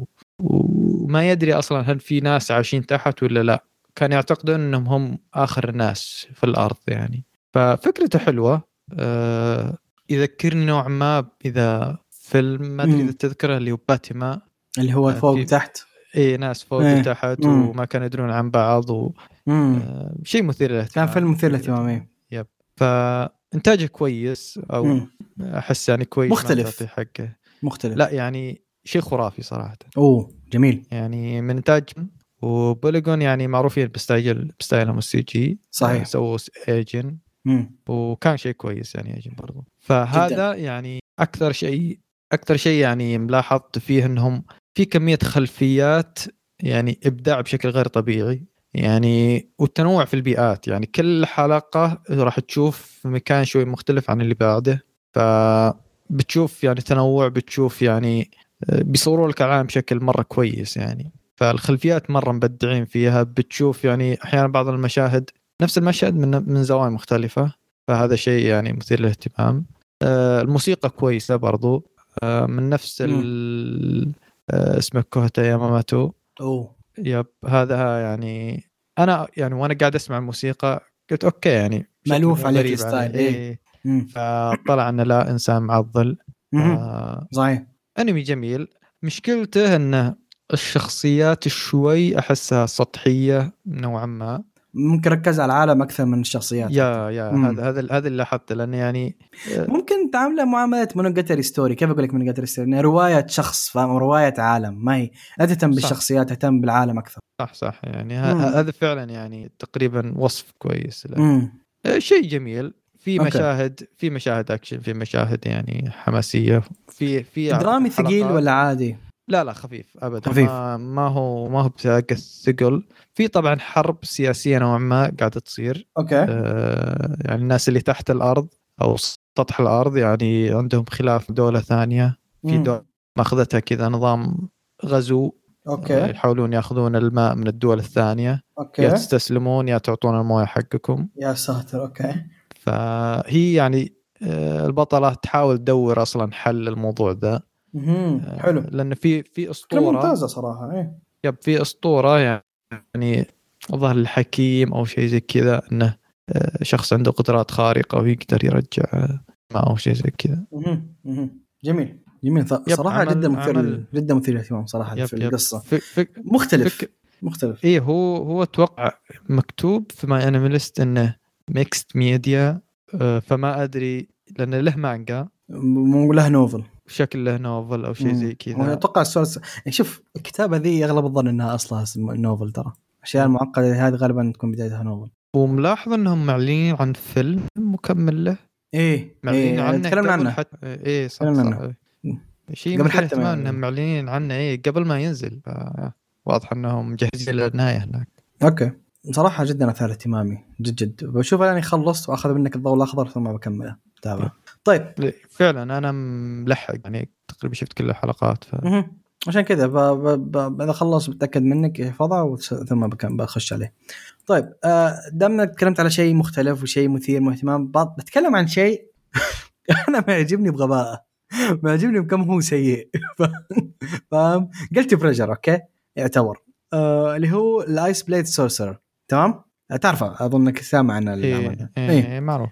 وما يدري أصلا هل في ناس عايشين تحت ولا لا. كان يعتقدون أنهم هم آخر الناس في الأرض يعني. ففكرته حلوة. يذكرني نوع ما إذا فيلم ما أدري إذا تذكره اللي هو باتما، اللي هو فوق تحت. إيه ناس فوق وتحت وما كانوا يدرون عن بعض شيء مثير للاهتمام. كان فيلم مثير للاهتمام. يب. فإنتاجه كويس أو أحس يعني كويس، مختلف حقه مختلف. لا يعني شيء خرافي صراحة. جميل يعني من إنتاج وبوليجون يعني معروفين بستايلهم السي جي. صحيح. سووا ايجن وكان شيء كويس يعني ايجن برضو. فهذا جداً. يعني أكثر شيء يعني ملاحظت فيه أنهم في كمية خلفيات يعني إبداع بشكل غير طبيعي يعني، والتنوع في البيئات يعني كل حلقة راح تشوف في مكان شوي مختلف عن اللي بعده، فبتشوف يعني تنوع، بتشوف يعني بيصوروا لك العالم بشكل مرة كويس يعني. فالخلفيات مرة مبدعين فيها، بتشوف يعني أحيانا بعض المشاهد نفس المشهد من زوايا مختلفة، فهذا شيء يعني مثير للاهتمام. الموسيقى كويسة برضو من نفس اسمه كوهتا ياماماتو. يب هذا يعني أنا يعني وأنا قاعد أسمع الموسيقى قلت أوكي يعني مألوف عليك الستايل. فطلع أنه لا إنسان معضل. صحيح. أنمي جميل. مشكلته أنه الشخصيات شوي أحسها سطحية نوعا ما، ممكن ركز على العالم أكثر من الشخصيات. هذا اللي لاحظته، لأن يعني ممكن تعامله معاملة مونوجاتري ستوري. كيف أقول لك مونوجاتري ستوري؟ رواية شخص، فاهم؟ رواية عالم، ما هي لا تهتم بالشخصيات، تهتم بالعالم أكثر. صح يعني هذا فعلا يعني تقريبا وصف كويس. شيء جميل. في مشاهد أكشن، في مشاهد يعني حماسية، في درامي ثقيل ولا عادي؟ لا خفيف أبدا. خفيف. ما هو بثقة الثقل. في طبعا حرب سياسية نوعا ما قاعدة تصير. يعني الناس اللي تحت الأرض أو سطح الأرض يعني عندهم خلاف دولة ثانية. في دولة ماخذتها كذا نظام غزو. يحاولون يأخذون الماء من الدول الثانية. يا تستسلمون يا تعطون المويه حقكم. يا ساتر. فهي يعني البطلة تحاول تدور أصلا حل الموضوع ذا. حلو. لأن في أسطورة ممتازة صراحة. يب في أسطورة يعني ظهر الحكيم أو شيء زي كذا، إنه شخص عنده قدرات خارقة ويقدر يرجع ما أو شيء زي كذا. جميل صراحة. جدا مثير للاهتمام صراحة. في القصة مختلف. إيه هو توقع مكتوب في ماي أنيميلست إنه ميكست ميديا، فما أدري لأن له مانجا له نوفل، شكل له نوفل أو شيء زي كذا. أتوقع السورس. شوف الكتابة ذي أغلب الظن إنها أصلها نوفل، ترى أشياء معقدة هذه غالبا تكون بدايتها نوفل. وملاحظ إنهم معلنين عن فيلم مكمل له. معلنين عنه، تكلمنا عنه. صح. شيء قبل حتى ما إنهم معلنين عنه قبل ما ينزل. واضح إنهم مجهزين للنهاية هناك. أوكي صراحة جدا أثار اهتمامي جد. بشوف أنا خلصت وأخذ منك الضوء الأخضر ثم بكمله تابع. طيب فعلا أنا ملحق يعني تقريبا شفت كل الحلقات عشان كذا إذا خلص بتأكد منك احفظها ثم بخش عليه. طيب دامنا تكلمت على شيء مختلف وشيء مثير مهتمام، بتكلم عن شيء أنا ما يعجبني بغباء، ما يعجبني بكم هو سيء. فاهم؟ قلت بريجر أوكي يعتبر اللي هو الآيس بليد سورسر. تمام؟ تعرفه أظنك سامع عن العمل. معروف.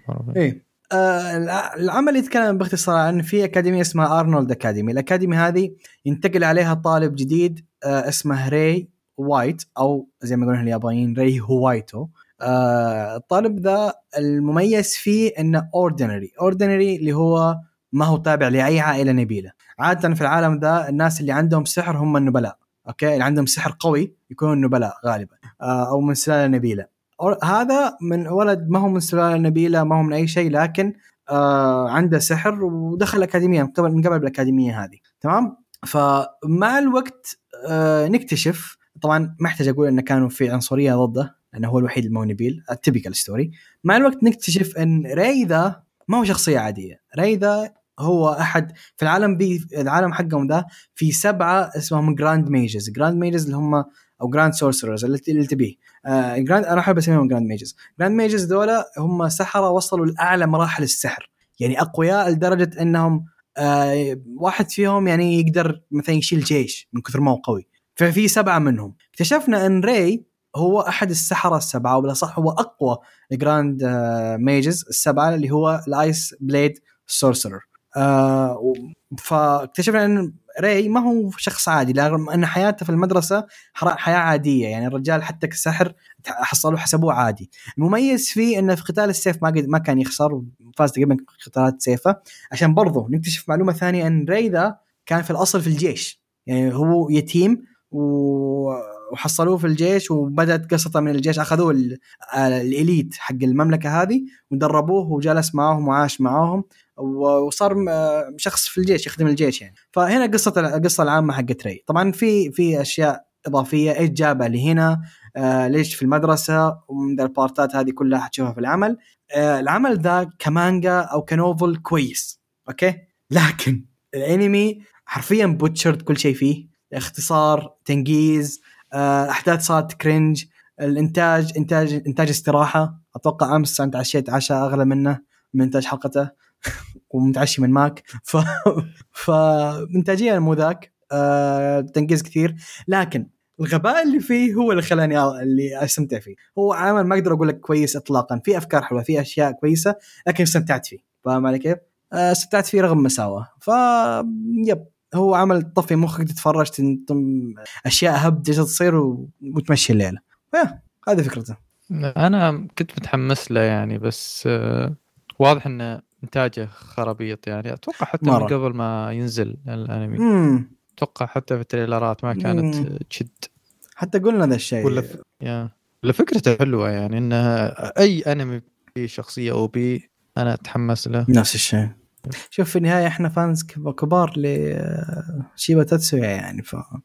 العمل يتكلم باختصار عن في أكاديمية اسمها أرنولد أكاديمي. الأكاديمي هذه ينتقل عليها طالب جديد اسمه ري وايت، أو زي ما يقولون اليابانيين ري هوايتو. الطالب ذا المميز فيه إنه ordinary اللي هو ما هو تابع لأي عائلة نبيلة. عادة في العالم ذا الناس اللي عندهم سحر هم النبلاء، أوكي، اللي عندهم سحر قوي يكونوا النبلاء غالبا، أو من سلالة نبيلة. هذا من ولد ما هو من سلالة نبيلة، ما هو من أي شيء، لكن عنده سحر ودخل الأكاديمية من قبل بالأكاديمية هذه. تمام. فمع الوقت نكتشف، طبعا ما احتاج أقول أن كانوا في عنصرية ضده لأنه هو الوحيد المو نبيل، التيبيكال ستوري. مع الوقت نكتشف أن ري ذا ما هو شخصية عادية. ري ذا هو أحد في العالم حقهم ذا في 7 اسمهم جراند ميجز اللي هم أو جراند سورسررز اللي تبيه. أنا أحب أسميهم جراند ميجز دولة هم سحرة وصلوا لأعلى مراحل السحر، يعني أقوياء لدرجة أنهم واحد فيهم يعني يقدر مثلا يشيل جيش من كثر ما هو قوي. ففي 7 منهم. اكتشفنا ان راي هو احد السحرة السبعة، ولا صح هو اقوى الجراند ميجز السبعة، اللي هو الايس بليد سورسرر. فاكتشفنا ان راي ما هو شخص عادي، رغم ان حياته في المدرسة حياة عادية. يعني الرجال حتى كسحر حصلوا حسبوه عادي. المميز فيه انه في قتال السيف ما كان يخسر، فاز تقريبا قتالات سيفه. عشان برضه نكتشف معلومة ثانية ان راي ذا كان في الاصل في الجيش، يعني هو يتيم وحصلوه في الجيش، وبدأت قصته من الجيش. أخذوه الإليت حق المملكة هذه ودربوه وجلس معهم وعاش معهم، وصار شخص في الجيش يخدم الجيش يعني. فهنا القصة العامة حقت راي. طبعا في أشياء إضافية إيش جابها لهنا، ليش في المدرسة، ومن البارتات هذه كلها حتشوفها في العمل. العمل ذا كمانجا أو كنوفل كويس أوكي، لكن الأنمي حرفيا بوتشرد كل شيء فيه، اختصار، تنجيز، احداث صارت كرنج، الانتاج انتاج استراحه. اتوقع امس انت عشيت عشاء اغلى منه من انتاج حلقته ومتعشي من ماك. فانتاجيا مو ذاك، تنجيز كثير، لكن الغباء اللي فيه هو اللي خلاني اللي استمتع فيه. هو عمل ما اقدر اقول لك كويس اطلاقا، في افكار حلوه، في اشياء كويسه، لكن استمتعت فيه. فاهم علي كيف؟ استمتعت فيه رغم مساواه. يب، هو عمل طفي مخك تتفرج اشياء هبد تصير وتمشي الليله. هذه فكرته. انا كنت متحمس له يعني، بس واضح ان انتاجه خرابيط يعني. اتوقع حتى مرة. من قبل ما ينزل الانمي اتوقع حتى في التريلرات ما كانت تشد. حتى قلنا ذا الشيء ولا فكرته حلوه يعني، انها اي انمي في شخصيه او بي انا اتحمس له. نفس الشيء. شوف في النهايه احنا فانز كبار لشيبا تاتسويا يعني.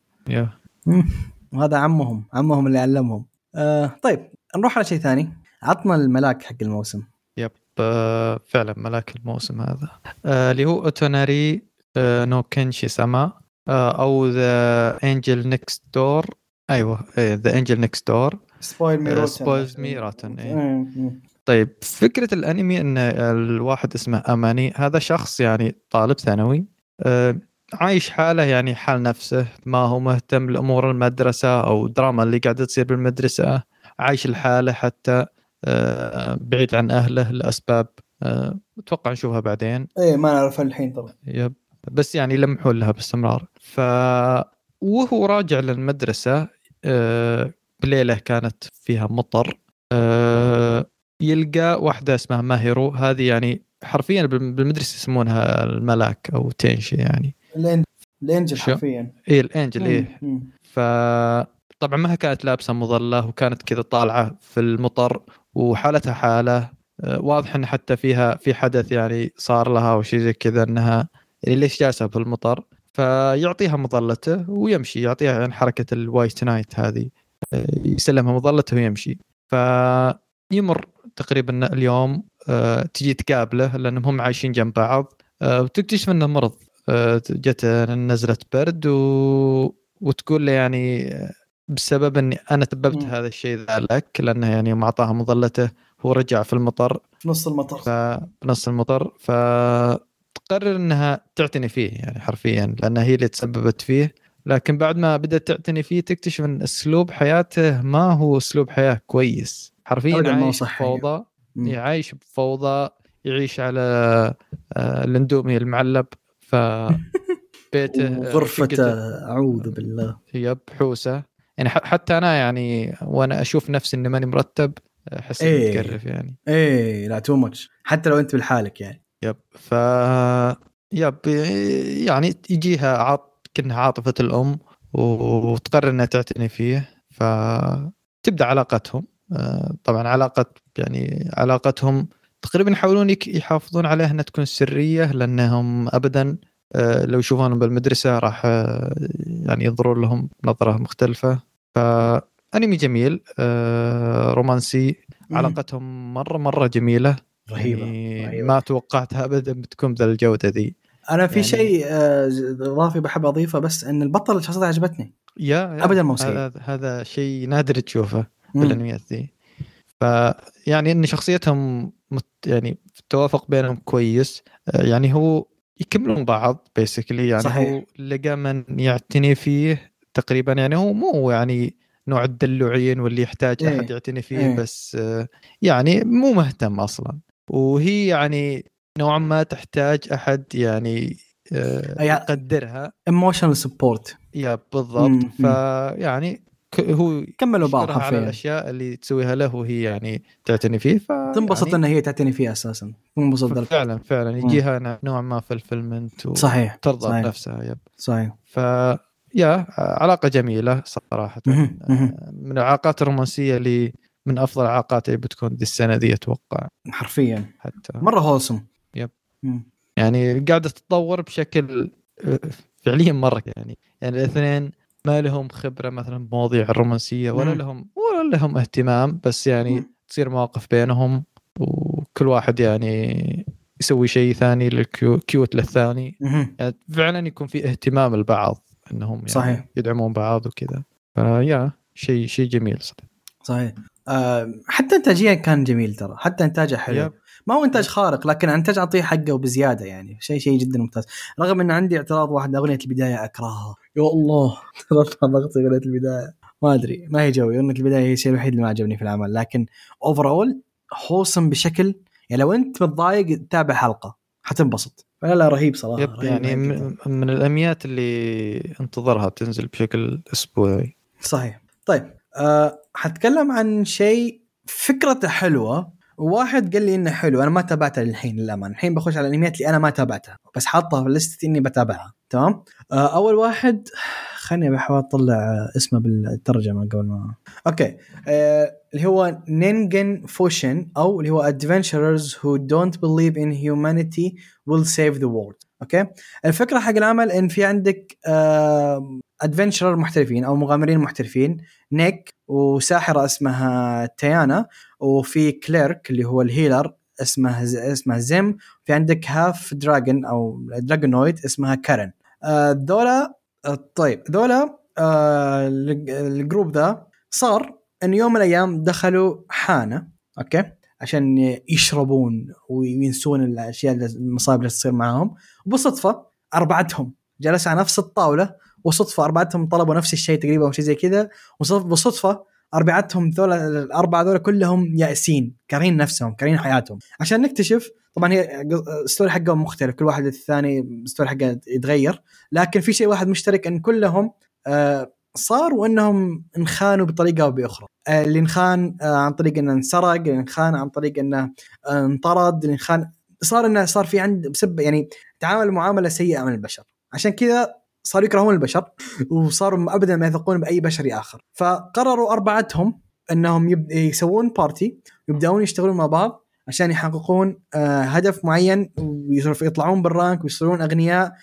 وهذا عمهم اللي علمهم. طيب نروح على شيء ثاني. عطنا الملاك حق الموسم. يب فعلا ملاك الموسم هذا اللي هو اوتوناري نو كينشي سما، او ذا انجل نيكست دور. ايوه ذا انجل نيكست دور سبويلز مي روتن. طيب فكرة الانمي ان الواحد اسمه اماني، هذا شخص يعني طالب ثانوي عايش حاله يعني حال نفسه، ما هو مهتم لأمور المدرسة أو دراما اللي قاعدة تصير بالمدرسة، عايش الحالة حتى بعيد عن أهله لأسباب أتوقع نشوفها بعدين. إيه ما نعرف الحين طبعا. يب بس يعني يلمحون لها باستمرار. وهو راجع للمدرسة بليلة كانت فيها مطر، يلقى واحدة اسمها ماهيرو. هذه يعني حرفيا بالمدرسة يسمونها الملاك أو تنشي يعني الانجل حرفيا. ايه الانجل ايه. فطبعا ما كانت لابسه مظله، وكانت كذا طالعه في المطر وحالتها حاله واضح ان حتى فيها في حدث يعني صار لها او شيء زي كذا، انها يعني ليش جالسه في المطر. فيعطيها مظلته ويمشي، يعطيها عن حركه الوايت نايت هذه، يسلمها مظلته ويمشي. فيمر تقريبا اليوم، تجي تقابله لانهم هم عايشين جنب بعض، وتكتشف انه مرض، جت نزلة برد وتقول له يعني بسبب اني انا تببت هذا الشيء ذا لك، لانه يعني ما اعطاها مظلته، هو رجع في المطر في نص المطر. فتقرر انها تعتني فيه يعني حرفيا، لانها هي اللي تسببت فيه. لكن بعد ما بدأت تعتني فيه تكتشف ان اسلوب حياته ما هو اسلوب حياة كويس، حرفيا عايش بفوضى، يعيش بفوضى، يعيش على الاندومي المعلب. فبيته غرفته أعوذ بالله هي بحوسة يعني. حتى أنا يعني وأنا أشوف نفسي إني ماني مرتب أحس إني متقرف يعني. لا تو ماتش حتى لو أنت بالحالك يعني. يعني يجيها كأنها عاطفة الأم وتقرر إنها تعتني فيه. فتبدأ علاقتهم. طبعا علاقتهم تقريبا يحاولون يحافظون عليها أنها تكون سرية، لأنهم أبدا لو يشوفونهم بالمدرسة راح يعني ينظرون لهم نظرة مختلفة. فأنمي جميل رومانسي، علاقتهم مرة جميلة، رهيبة. يعني ما توقعتها أبدا بتكون ذا الجودة ذي. أنا في يعني شيء إضافي بحب أضيفه، بس إن البطل الشخصية عجبتني أبدا ما هذا شيء نادر تشوفه بالأنميات ذي. فيعني إن شخصيتهم يعني التوافق بينهم كويس. يعني هو يكملون بعض بيسكلي يعني. صحيح. هو لقى من يعتني فيه تقريبا يعني. هو مو يعني نوع الدلوعين واللي يحتاج أحد ايه يعتني فيه ايه بس يعني مو مهتم أصلا. وهي يعني نوعا ما تحتاج أحد يعني يقدرها. ايموشنال سبورت. يا بالضبط. فيعني هو كملوا بعض يشكرها على حرفيا. الأشياء اللي تسويها له وهي يعني تعتني فيه. تنبسط فيعني ان هي تعتني فيه اساسا، تنبسط فعلا فعلا يجيها نوعا ما fulfillment صحيح وترضى صحيح بنفسها. يب. صحيح. ف يا علاقة جميلة صراحة. من العلاقات الرومانسية اللي من أفضل العلاقات اللي بتكون دي السنة دي أتوقع. حرفيا حتى مره هولسم. يب. يعني قاعدة تتطور بشكل فعليا مرة يعني الاثنين ما لهم خبرة مثلا بمواضيع الرومانسية ولا لهم اهتمام، بس يعني تصير مواقف بينهم وكل واحد يعني يسوي شيء ثاني للكيوت للثاني. يعني فعلا يكون في اهتمام البعض انهم يعني صحيح. يدعمون بعض وكذا. فيا شيء جميل صحيح. حتى انتاجيا كان جميل ترى، حتى انتاجه حلو. يب. ما هو انتاج خارق لكن انتاج اعطيه حقه وبزياده، يعني شيء جدا ممتاز. رغم ان عندي اعتراض واحد، اغنيه البدايه اكرهها يا الله. رفع ضغطي اغنيه البدايه، ما ادري، ما هي جوي. اغنيه البدايه هي الشيء الوحيد اللي ما عجبني في العمل، لكن اوفرول هوسم بشكل يعني لو انت متضايق تتابع حلقه حتنبسط. فلا رهيب صراحه. يب. رهيب يعني جدا. من الأنميات اللي انتظرها تنزل بشكل أسبوعي. صحيح. طيب حتكلم عن شيء فكرته حلوة، واحد قال لي انه حلو، انا ما تابعته للحين للأمان. الحين بخش على الانميات اللي انا ما تابعتها بس حاطها في لستة اني بتابعها. تمام. اول واحد خليني بحاول اطلع اسمه بالترجمة قبل ما اوكي. اللي هو نينجن فوشن، او اللي هو adventurers who don't believe in humanity will save the world. اوكي. الفكرة حق العمل ان في عندك ادفنتشرر محترفين او مغامرين محترفين، نيك وساحرة اسمها تيانا، وفي كليرك اللي هو الهيلر اسمه زيم، في عندك هاف دراجون او دراجونويد اسمها كارن. ذولا طيب ذولا الجروب ذا صار ان يوم من الايام دخلوا حانة اوكي عشان يشربون وينسون الاشياء المصايب اللي تصير معهم. وبصدفة اربعتهم جلسوا على نفس الطاولة، وصدفة أربعتهم طلبوا نفس الشيء تقريبا أو شيء زي كذا. وصدفة أربعتهم ذولا الأربعة ذولا كلهم يائسين، كارهين نفسهم، كارهين حياتهم. عشان نكتشف طبعا هي ستوري حقهم مختلف، كل واحد الثاني ستوري حقه يتغير، لكن في شيء واحد مشترك ان كلهم صار وانهم انخانوا بطريقه او باخرى. اللي انخان عن طريق انه انسرق، اللي انخان عن طريق انه انطرد، اللي انخان صار في عند بسبب يعني تعامل معامله سيئه من البشر. عشان كذا صاروا يكرهون البشر وصاروا ابدا ما يثقون باي بشري اخر. فقرروا اربعتهم انهم يسوون بارتي ويبداون يشتغلون مع بعض عشان يحققون هدف معين، ويطلعون بالرانك ويصيرون اغنياء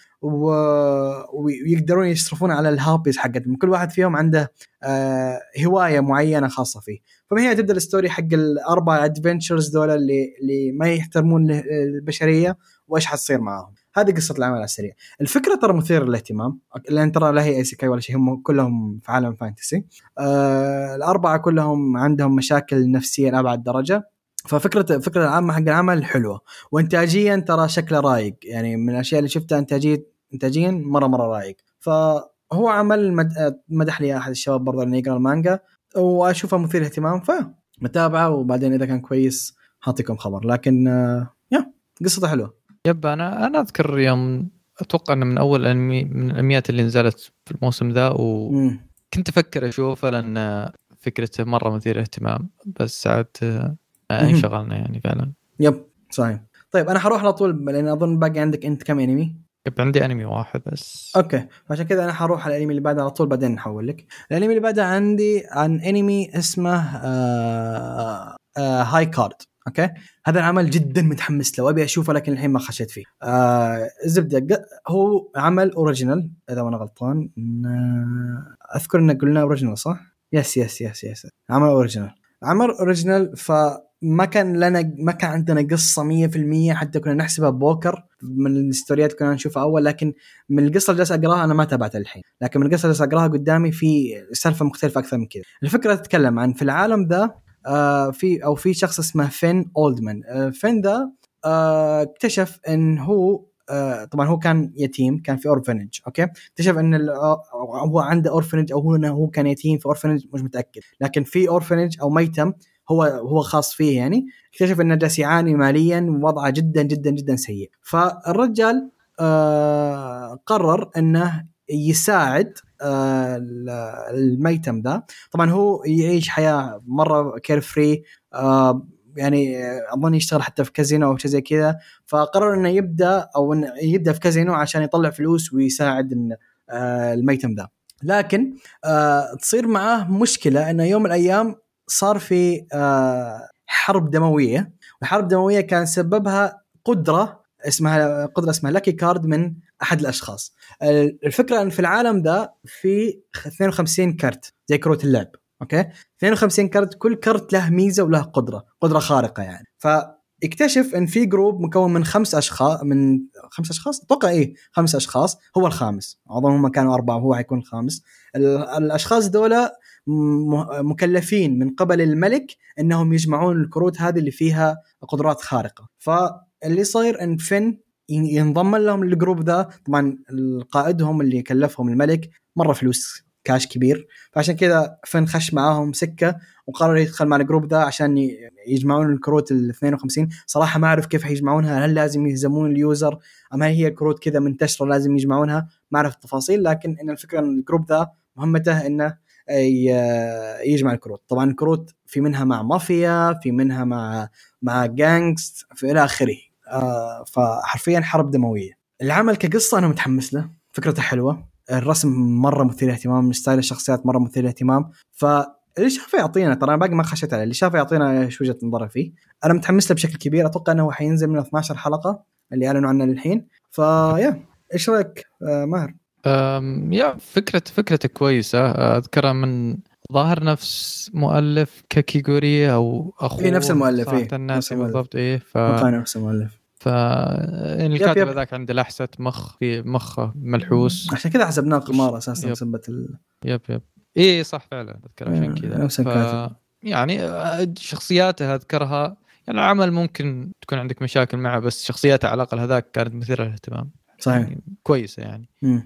ويقدرون يصرفون على الهابيز حقتهم. كل واحد فيهم عنده هوايه معينه خاصه فيه. فمن هنا تبدا الستوري حق الاربع ادفنتشرز دول اللي ما يحترمون البشريه وايش حتصير معاهم. هذه قصه العمل على السريع. الفكره ترى مثيره للاهتمام، لان ترى لا هي ايسيكاي ولا شيء، هم كلهم في عالم فانتسي. الاربعه كلهم عندهم مشاكل نفسيه لابعد درجه. ففكره العامه حق العمل حلوه، وانتاجيا ترى شكله رايق، يعني من الاشياء اللي شفتها انتاجيا مره رايق. فهو عمل مدح لي احد الشباب برضه اللي يقرا المانجا واشوفه مثير اهتمام، فمتابعه وبعدين اذا كان كويس حاعطيكم خبر. لكن يا قصته حلوه. يب. انا اذكر يوم اتوقع انه من اول انمي من الانميات اللي نزلت في الموسم ذا، وكنت افكر اشوفه لان فكرته مره مثير اهتمام، بس ساعد انشغلنا يعني فعلا. يب صحيح. طيب انا حروح على طول لان اظن باقي عندك انت كم انمي؟ يب عندي انمي واحد بس. اوكي عشان كذا انا حروح على الانمي اللي بعده على طول، بعدين نحول لك. الانمي اللي بعده عندي عن انمي اسمه هاي كارد. اوكي هذا العمل جدا متحمس له وابي اشوفه، لكن الحين ما خشيت فيه. الزبده هو عمل اوريجينال اذا انا غلطان. اذكر ان قلنا اوريجينال صح؟ يس عمل اوريجينال. فما كان عندنا قصه 100%، حتى كنا نحسبها بوكر من الستوريات كنا نشوفها اول، لكن من القصه اللي جالس اقراها انا ما تابعتها الحين، لكن من القصه اللي جالس اقراها قدامي في سالفه مختلفه اكثر من كذا. الفكره تتكلم عن في العالم ذا في شخص اسمه فين اولدمان. فين ذا اكتشف ان هو طبعا هو كان يتيم، كان في اورفنج. اوكي، اكتشف ان هو عنده اورفنج، او هو كان يتيم في اورفنج، مش متاكد، لكن في اورفنج او ميتم هو خاص فيه يعني. اكتشف انه جالس يعاني ماليا ووضعه جدا جدا جدا سيء. فالرجال قرر انه يساعد الميتم ذا. طبعا هو يعيش حياة مرة كير فري، يعني أظن يشتغل حتى في كازينو أو شيء زي كذا. فقرر إنه يبدأ في كازينو عشان يطلع فلوس ويساعد إن الميتم ذا. لكن تصير معاه مشكلة، إنه يوم من الأيام صار في حرب دموية. والحرب الدموية كان سببها قدرة اسمها لاكي كارد من أحد الأشخاص. الفكرة أن في العالم ذا في 52 كارت زي كروت اللعب. أوكي، 52 كارت، كل كارت له ميزة وله قدرة خارقة يعني. فاكتشف أن في جروب مكون من 5 أشخاص أتوقع 5 أشخاص، هو الخامس، أظن هم كانوا 4 وهو حيكون الخامس. الأشخاص دولة مكلفين من قبل الملك أنهم يجمعون الكروت هذه اللي فيها قدرات خارقة. فاللي صاير أن فين ينضم لهم الجروب ذا. طبعا القائدهم اللي كلفهم الملك مرة فلوس كاش كبير، فعشان كذا فين خش معاهم سكة وقرر يدخل مع الجروب ذا عشان يجمعون الكروت ال 52. صراحة ما أعرف كيف يجمعونها، هل لازم يهزمون اليوزر أم هل هي كروت كذا منتشرة لازم يجمعونها، ما أعرف التفاصيل. لكن إن الفكرة أن الجروب ذا مهمته إنه يجمع الكروت. طبعا الكروت في منها مع مافيا، في منها مع جانجز، في إلى آخره. فحرفيا حرب دموية. العمل كقصة أنا متحمس له، فكرته حلوة، الرسم مرة مثير اهتمام، ستايل الشخصيات مرة مثير اهتمام. فاللي شافه يعطينا، ترى أنا باقي ما خشيت عليه، اللي شافه يعطينا شو وجهة نظره فيه. أنا متحمس له بشكل كبير، أتوقع أنه حينزل من 12 حلقة اللي أعلنوا عنه للحين. إيش رأيك ماهر؟ يا فكرة كويسة. أذكرها من ظاهر نفس مؤلف كاكيغوري أو أخوه، نفس المؤلف، صراحة الناس بالضبط. نفس المؤلف. يعني الكاتب ذاك عنده لحسة مخ في مخه ملحوس، عشان كذا حسبناه قمار أساسا سبت يب صح فعلا أذكر عشان كذا. يعني شخصياته أذكرها، يعني العمل ممكن تكون عندك مشاكل معه، بس شخصياته على الأقل هذاك كانت مثيرة للاهتمام، صحيح، يعني كويسة يعني.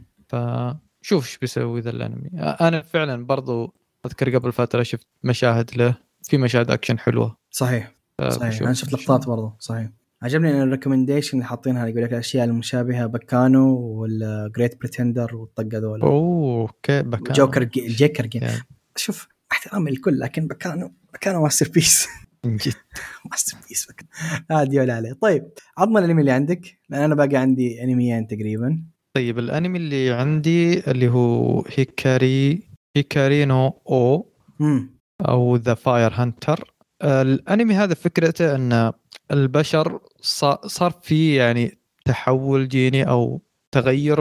فشوف ايش بيسوي ذا الانمي. انا فعلا برضو اذكر قبل فتره شفت مشاهد له، في مشاهد اكشن حلوه. صحيح انا شفت لقطات برضو. صحيح عجبني ان الريكومنديشن اللي حاطينها يقول لك الاشياء المشابهه بكانو والجريت بريتندر والطقه دول. اوكي بكانو جيكر يعني. شوف احترامي الكل، لكن بكانو ماستر بيس جد ماستر بيس عادي ولا عليه. طيب عظم الانمي اللي عندك، لان انا باقي عندي انميين تقريبا. طيب الانمي اللي عندي اللي هو هيكارينو او ذا فاير هانتر. الانمي هذا فكرته ان البشر صار فيه يعني تحول جيني او تغير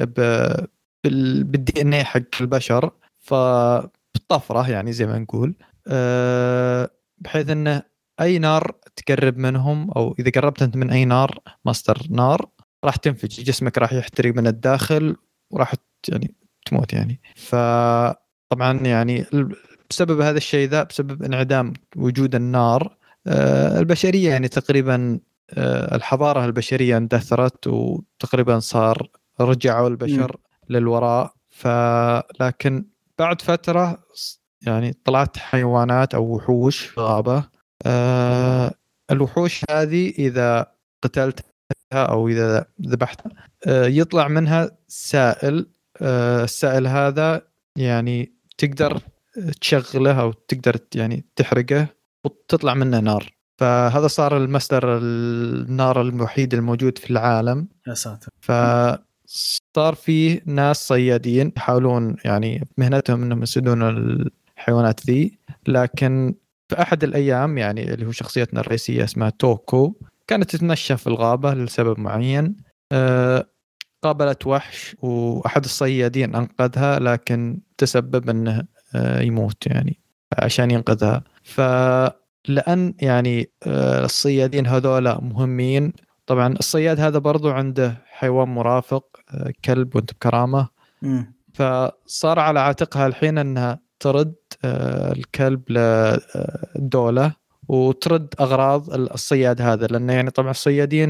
بالدي ان اي حق البشر، فبالطفره يعني زي ما نقول، بحيث انه اي نار تقرب منهم، او اذا قربت انت من اي نار ماستر نار راح تنفجر، جسمك راح يحترق من الداخل وراح يعني تموت يعني. فطبعا يعني بسبب هذا الشيء ذا، بسبب انعدام وجود النار، البشرية يعني تقريبا الحضارة البشرية اندثرت، وتقريبا رجعوا البشر للوراء. لكن بعد فترة يعني طلعت حيوانات أو وحوش في غابة. الوحوش هذه إذا قتلتها أو إذا ذبحتها يطلع منها سائل. السائل هذا يعني تقدر تشغله أو تقدر يعني تحرقه وتطلع منه نار. فهذا صار المصدر النار الوحيد الموجود في العالم. يا ساتر. فصار فيه ناس صيادين يحاولون يعني مهنتهم انهم يصيدون الحيوانات ذي. لكن في احد الايام يعني اللي هو شخصيتنا الرئيسيه اسمها توكو كانت تتمشى في الغابه لسبب معين، قابلت وحش واحد الصيادين انقذها، لكن تسبب انه يموت يعني عشان ينقذها. فلأن يعني الصيادين هذولا مهمين، طبعا الصياد هذا برضو عنده حيوان مرافق كلب وانت بكرامة. فصار على عاتقها الحين أنها ترد الكلب للدولة وترد أغراض الصياد هذا، لأنه يعني طبعا الصيادين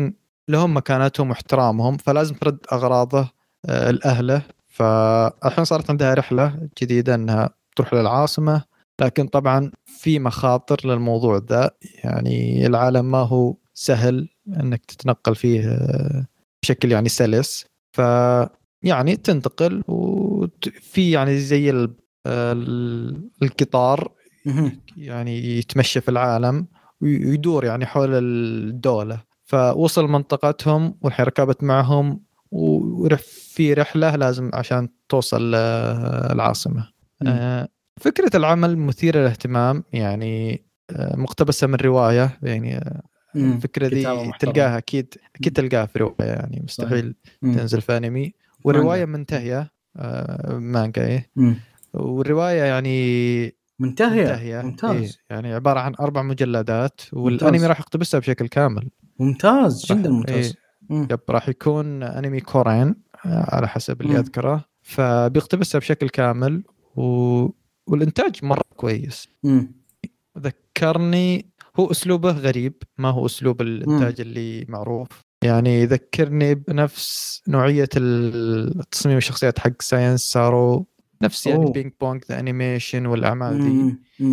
لهم مكانتهم واحترامهم، فلازم ترد أغراضه لأهله. فالحين صارت عندها رحلة جديدة أنها تروح للعاصمة، لكن طبعا في مخاطر للموضوع ذا. يعني العالم ما هو سهل أنك تتنقل فيه بشكل يعني سلس. يعني تنتقل وفي يعني زي القطار يعني يتمشى في العالم ويدور يعني حول الدولة. فوصل منطقتهم والحين ركبت معهم وفي رحلة لازم عشان توصل العاصمة. فكرة العمل مثيرة للاهتمام، يعني مقتبسة من رواية. يعني الفكرة دي تلقاها أكيد تلقاها في رواية، يعني مستحيل تنزل في أنمي. والرواية منتهية مانجا والرواية يعني منتهية. ممتاز. إيه يعني عبارة عن 4 مجلدات، والأنمي راح يقتبسها بشكل كامل. ممتاز جدا ممتاز. يب راح يكون أنمي كورين على حسب اللي أذكره، فبيقتبسها بشكل كامل والإنتاج مرة كويس. ذكرني، هو أسلوبه غريب، ما هو أسلوب الإنتاج اللي معروف. يعني ذكرني بنفس نوعية التصميم الشخصيات حق ساينس سارو، نفس يعني بينج بونج ذا أنيميشن والأعمال دي.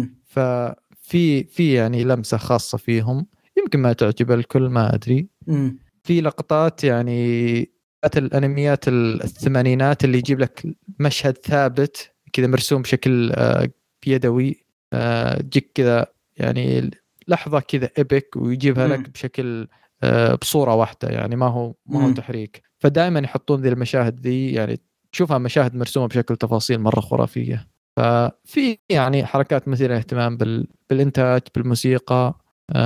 ففي يعني لمسة خاصة فيهم، يمكن ما تعجب الكل ما أدري. في لقطات يعني الأنميات الثمانينات اللي يجيب لك مشهد ثابت كذا مرسوم بشكل يدوي، جيك كذا يعني لحظة كذا إبك ويجيبها لك بشكل بصورة واحدة، يعني ما هو تحريك. فدائما يحطون ذي المشاهد ذي، يعني تشوفها مشاهد مرسومة بشكل تفاصيل مرة خرافية. ففي يعني حركات مثيرة للاهتمام بالإنتاج، بالموسيقى.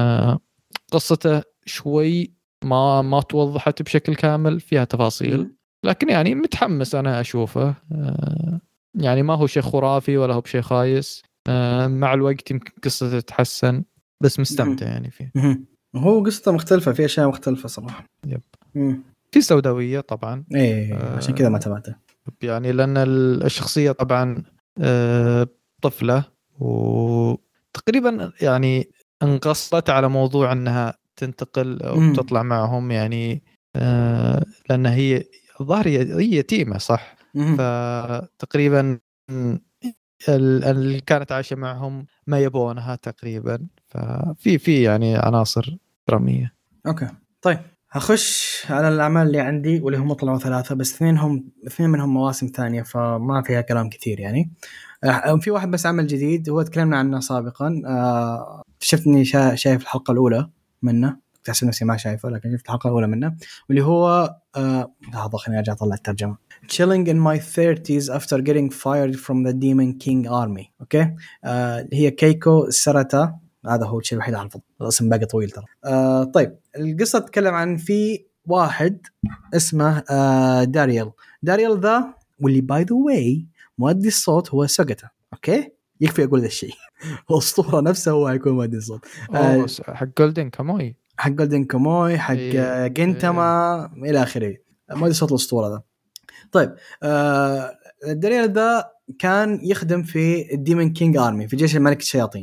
قصته شوي ما توضحت بشكل كامل، فيها تفاصيل، لكن يعني متحمس أنا أشوفه. يعني ما هو شيء خرافي ولا هو بشيء خايس. مع الوقت يمكن قصته تتحسن، بس مستمتع يعني فيه. هو قصته مختلفة، في أشياء مختلفة صراحة. يب. في سوداوية طبعا. عشان كذا ما تابعته. يعني لأن الشخصية طبعا طفلة، وتقريبا يعني انقصت على موضوع أنها تنتقل أو تطلع معهم، يعني لأن هي الظاهر هي يتيمة صح. فتقريبا اللي كانت عايشة معهم ما يبونها تقريبا. ففي يعني عناصر درامية. أوكي طيب هخش على الأعمال اللي عندي، واللي هم طلعوا 3 بس، اثنين منهم مواسم ثانية فما فيها كلام كثير يعني. في واحد بس عمل جديد هو تكلمنا عنه سابقا. شفتني شايف الحلقة الأولى منه، تحسب نفسي ما شايفه لكن شفت الحلقة الأولى منه، واللي هو لحظة خليني أرجع أطلع الترجمة. Chilling in my 30s after getting fired from the Demon King Army. أوكي هي كيكو سراتا، هذا هو الشيء الوحيد أعرفه، الاسم باقي طويل ترى. طيب القصة تتكلم عن في واحد اسمه داريل ذا، واللي باي ذا واي مؤدي الصوت هو سوغاتا. اوكي يكفي اقول ذا الشيء. الاسطوره نفسه هو هيكون مؤدي الصوت. حق جولدن كاموي، حق جينتاما الى اخره، مؤدي صوت الاسطوره ذا. طيب داريل ذا كان يخدم في الديمون كينج آرمي، في جيش الملك الشياطين،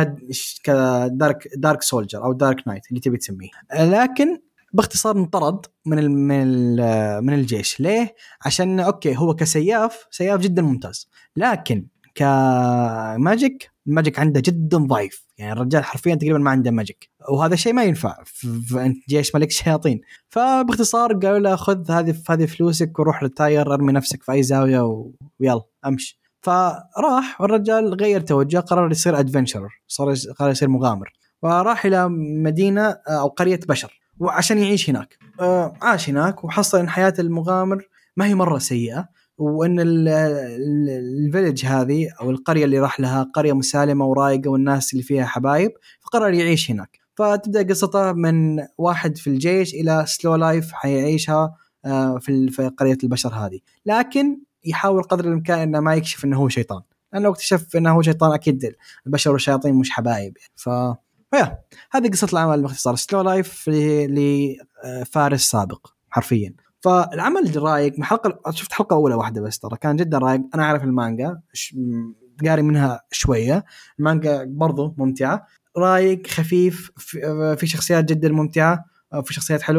كدارك سولجر أو دارك نايت اللي تبي تسميه. لكن باختصار انطرد من الجيش. ليه؟ عشان أوكي هو كسياف جدا ممتاز، لكن كماجيك الماجيك عنده جدا ضعيف. يعني الرجال حرفيا تقريبا ما عنده ماجيك، وهذا الشيء ما ينفع في جيش ملك الشياطين. فباختصار قالوا له خذ هذه فلوسك وروح ريتاير، ارمي نفسك في اي زاويه ويلا امشي. فراح والرجال غير توجه، قرر يصير ادفنتشرر، قرر يصير مغامر، وراح الى مدينه او قريه بشر وعشان يعيش هناك. عاش هناك وحصل ان حياه المغامر ما هي مره سيئه، وان الفيلج هذه او القريه اللي راح لها قريه مسالمه ورايقه والناس اللي فيها حبايب، فقرر يعيش هناك. فتبدا قصته من واحد في الجيش الى سلو لايف حيعيشها في قريه البشر هذه، لكن يحاول قدر الامكان انه ما يكشف انه هو شيطان، لانه لو اكتشف انه هو شيطان اكيد البشر والشياطين مش حبايب. هذه قصه العمل باختصار، سلو لايف لفارس سابق حرفيا. فالعمل رايق. شفت حلقة أولى واحدة بس، ترى كان جدا رايق. أنا أعرف المانجا، قاري منها شوية. المانجا برضو ممتعة، رايق خفيف، في شخصيات جدا ممتعة، في شخصيات حلوة.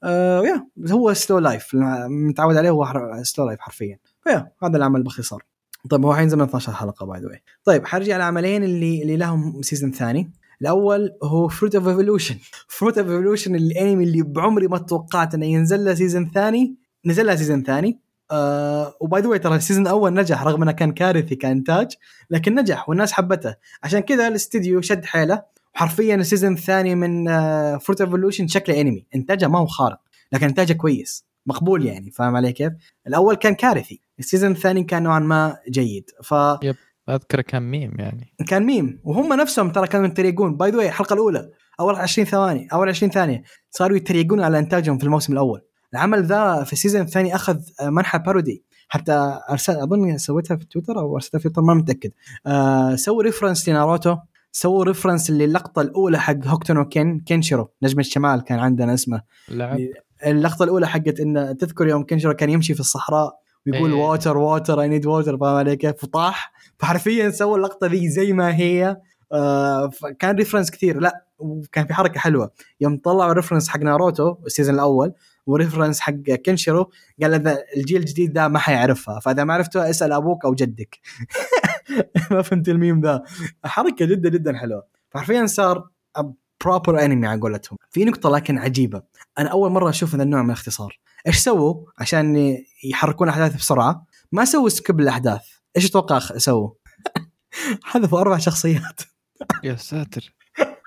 يا هو سلو لايف متعود عليه، هو سلو لايف حرفيا. فيا هذا العمل باختصار. طيب هو حينزل من 12 حلقه باي ذا واي. طيب حرجع العملين اللي لهم سيزون ثاني. الاول هو فروت اوف ايفولوشن. فروت اوف ايفولوشن الانمي اللي بعمري ما توقعت انه ينزل له سيزون ثاني، نزل له سيزون ثاني. وباي ذا واي ترى السيزون الاول نجح رغم انه كان كارثي كانتاج، لكن نجح والناس حبته. عشان كذا الاستديو شد حيله، وحرفيا السيزون الثاني من فروت اوف ايفولوشن شكله انمي، انتاجه ما هو خارق لكن انتاجه كويس مقبول يعني، فاهم علي كيف؟ الاول كان كارثي، السيزون الثاني كان نوعا ما جيد. يب اذكر كان ميم يعني، كان ميم. وهم نفسهم ترى كانوا يتريقون باي ذا واي. الحلقه الاولى اول 20 ثواني اول 20 ثانيه صاروا يتريقون على انتاجهم في الموسم الاول. العمل ذا في السيزون الثاني اخذ منحى بارودي، حتى ارسل اظن سويتها في تويتر او ارسلتها في تويتر ما متاكد. سووا ريفرنس لناروتو، سووا ريفرنس للقطه الاولى حق هوكتو نو كينشيرو نجم الشمال كان عندنا اسمه لعب اللقطه الاولى حقت ان تذكر يوم كينشيرو كان يمشي في الصحراء ويقول واتر اي نيد واتر، فاهم علي كيف؟ وطاح. فحرفيا سووا اللقطه ذي زي ما هي. كان ريفرنس كثير. لا وكان في حركه حلوه يوم طلعوا ريفرنس حق ناروتو السيزون الاول وريفرنس حق كينشيرو، قال هذا الجيل الجديد ده ما حيعرفها، فاذا ما عرفته اسال ابوك او جدك. ما فهمت الميم ذا. حركه جدا جدا حلوه. فحرفيا صار بروبر انمي على قولتهم. في نقطه لكن عجيبه، انا اول مره اشوف هذا النوع من الاختصار. ايش سووا عشان يحركون الاحداث بسرعه؟ ما سووا سكيب الاحداث. ايش تتوقع سووا؟ حذفوا 4 شخصيات. يا ساتر.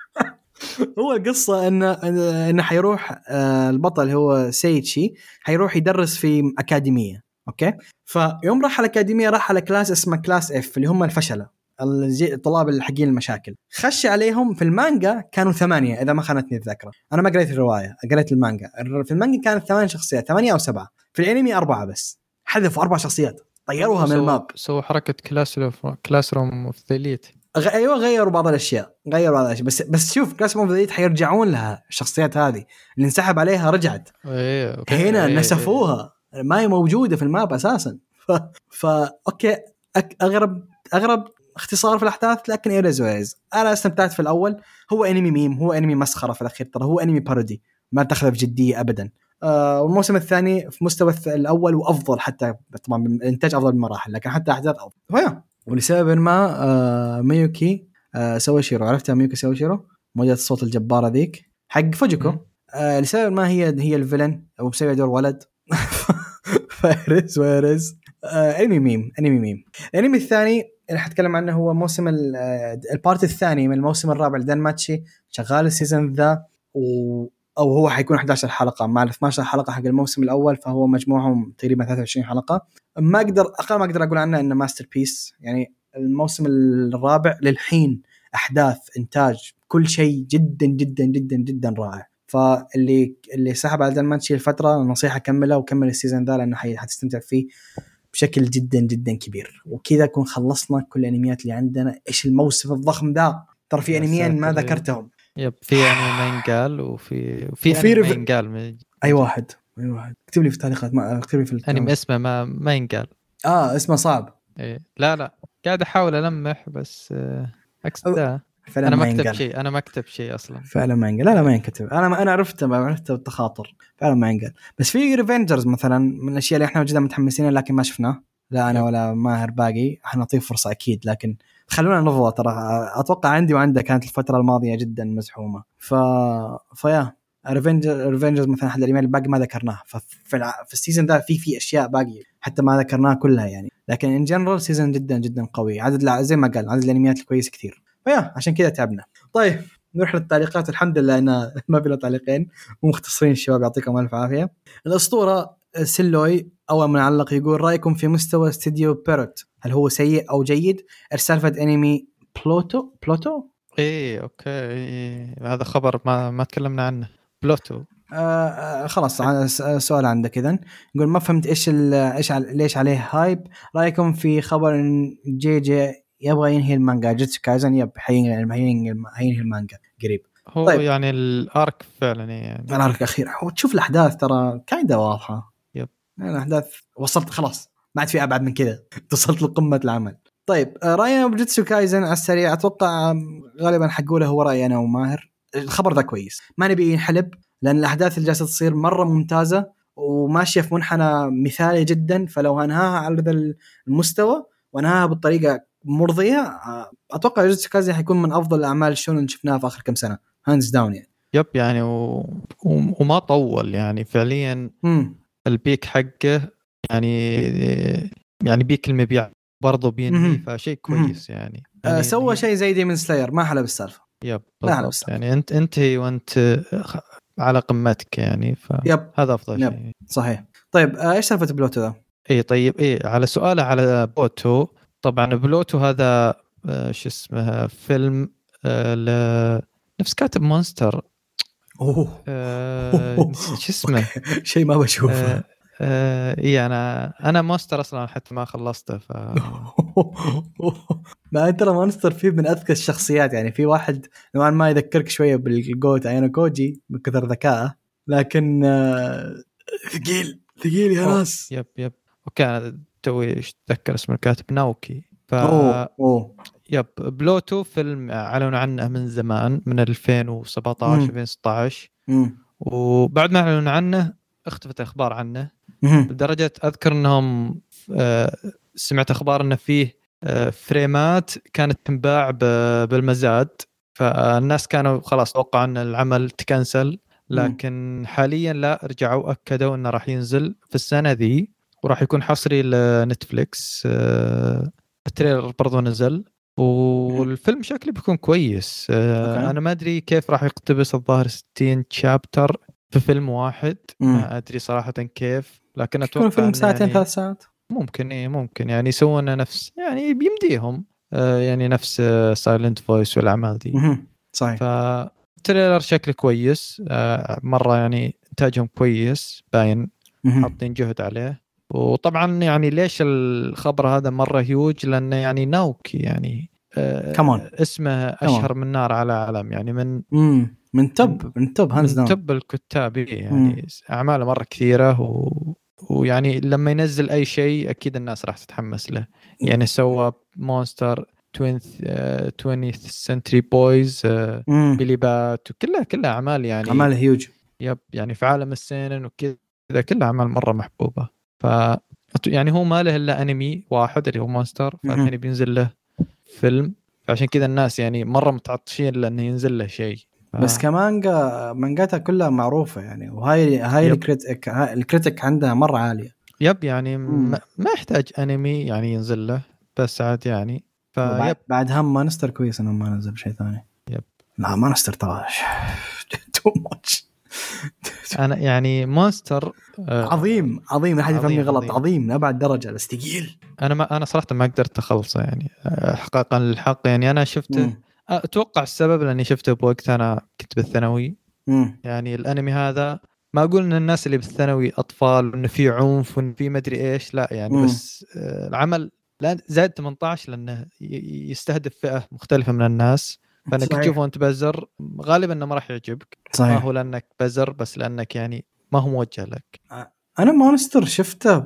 هو القصة إنه حيروح البطل هو سيتشي حيروح يدرس في أكاديمية. أوكي، فيوم راح الأكاديمية راح على كلاس اسمه كلاس إف اللي هم الفشلة، الطلاب الحقين المشاكل. خش عليهم في المانجا كانوا 8 إذا ما خانتني الذاكرة. أنا ما قريت الرواية، قريت المانجا. في المانجا كانت 8 شخصيات، 8 أو 7. في الأنمي 4 بس. حذفوا 4 شخصيات طيروها من الماب. سووا حركة كلاس روم اوف ذا إليت. ايوه غيروا بعض الاشياء، بس شوف كلاس موف ذا حيرجعون لها الشخصيات هذه اللي انسحب عليها رجعت. هنا نسفوها ما هي موجوده في الماب اساسا. اوكي اغرب اختصار في الاحداث، لكن ايريز انا استمتعت في الاول. هو انمي ميم، هو انمي مسخره في الاخير، ترى هو انمي بارودي ما تاخذه بجديه ابدا. والموسم الثاني في مستوى الأول وأفضل، حتى طبعا الإنتاج أفضل بمراحل، لكن حتى أحداث أفضل. ولسبب ما ميوكي سوى شيرو، عرفتها ميوكي سوى شيرو موجة الصوت الجبارة ذيك حق فوجيكو. لسبب ما هي الفيلن وبسوي دور ولد. فارس انمي ميم. الانمي الثاني اللي حتكلم عنه هو موسم البارت الثاني من الموسم الرابع لدانماتشي، شغال السيزون ذا أو هو حيكون 11 حلقة مع 12 حلقة حق الموسم الأول، فهو مجموعهم تقريبا 23 حلقة. ما أقدر أقول عنه إنه ماستر بيس يعني. الموسم الرابع للحين أحداث إنتاج كل شيء جدا جدا جدا جدا رائع. فاللي سحب على دانماتشي الفترة نصيحة كمله وكمل السيزون ذا لأنه حتستمتع فيه بشكل جدا جدا كبير. وكذا كون خلصنا كل الأنميات اللي عندنا. إيش الموسم الضخم ذا؟ ترى في أنميين ما ذكرتهم. يب في انمي ما ينقال وفي انمي ما ينقال. اي واحد اكتب لي في التعليقات، ما اكتب لي في انمي اسمه ما ينقال. اسمه صعب. إيه. لا قاعد احاول المح بس اكسده. انا ما اكتب شيء اصلا. فعلا ما ينقال. لا ما ينكتب. انا عرفته بالتخاطر. فعلا ما ينقال. بس في ريفنجرز مثلا من الاشياء اللي احنا جدا متحمسين لكن ما شفناه. لا انا ولا ماهر باقي حنعطيه فرصه اكيد، لكن خلونا نفضل. ترى اتوقع عندي وعندك كانت الفتره الماضيه جدا مزحومه. فيا ريفنجرز مثلا احد الانميات الباقي ما ذكرناه. في السيزون ده في اشياء باقيه حتى ما ذكرناها كلها يعني، لكن ان جنرال سيزون جدا جدا قوي. عدد زي ما قال عدد الانميات الكويس كثير، فيا عشان كذا تعبنا. طيب نروح للتعليقات. الحمد لله ان ما بينا تعليقين ومختصرين الشباب، يعطيكم الف عافيه. الاسطوره سيلوي اول معلق يقول رايكم في مستوى استديو بيروت، هل هو سيء او جيد؟ سالفه انمي بلوتو ايه اوكي. هذا خبر ما تكلمنا عنه. بلوتو خلاص. سؤال عندك اذا. يقول ما فهمت ليش عليه هايب. رايكم في خبر ان جي يبغى ينهي المانجا جوجوتسو كايزن؟ يب هينهي المانجا قريب. هو طيب. يعني الارك فعلا يعني الارك الاخير وتشوف الاحداث ترى كايده واضحه. يب الاحداث وصلت خلاص، ما عاد في ابعد من كذا، وصلت لقمه العمل. طيب راينا بجوجوتسو كايزن على السريع. اتوقع غالبا حقوله هو رايي انا وماهر. الخبر ذا كويس، ما نبي ينحلب. لأن الأحداث اللي جالسة تصير مرة ممتازة وماشية في منحنى مثالي جدا. فلو هنهاها على ذا المستوى وانهاها بالطريقة مرضية، أتوقع جوجوتسو كايسن حيكون من أفضل الأعمال الشونن اللي شفناها في آخر كم سنة، هاندز داون يعني. يب يعني وما طول يعني فعليا. البيك حقه يعني بيك المبيع برضه بينهي، فشيء كويس يعني سوى شيء زي ديمون سلاير، ما حلب السالفة. يب بالضبط، يعني انت وانت على قمتك يعني، فهذا افضل شيء. صحيح. طيب ايش سالفة بلوتو ذا؟ طيب على سؤاله على بلوتو، طبعا بلوتو هذا شو اسمه فيلم نفس كاتب مونستر. شو اسمه شيء ما بشوفه. انا مونستر اصلا حتى ما خلصته ما ترى مونستر فيه من اذكى الشخصيات، يعني في واحد نوعا ما يذكرك شويه بالجوت ايانو كوجي من ذكائه، لكن ثقيل يا ناس. يب اوكي، انا توي اتذكر اسم الكاتب ناوكي. أوه. يب بلوتو فيلم اعلنوا عنه من زمان، من 2017 2016 وبعد ما اعلنوا عنه اختفت اخبار عنه لدرجه اذكر انهم سمعت اخبار انه فيه فريمات كانت تنباع بالمزاد، فالناس كانوا خلاص توقعوا ان العمل تكنسل. لكن حاليا لا، رجعوا اكدوا انه راح ينزل في السنه ذي وراح يكون حصري لنتفليكس. التريلر برضو نزل والفيلم شكله بيكون كويس. انا ما ادري كيف راح يقتبس الظاهر 60 شابتر في فيلم واحد. ما ادري صراحه كيف، لكن اتوقع فيلم ساعتين يعني 3 ساعات ممكن يعني يسوون نفس يعني بيمديهم يعني نفس سايلنت فويس والاعمال دي. صحيح. فالتريلر شكله كويس مره، يعني انتاجهم كويس باين، حاطين جهد عليه. وطبعا يعني ليش الخبر هذا مره هيوج؟ لانه يعني ناوكي يعني اسمه اشهر من نار على علم، يعني من توب هانز داون، من توب الكتاب يعني. اعماله مره كثيره ويعني لما ينزل اي شيء اكيد الناس راح تتحمس له. يعني سوى مونستر 20th Century Boys، بيلي بات، وكلها اعمال يعني اعمال هيوج. يب يعني في عالم السينن وكذا كلها اعمال مره محبوبه. ف يعني هو ما له الا انمي واحد اللي هو مونستر، فالحين بينزل له فيلم، فعشان كذا الناس يعني مره متعطشين لانه ينزل له شيء. بس كمانجا مانجاتها كلها معروفة يعني، وهاي الكريتيك عندها مرة عالية. يب يعني ما يحتاج انمي يعني ينزل له، بس عاد يعني بعد هم مانستر كويس انه ما نزل شيء ثاني. يب لا مانستر طاش تو ماتش. انا يعني مونستر عظيم لا حد يفهمني غلط، عظيم لأبعد درجة، بس ثقيل. انا صراحة ما قدرت اخلصه يعني حقيقة للحق. يعني انا شفته اتوقع السبب لاني شفته بوقت انا كنت بالثانوي. يعني الانمي هذا ما اقول ان الناس اللي بالثانوي اطفال وانه في عنف وانه في مدري ايش، لا يعني بس العمل لا زائد 18 لانه يستهدف فئة مختلفة من الناس، فانك تشوفه وانت بزر غالبا انه ما راح يعجبك. صحيح. ما هو لانك بزر، بس لانك يعني ما هو موجه لك. انا مونستر شفته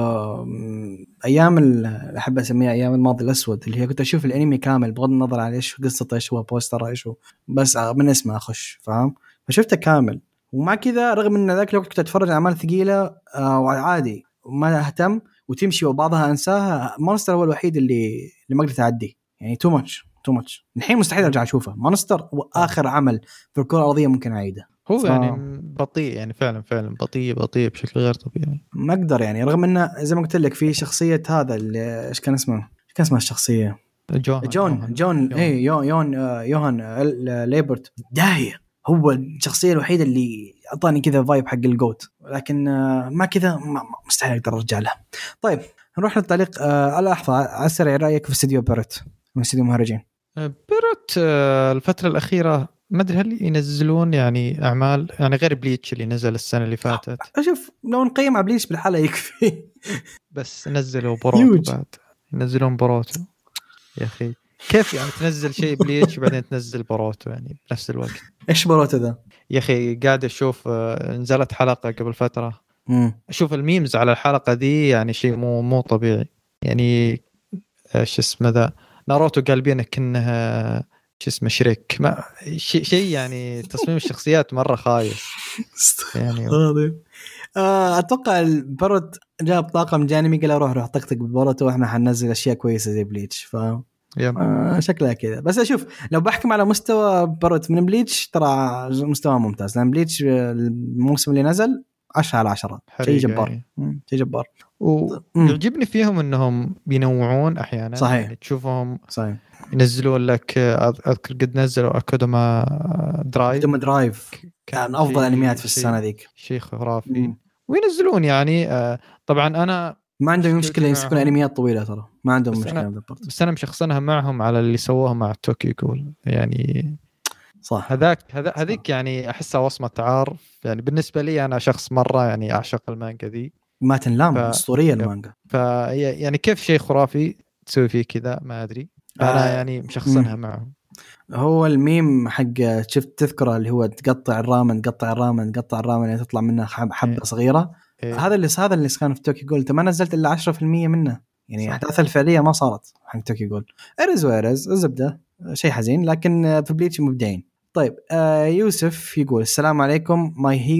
ايام احب اسميها ايام الماضي الاسود، اللي هي كنت اشوف الانمي كامل بغض النظر عن ايش قصته، ايش هو بوستر، ايش هو، بس من اسمه اخش فاهم. فشفته كامل، ومع كذا رغم ان ذاك الوقت كنت اتفرج على اعمال ثقيله وعادي وما اهتم وتمشي وبعضها انساها، مونستر هو الوحيد اللي ما قدرت اعدي يعني. تو ماتش الحين مستحيل ارجع اشوفه. مونستر هو اخر عمل في الكره الارضيه ممكن اعيده. هو يعني بطيء، يعني فعلا بطيء بشكل غير طبيعي. ما اقدر يعني، رغم انه زي ما قلت لك في شخصيه هذا اللي ايش كان اسمه الشخصيه جون يوهان ليبرت داهية. هو الشخصيه الوحيده اللي اعطاني كذا فايب حق الجوت، لكن ما كذا مستحيل اقدر ارجع له. طيب نروح للتعليق على لحظه على السريع، رايك في استديو بيرت من استديو مهرجين؟ بيرت الفتره الاخيره ما ادري هل ينزلون يعني اعمال يعني غير بليتش اللي نزل السنه اللي فاتت. اشوف لو نقيم على بليتش بالحاله يكفي. بس نزلوا بروتو بعد، ينزلون بروتو يا اخي. كيف يعني تنزل شيء بليتش وبعدين تنزل بروتو يعني بنفس الوقت؟ ايش بروتو ذا يا اخي؟ قاعد اشوف نزلت حلقه قبل فتره، اشوف الميمز على الحلقه دي يعني شيء مو طبيعي يعني. ايش اسمه ذا ناروتو قالبينه كأنها شو اسمه شريك ما شيء يعني تصميم الشخصيات مرة خايس يعني. اتوقع بروت جاب طاقم جانبي قال روح طقطق ببروت واحنا حننزل اشياء كويسه زي بليتش شكلها كذا. بس اشوف لو بحكم على مستوى بروت من بليتش ترى مستوى ممتاز، لان بليتش الموسم اللي نزل 10/10 شيء جبار شيء جبار. ويعجبني فيهم انهم بينوعون احيانا. صحيح. يعني تشوفهم صحيح ينزلون لك اذكر قد نزلوا اكادوما درايف كان افضل انميات في السنه ذيك، شيء خرافي. وينزلون يعني طبعا انا ما عندهم مشكله يمسكون انميات طويله ترى ما عندهم مشكله بس انا مشخصنها معهم على اللي سووه مع توكيو جول يعني. صح هذيك يعني احسها وصمه عار يعني بالنسبه لي. انا شخص مره يعني اعشق المانجا ذي ما تنلام اسطوريه المانجا. يعني كيف شيء خرافي تسوي فيه كذا ما ادري. فانا يعني مشخصنها معهم. هو الميم حق شفت تذكره اللي هو تقطع الرامن يعني تطلع منها حبه صغيره. هذا اللي كان في توكي جول. ما نزلت الا 10% منه يعني. الاحداث الفعليه ما صارت حق توكي جول. ارز الزبده شيء حزين، لكن في بليتش مبدعين. طيب يوسف يقول السلام عليكم.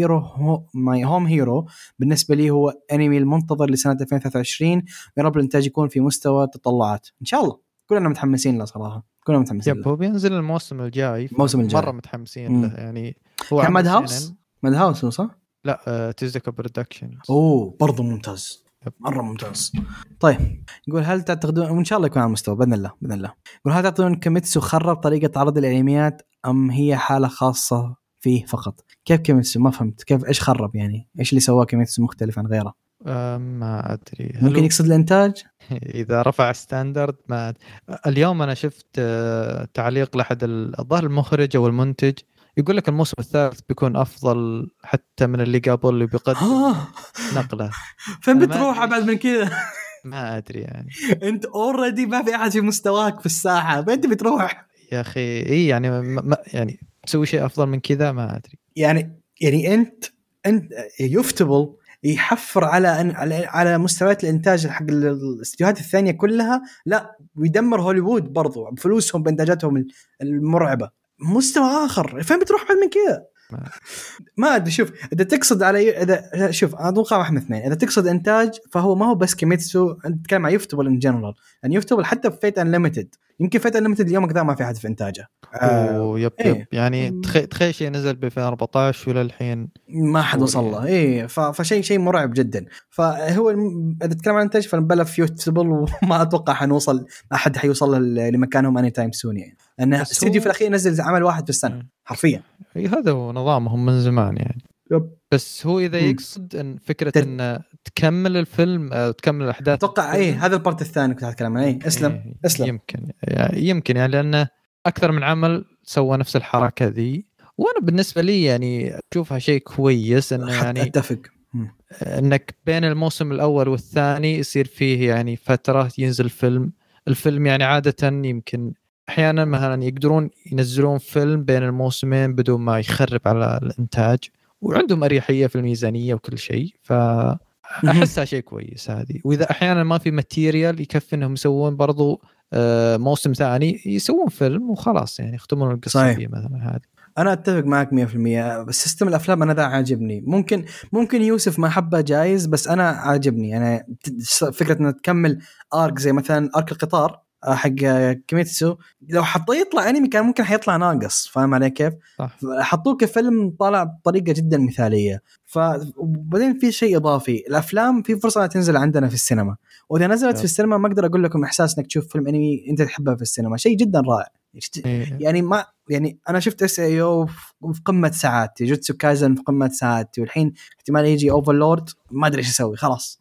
ماي هوم هيرو بالنسبه لي هو انمي المنتظر لسنه 2023. يا رب الانتاج يكون في مستوى التطلعات ان شاء الله. كلنا متحمسين له صراحه، كلنا متحمسين له. هو بينزل الموسم الجاي مره متحمسين له يعني. هو ماد هاوس صح؟ لا تيزدكا برودكشن. برضو ممتاز مرة ممتاز. طيب يقول هل تعتقدون وإن شاء الله يكون على مستوى بإذن الله. يقول هل تعتقدون كيميتسو خرب طريقة عرض الأنميات أم هي حالة خاصة فيه فقط؟ كيف كيميتسو؟ ما فهمت كيف إيش خرب يعني. إيش اللي سواه كيميتسو مختلف عن غيره؟ ما أدري. ممكن يقصد الإنتاج إذا رفع ستاندرد. ما اليوم أنا شفت تعليق لأحد الظاهر المخرج أو المنتج يقول لك الموسم الثالث بيكون أفضل حتى من اللي قبل اللي بيقدم نقله. فين بتروح بعد من كذا؟ ما أدري يعني. أنت أوريدي ما في أحد في مستواك في الساحة، فين بتروح يا أخي؟ إيه يعني يعني تسوي شيء أفضل من كذا؟ ما أدري يعني أنت يفتبل يحفر على مستويات الانتاج حق الاستديوهات الثانيه كلها، لا ويدمر هوليوود برضو بفلوسهم بانتاجاتهم المرعبه. مستوى اخر فين بتروح بعد من كذا؟ ما ادري. شوف اذا تقصد على اذا شوف انا اتوقع واحد من اثنين. اذا تقصد انتاج فهو ما هو بس كيميتسو، انت تتكلم عن يفتبل ان جنرال. يعني يفتبل حتى في فيت انليمتد. يمكن فيت انليمتد اليوم كذا ما في احد في انتاجه. يب يعني تخيل شيء نزل ب 2014 ولا الحين ما حد وصل له. فشيء مرعب جدا. فهو اذا تتكلم عن انتاج فنبلغ في يفتبل وما اتوقع حنوصل احد حيوصل لمكانهم اني تايم سون يعني. انه استديو في الاخير نزل عمل واحد في السنه حرفيا. هذا هو نظامهم من زمان يعني. يب. بس هو اذا يقصد ان فكره ان تكمل الفيلم تكمل الاحداث اتوقع هذا البارت الثاني كنت اتكلم عنه. اسلم يمكن يعني لانه اكثر من عمل سوى نفس الحركه ذي. وانا بالنسبه لي يعني اشوفها شيء كويس انه يعني اتفق انك بين الموسم الاول والثاني يصير فيه يعني فتره ينزل الفيلم يعني عاده يمكن احيانا مثلا يقدرون ينزلون فيلم بين الموسمين بدون ما يخرب على الانتاج، وعندهم اريحيه في الميزانيه وكل شيء. فاحسها شيء كويس هذه. واذا احيانا ما في ماتيريال يكفي انهم يسوون برضو موسم ثاني يسوون فيلم وخلاص يعني يختمون القصه فيه مثلا. هذه انا اتفق معك 100%. بس سيستم الافلام انا ذا عاجبني. ممكن يوسف ما حبه جايز، بس انا عاجبني. انا فكره ان تكمل ارك زي مثلا ارك القطار حق كيميتسو، لو حطيه يطلع انمي كان ممكن حيطلع ناقص. فاهم علي كيف؟ حطوه كفيلم طالع بطريقه جدا مثاليه. وبعدين في شيء اضافي، الافلام في فرصه تنزل عندنا في السينما، واذا نزلت في السينما ما اقدر اقول لكم احساس انك تشوف فيلم انمي انت تحبه في السينما شيء جدا رائع. يعني ما يعني انا شفت SAO في قمه ساعاتي، جوتسو كايزن في قمه ساعاتي، والحين احتمال يجي اوفرلورد ما ادري ايش اسوي خلاص.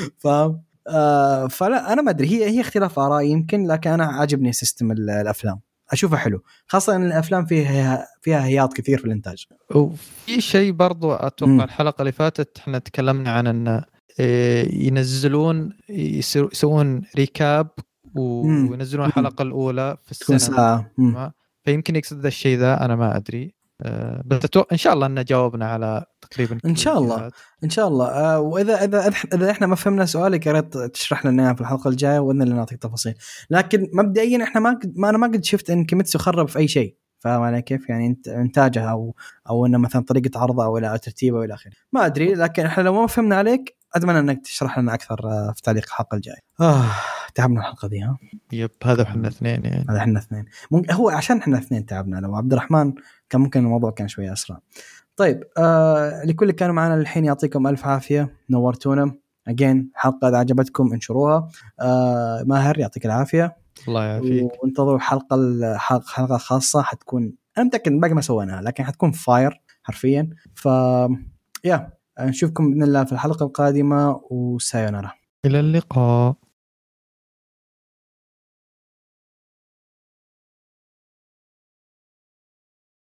فلا انا ما ادري. هي اختلاف اراء يمكن، لكن انا عاجبني سيستم الافلام اشوفه حلو، خاصه ان الافلام فيها هياط كثير في الانتاج. وفي شيء برضو اتوقع الحلقه اللي فاتت احنا تكلمنا عن ان ينزلون يسوون ريكاب وينزلون الحلقه الاولى في السنه. فيمكن يقصد ذا الشيء ذا انا ما ادري. بس ان شاء الله ان جاوبنا على تقريبا كل ان شاء الله الجهات. ان شاء الله. واذا احنا ما فهمنا سؤالك يا ريت تشرح لنا إياه في الحلقه الجايه واذن لنا نعطيك تفاصيل. لكن مبدئيا احنا انا ما قد شفت ان كيميتسو خرب في اي شيء، فاهم علي كيف؟ يعني انتاجها او انه مثلا طريقه عرضها او الى ترتيبه والى اخره ما ادري. لكن احنا لو ما فهمنا عليك اتمنى انك تشرح لنا اكثر في تعليق الحلقه الجايه. تعبنا الحلقه دي. ها يب هذا احنا اثنين يعني. هذا احنا اثنين هو عشان احنا اثنين تعبنا. لو عبد الرحمن كان ممكن الموضوع كان شويه اسرع. طيب لكل اللي كانوا معنا الحين يعطيكم ألف عافية، نورتونا أجين. حلقة إذا عجبتكم انشروها. ماهر يعطيك العافية، الله يعافيك. وانتظروا حلقة خاصة حتكون أنا متأكد باقي ما سويناها لكن حتكون فاير حرفيا. نشوفكم بإذن الله في الحلقة القادمة، وسايونارا. إلى اللقاء.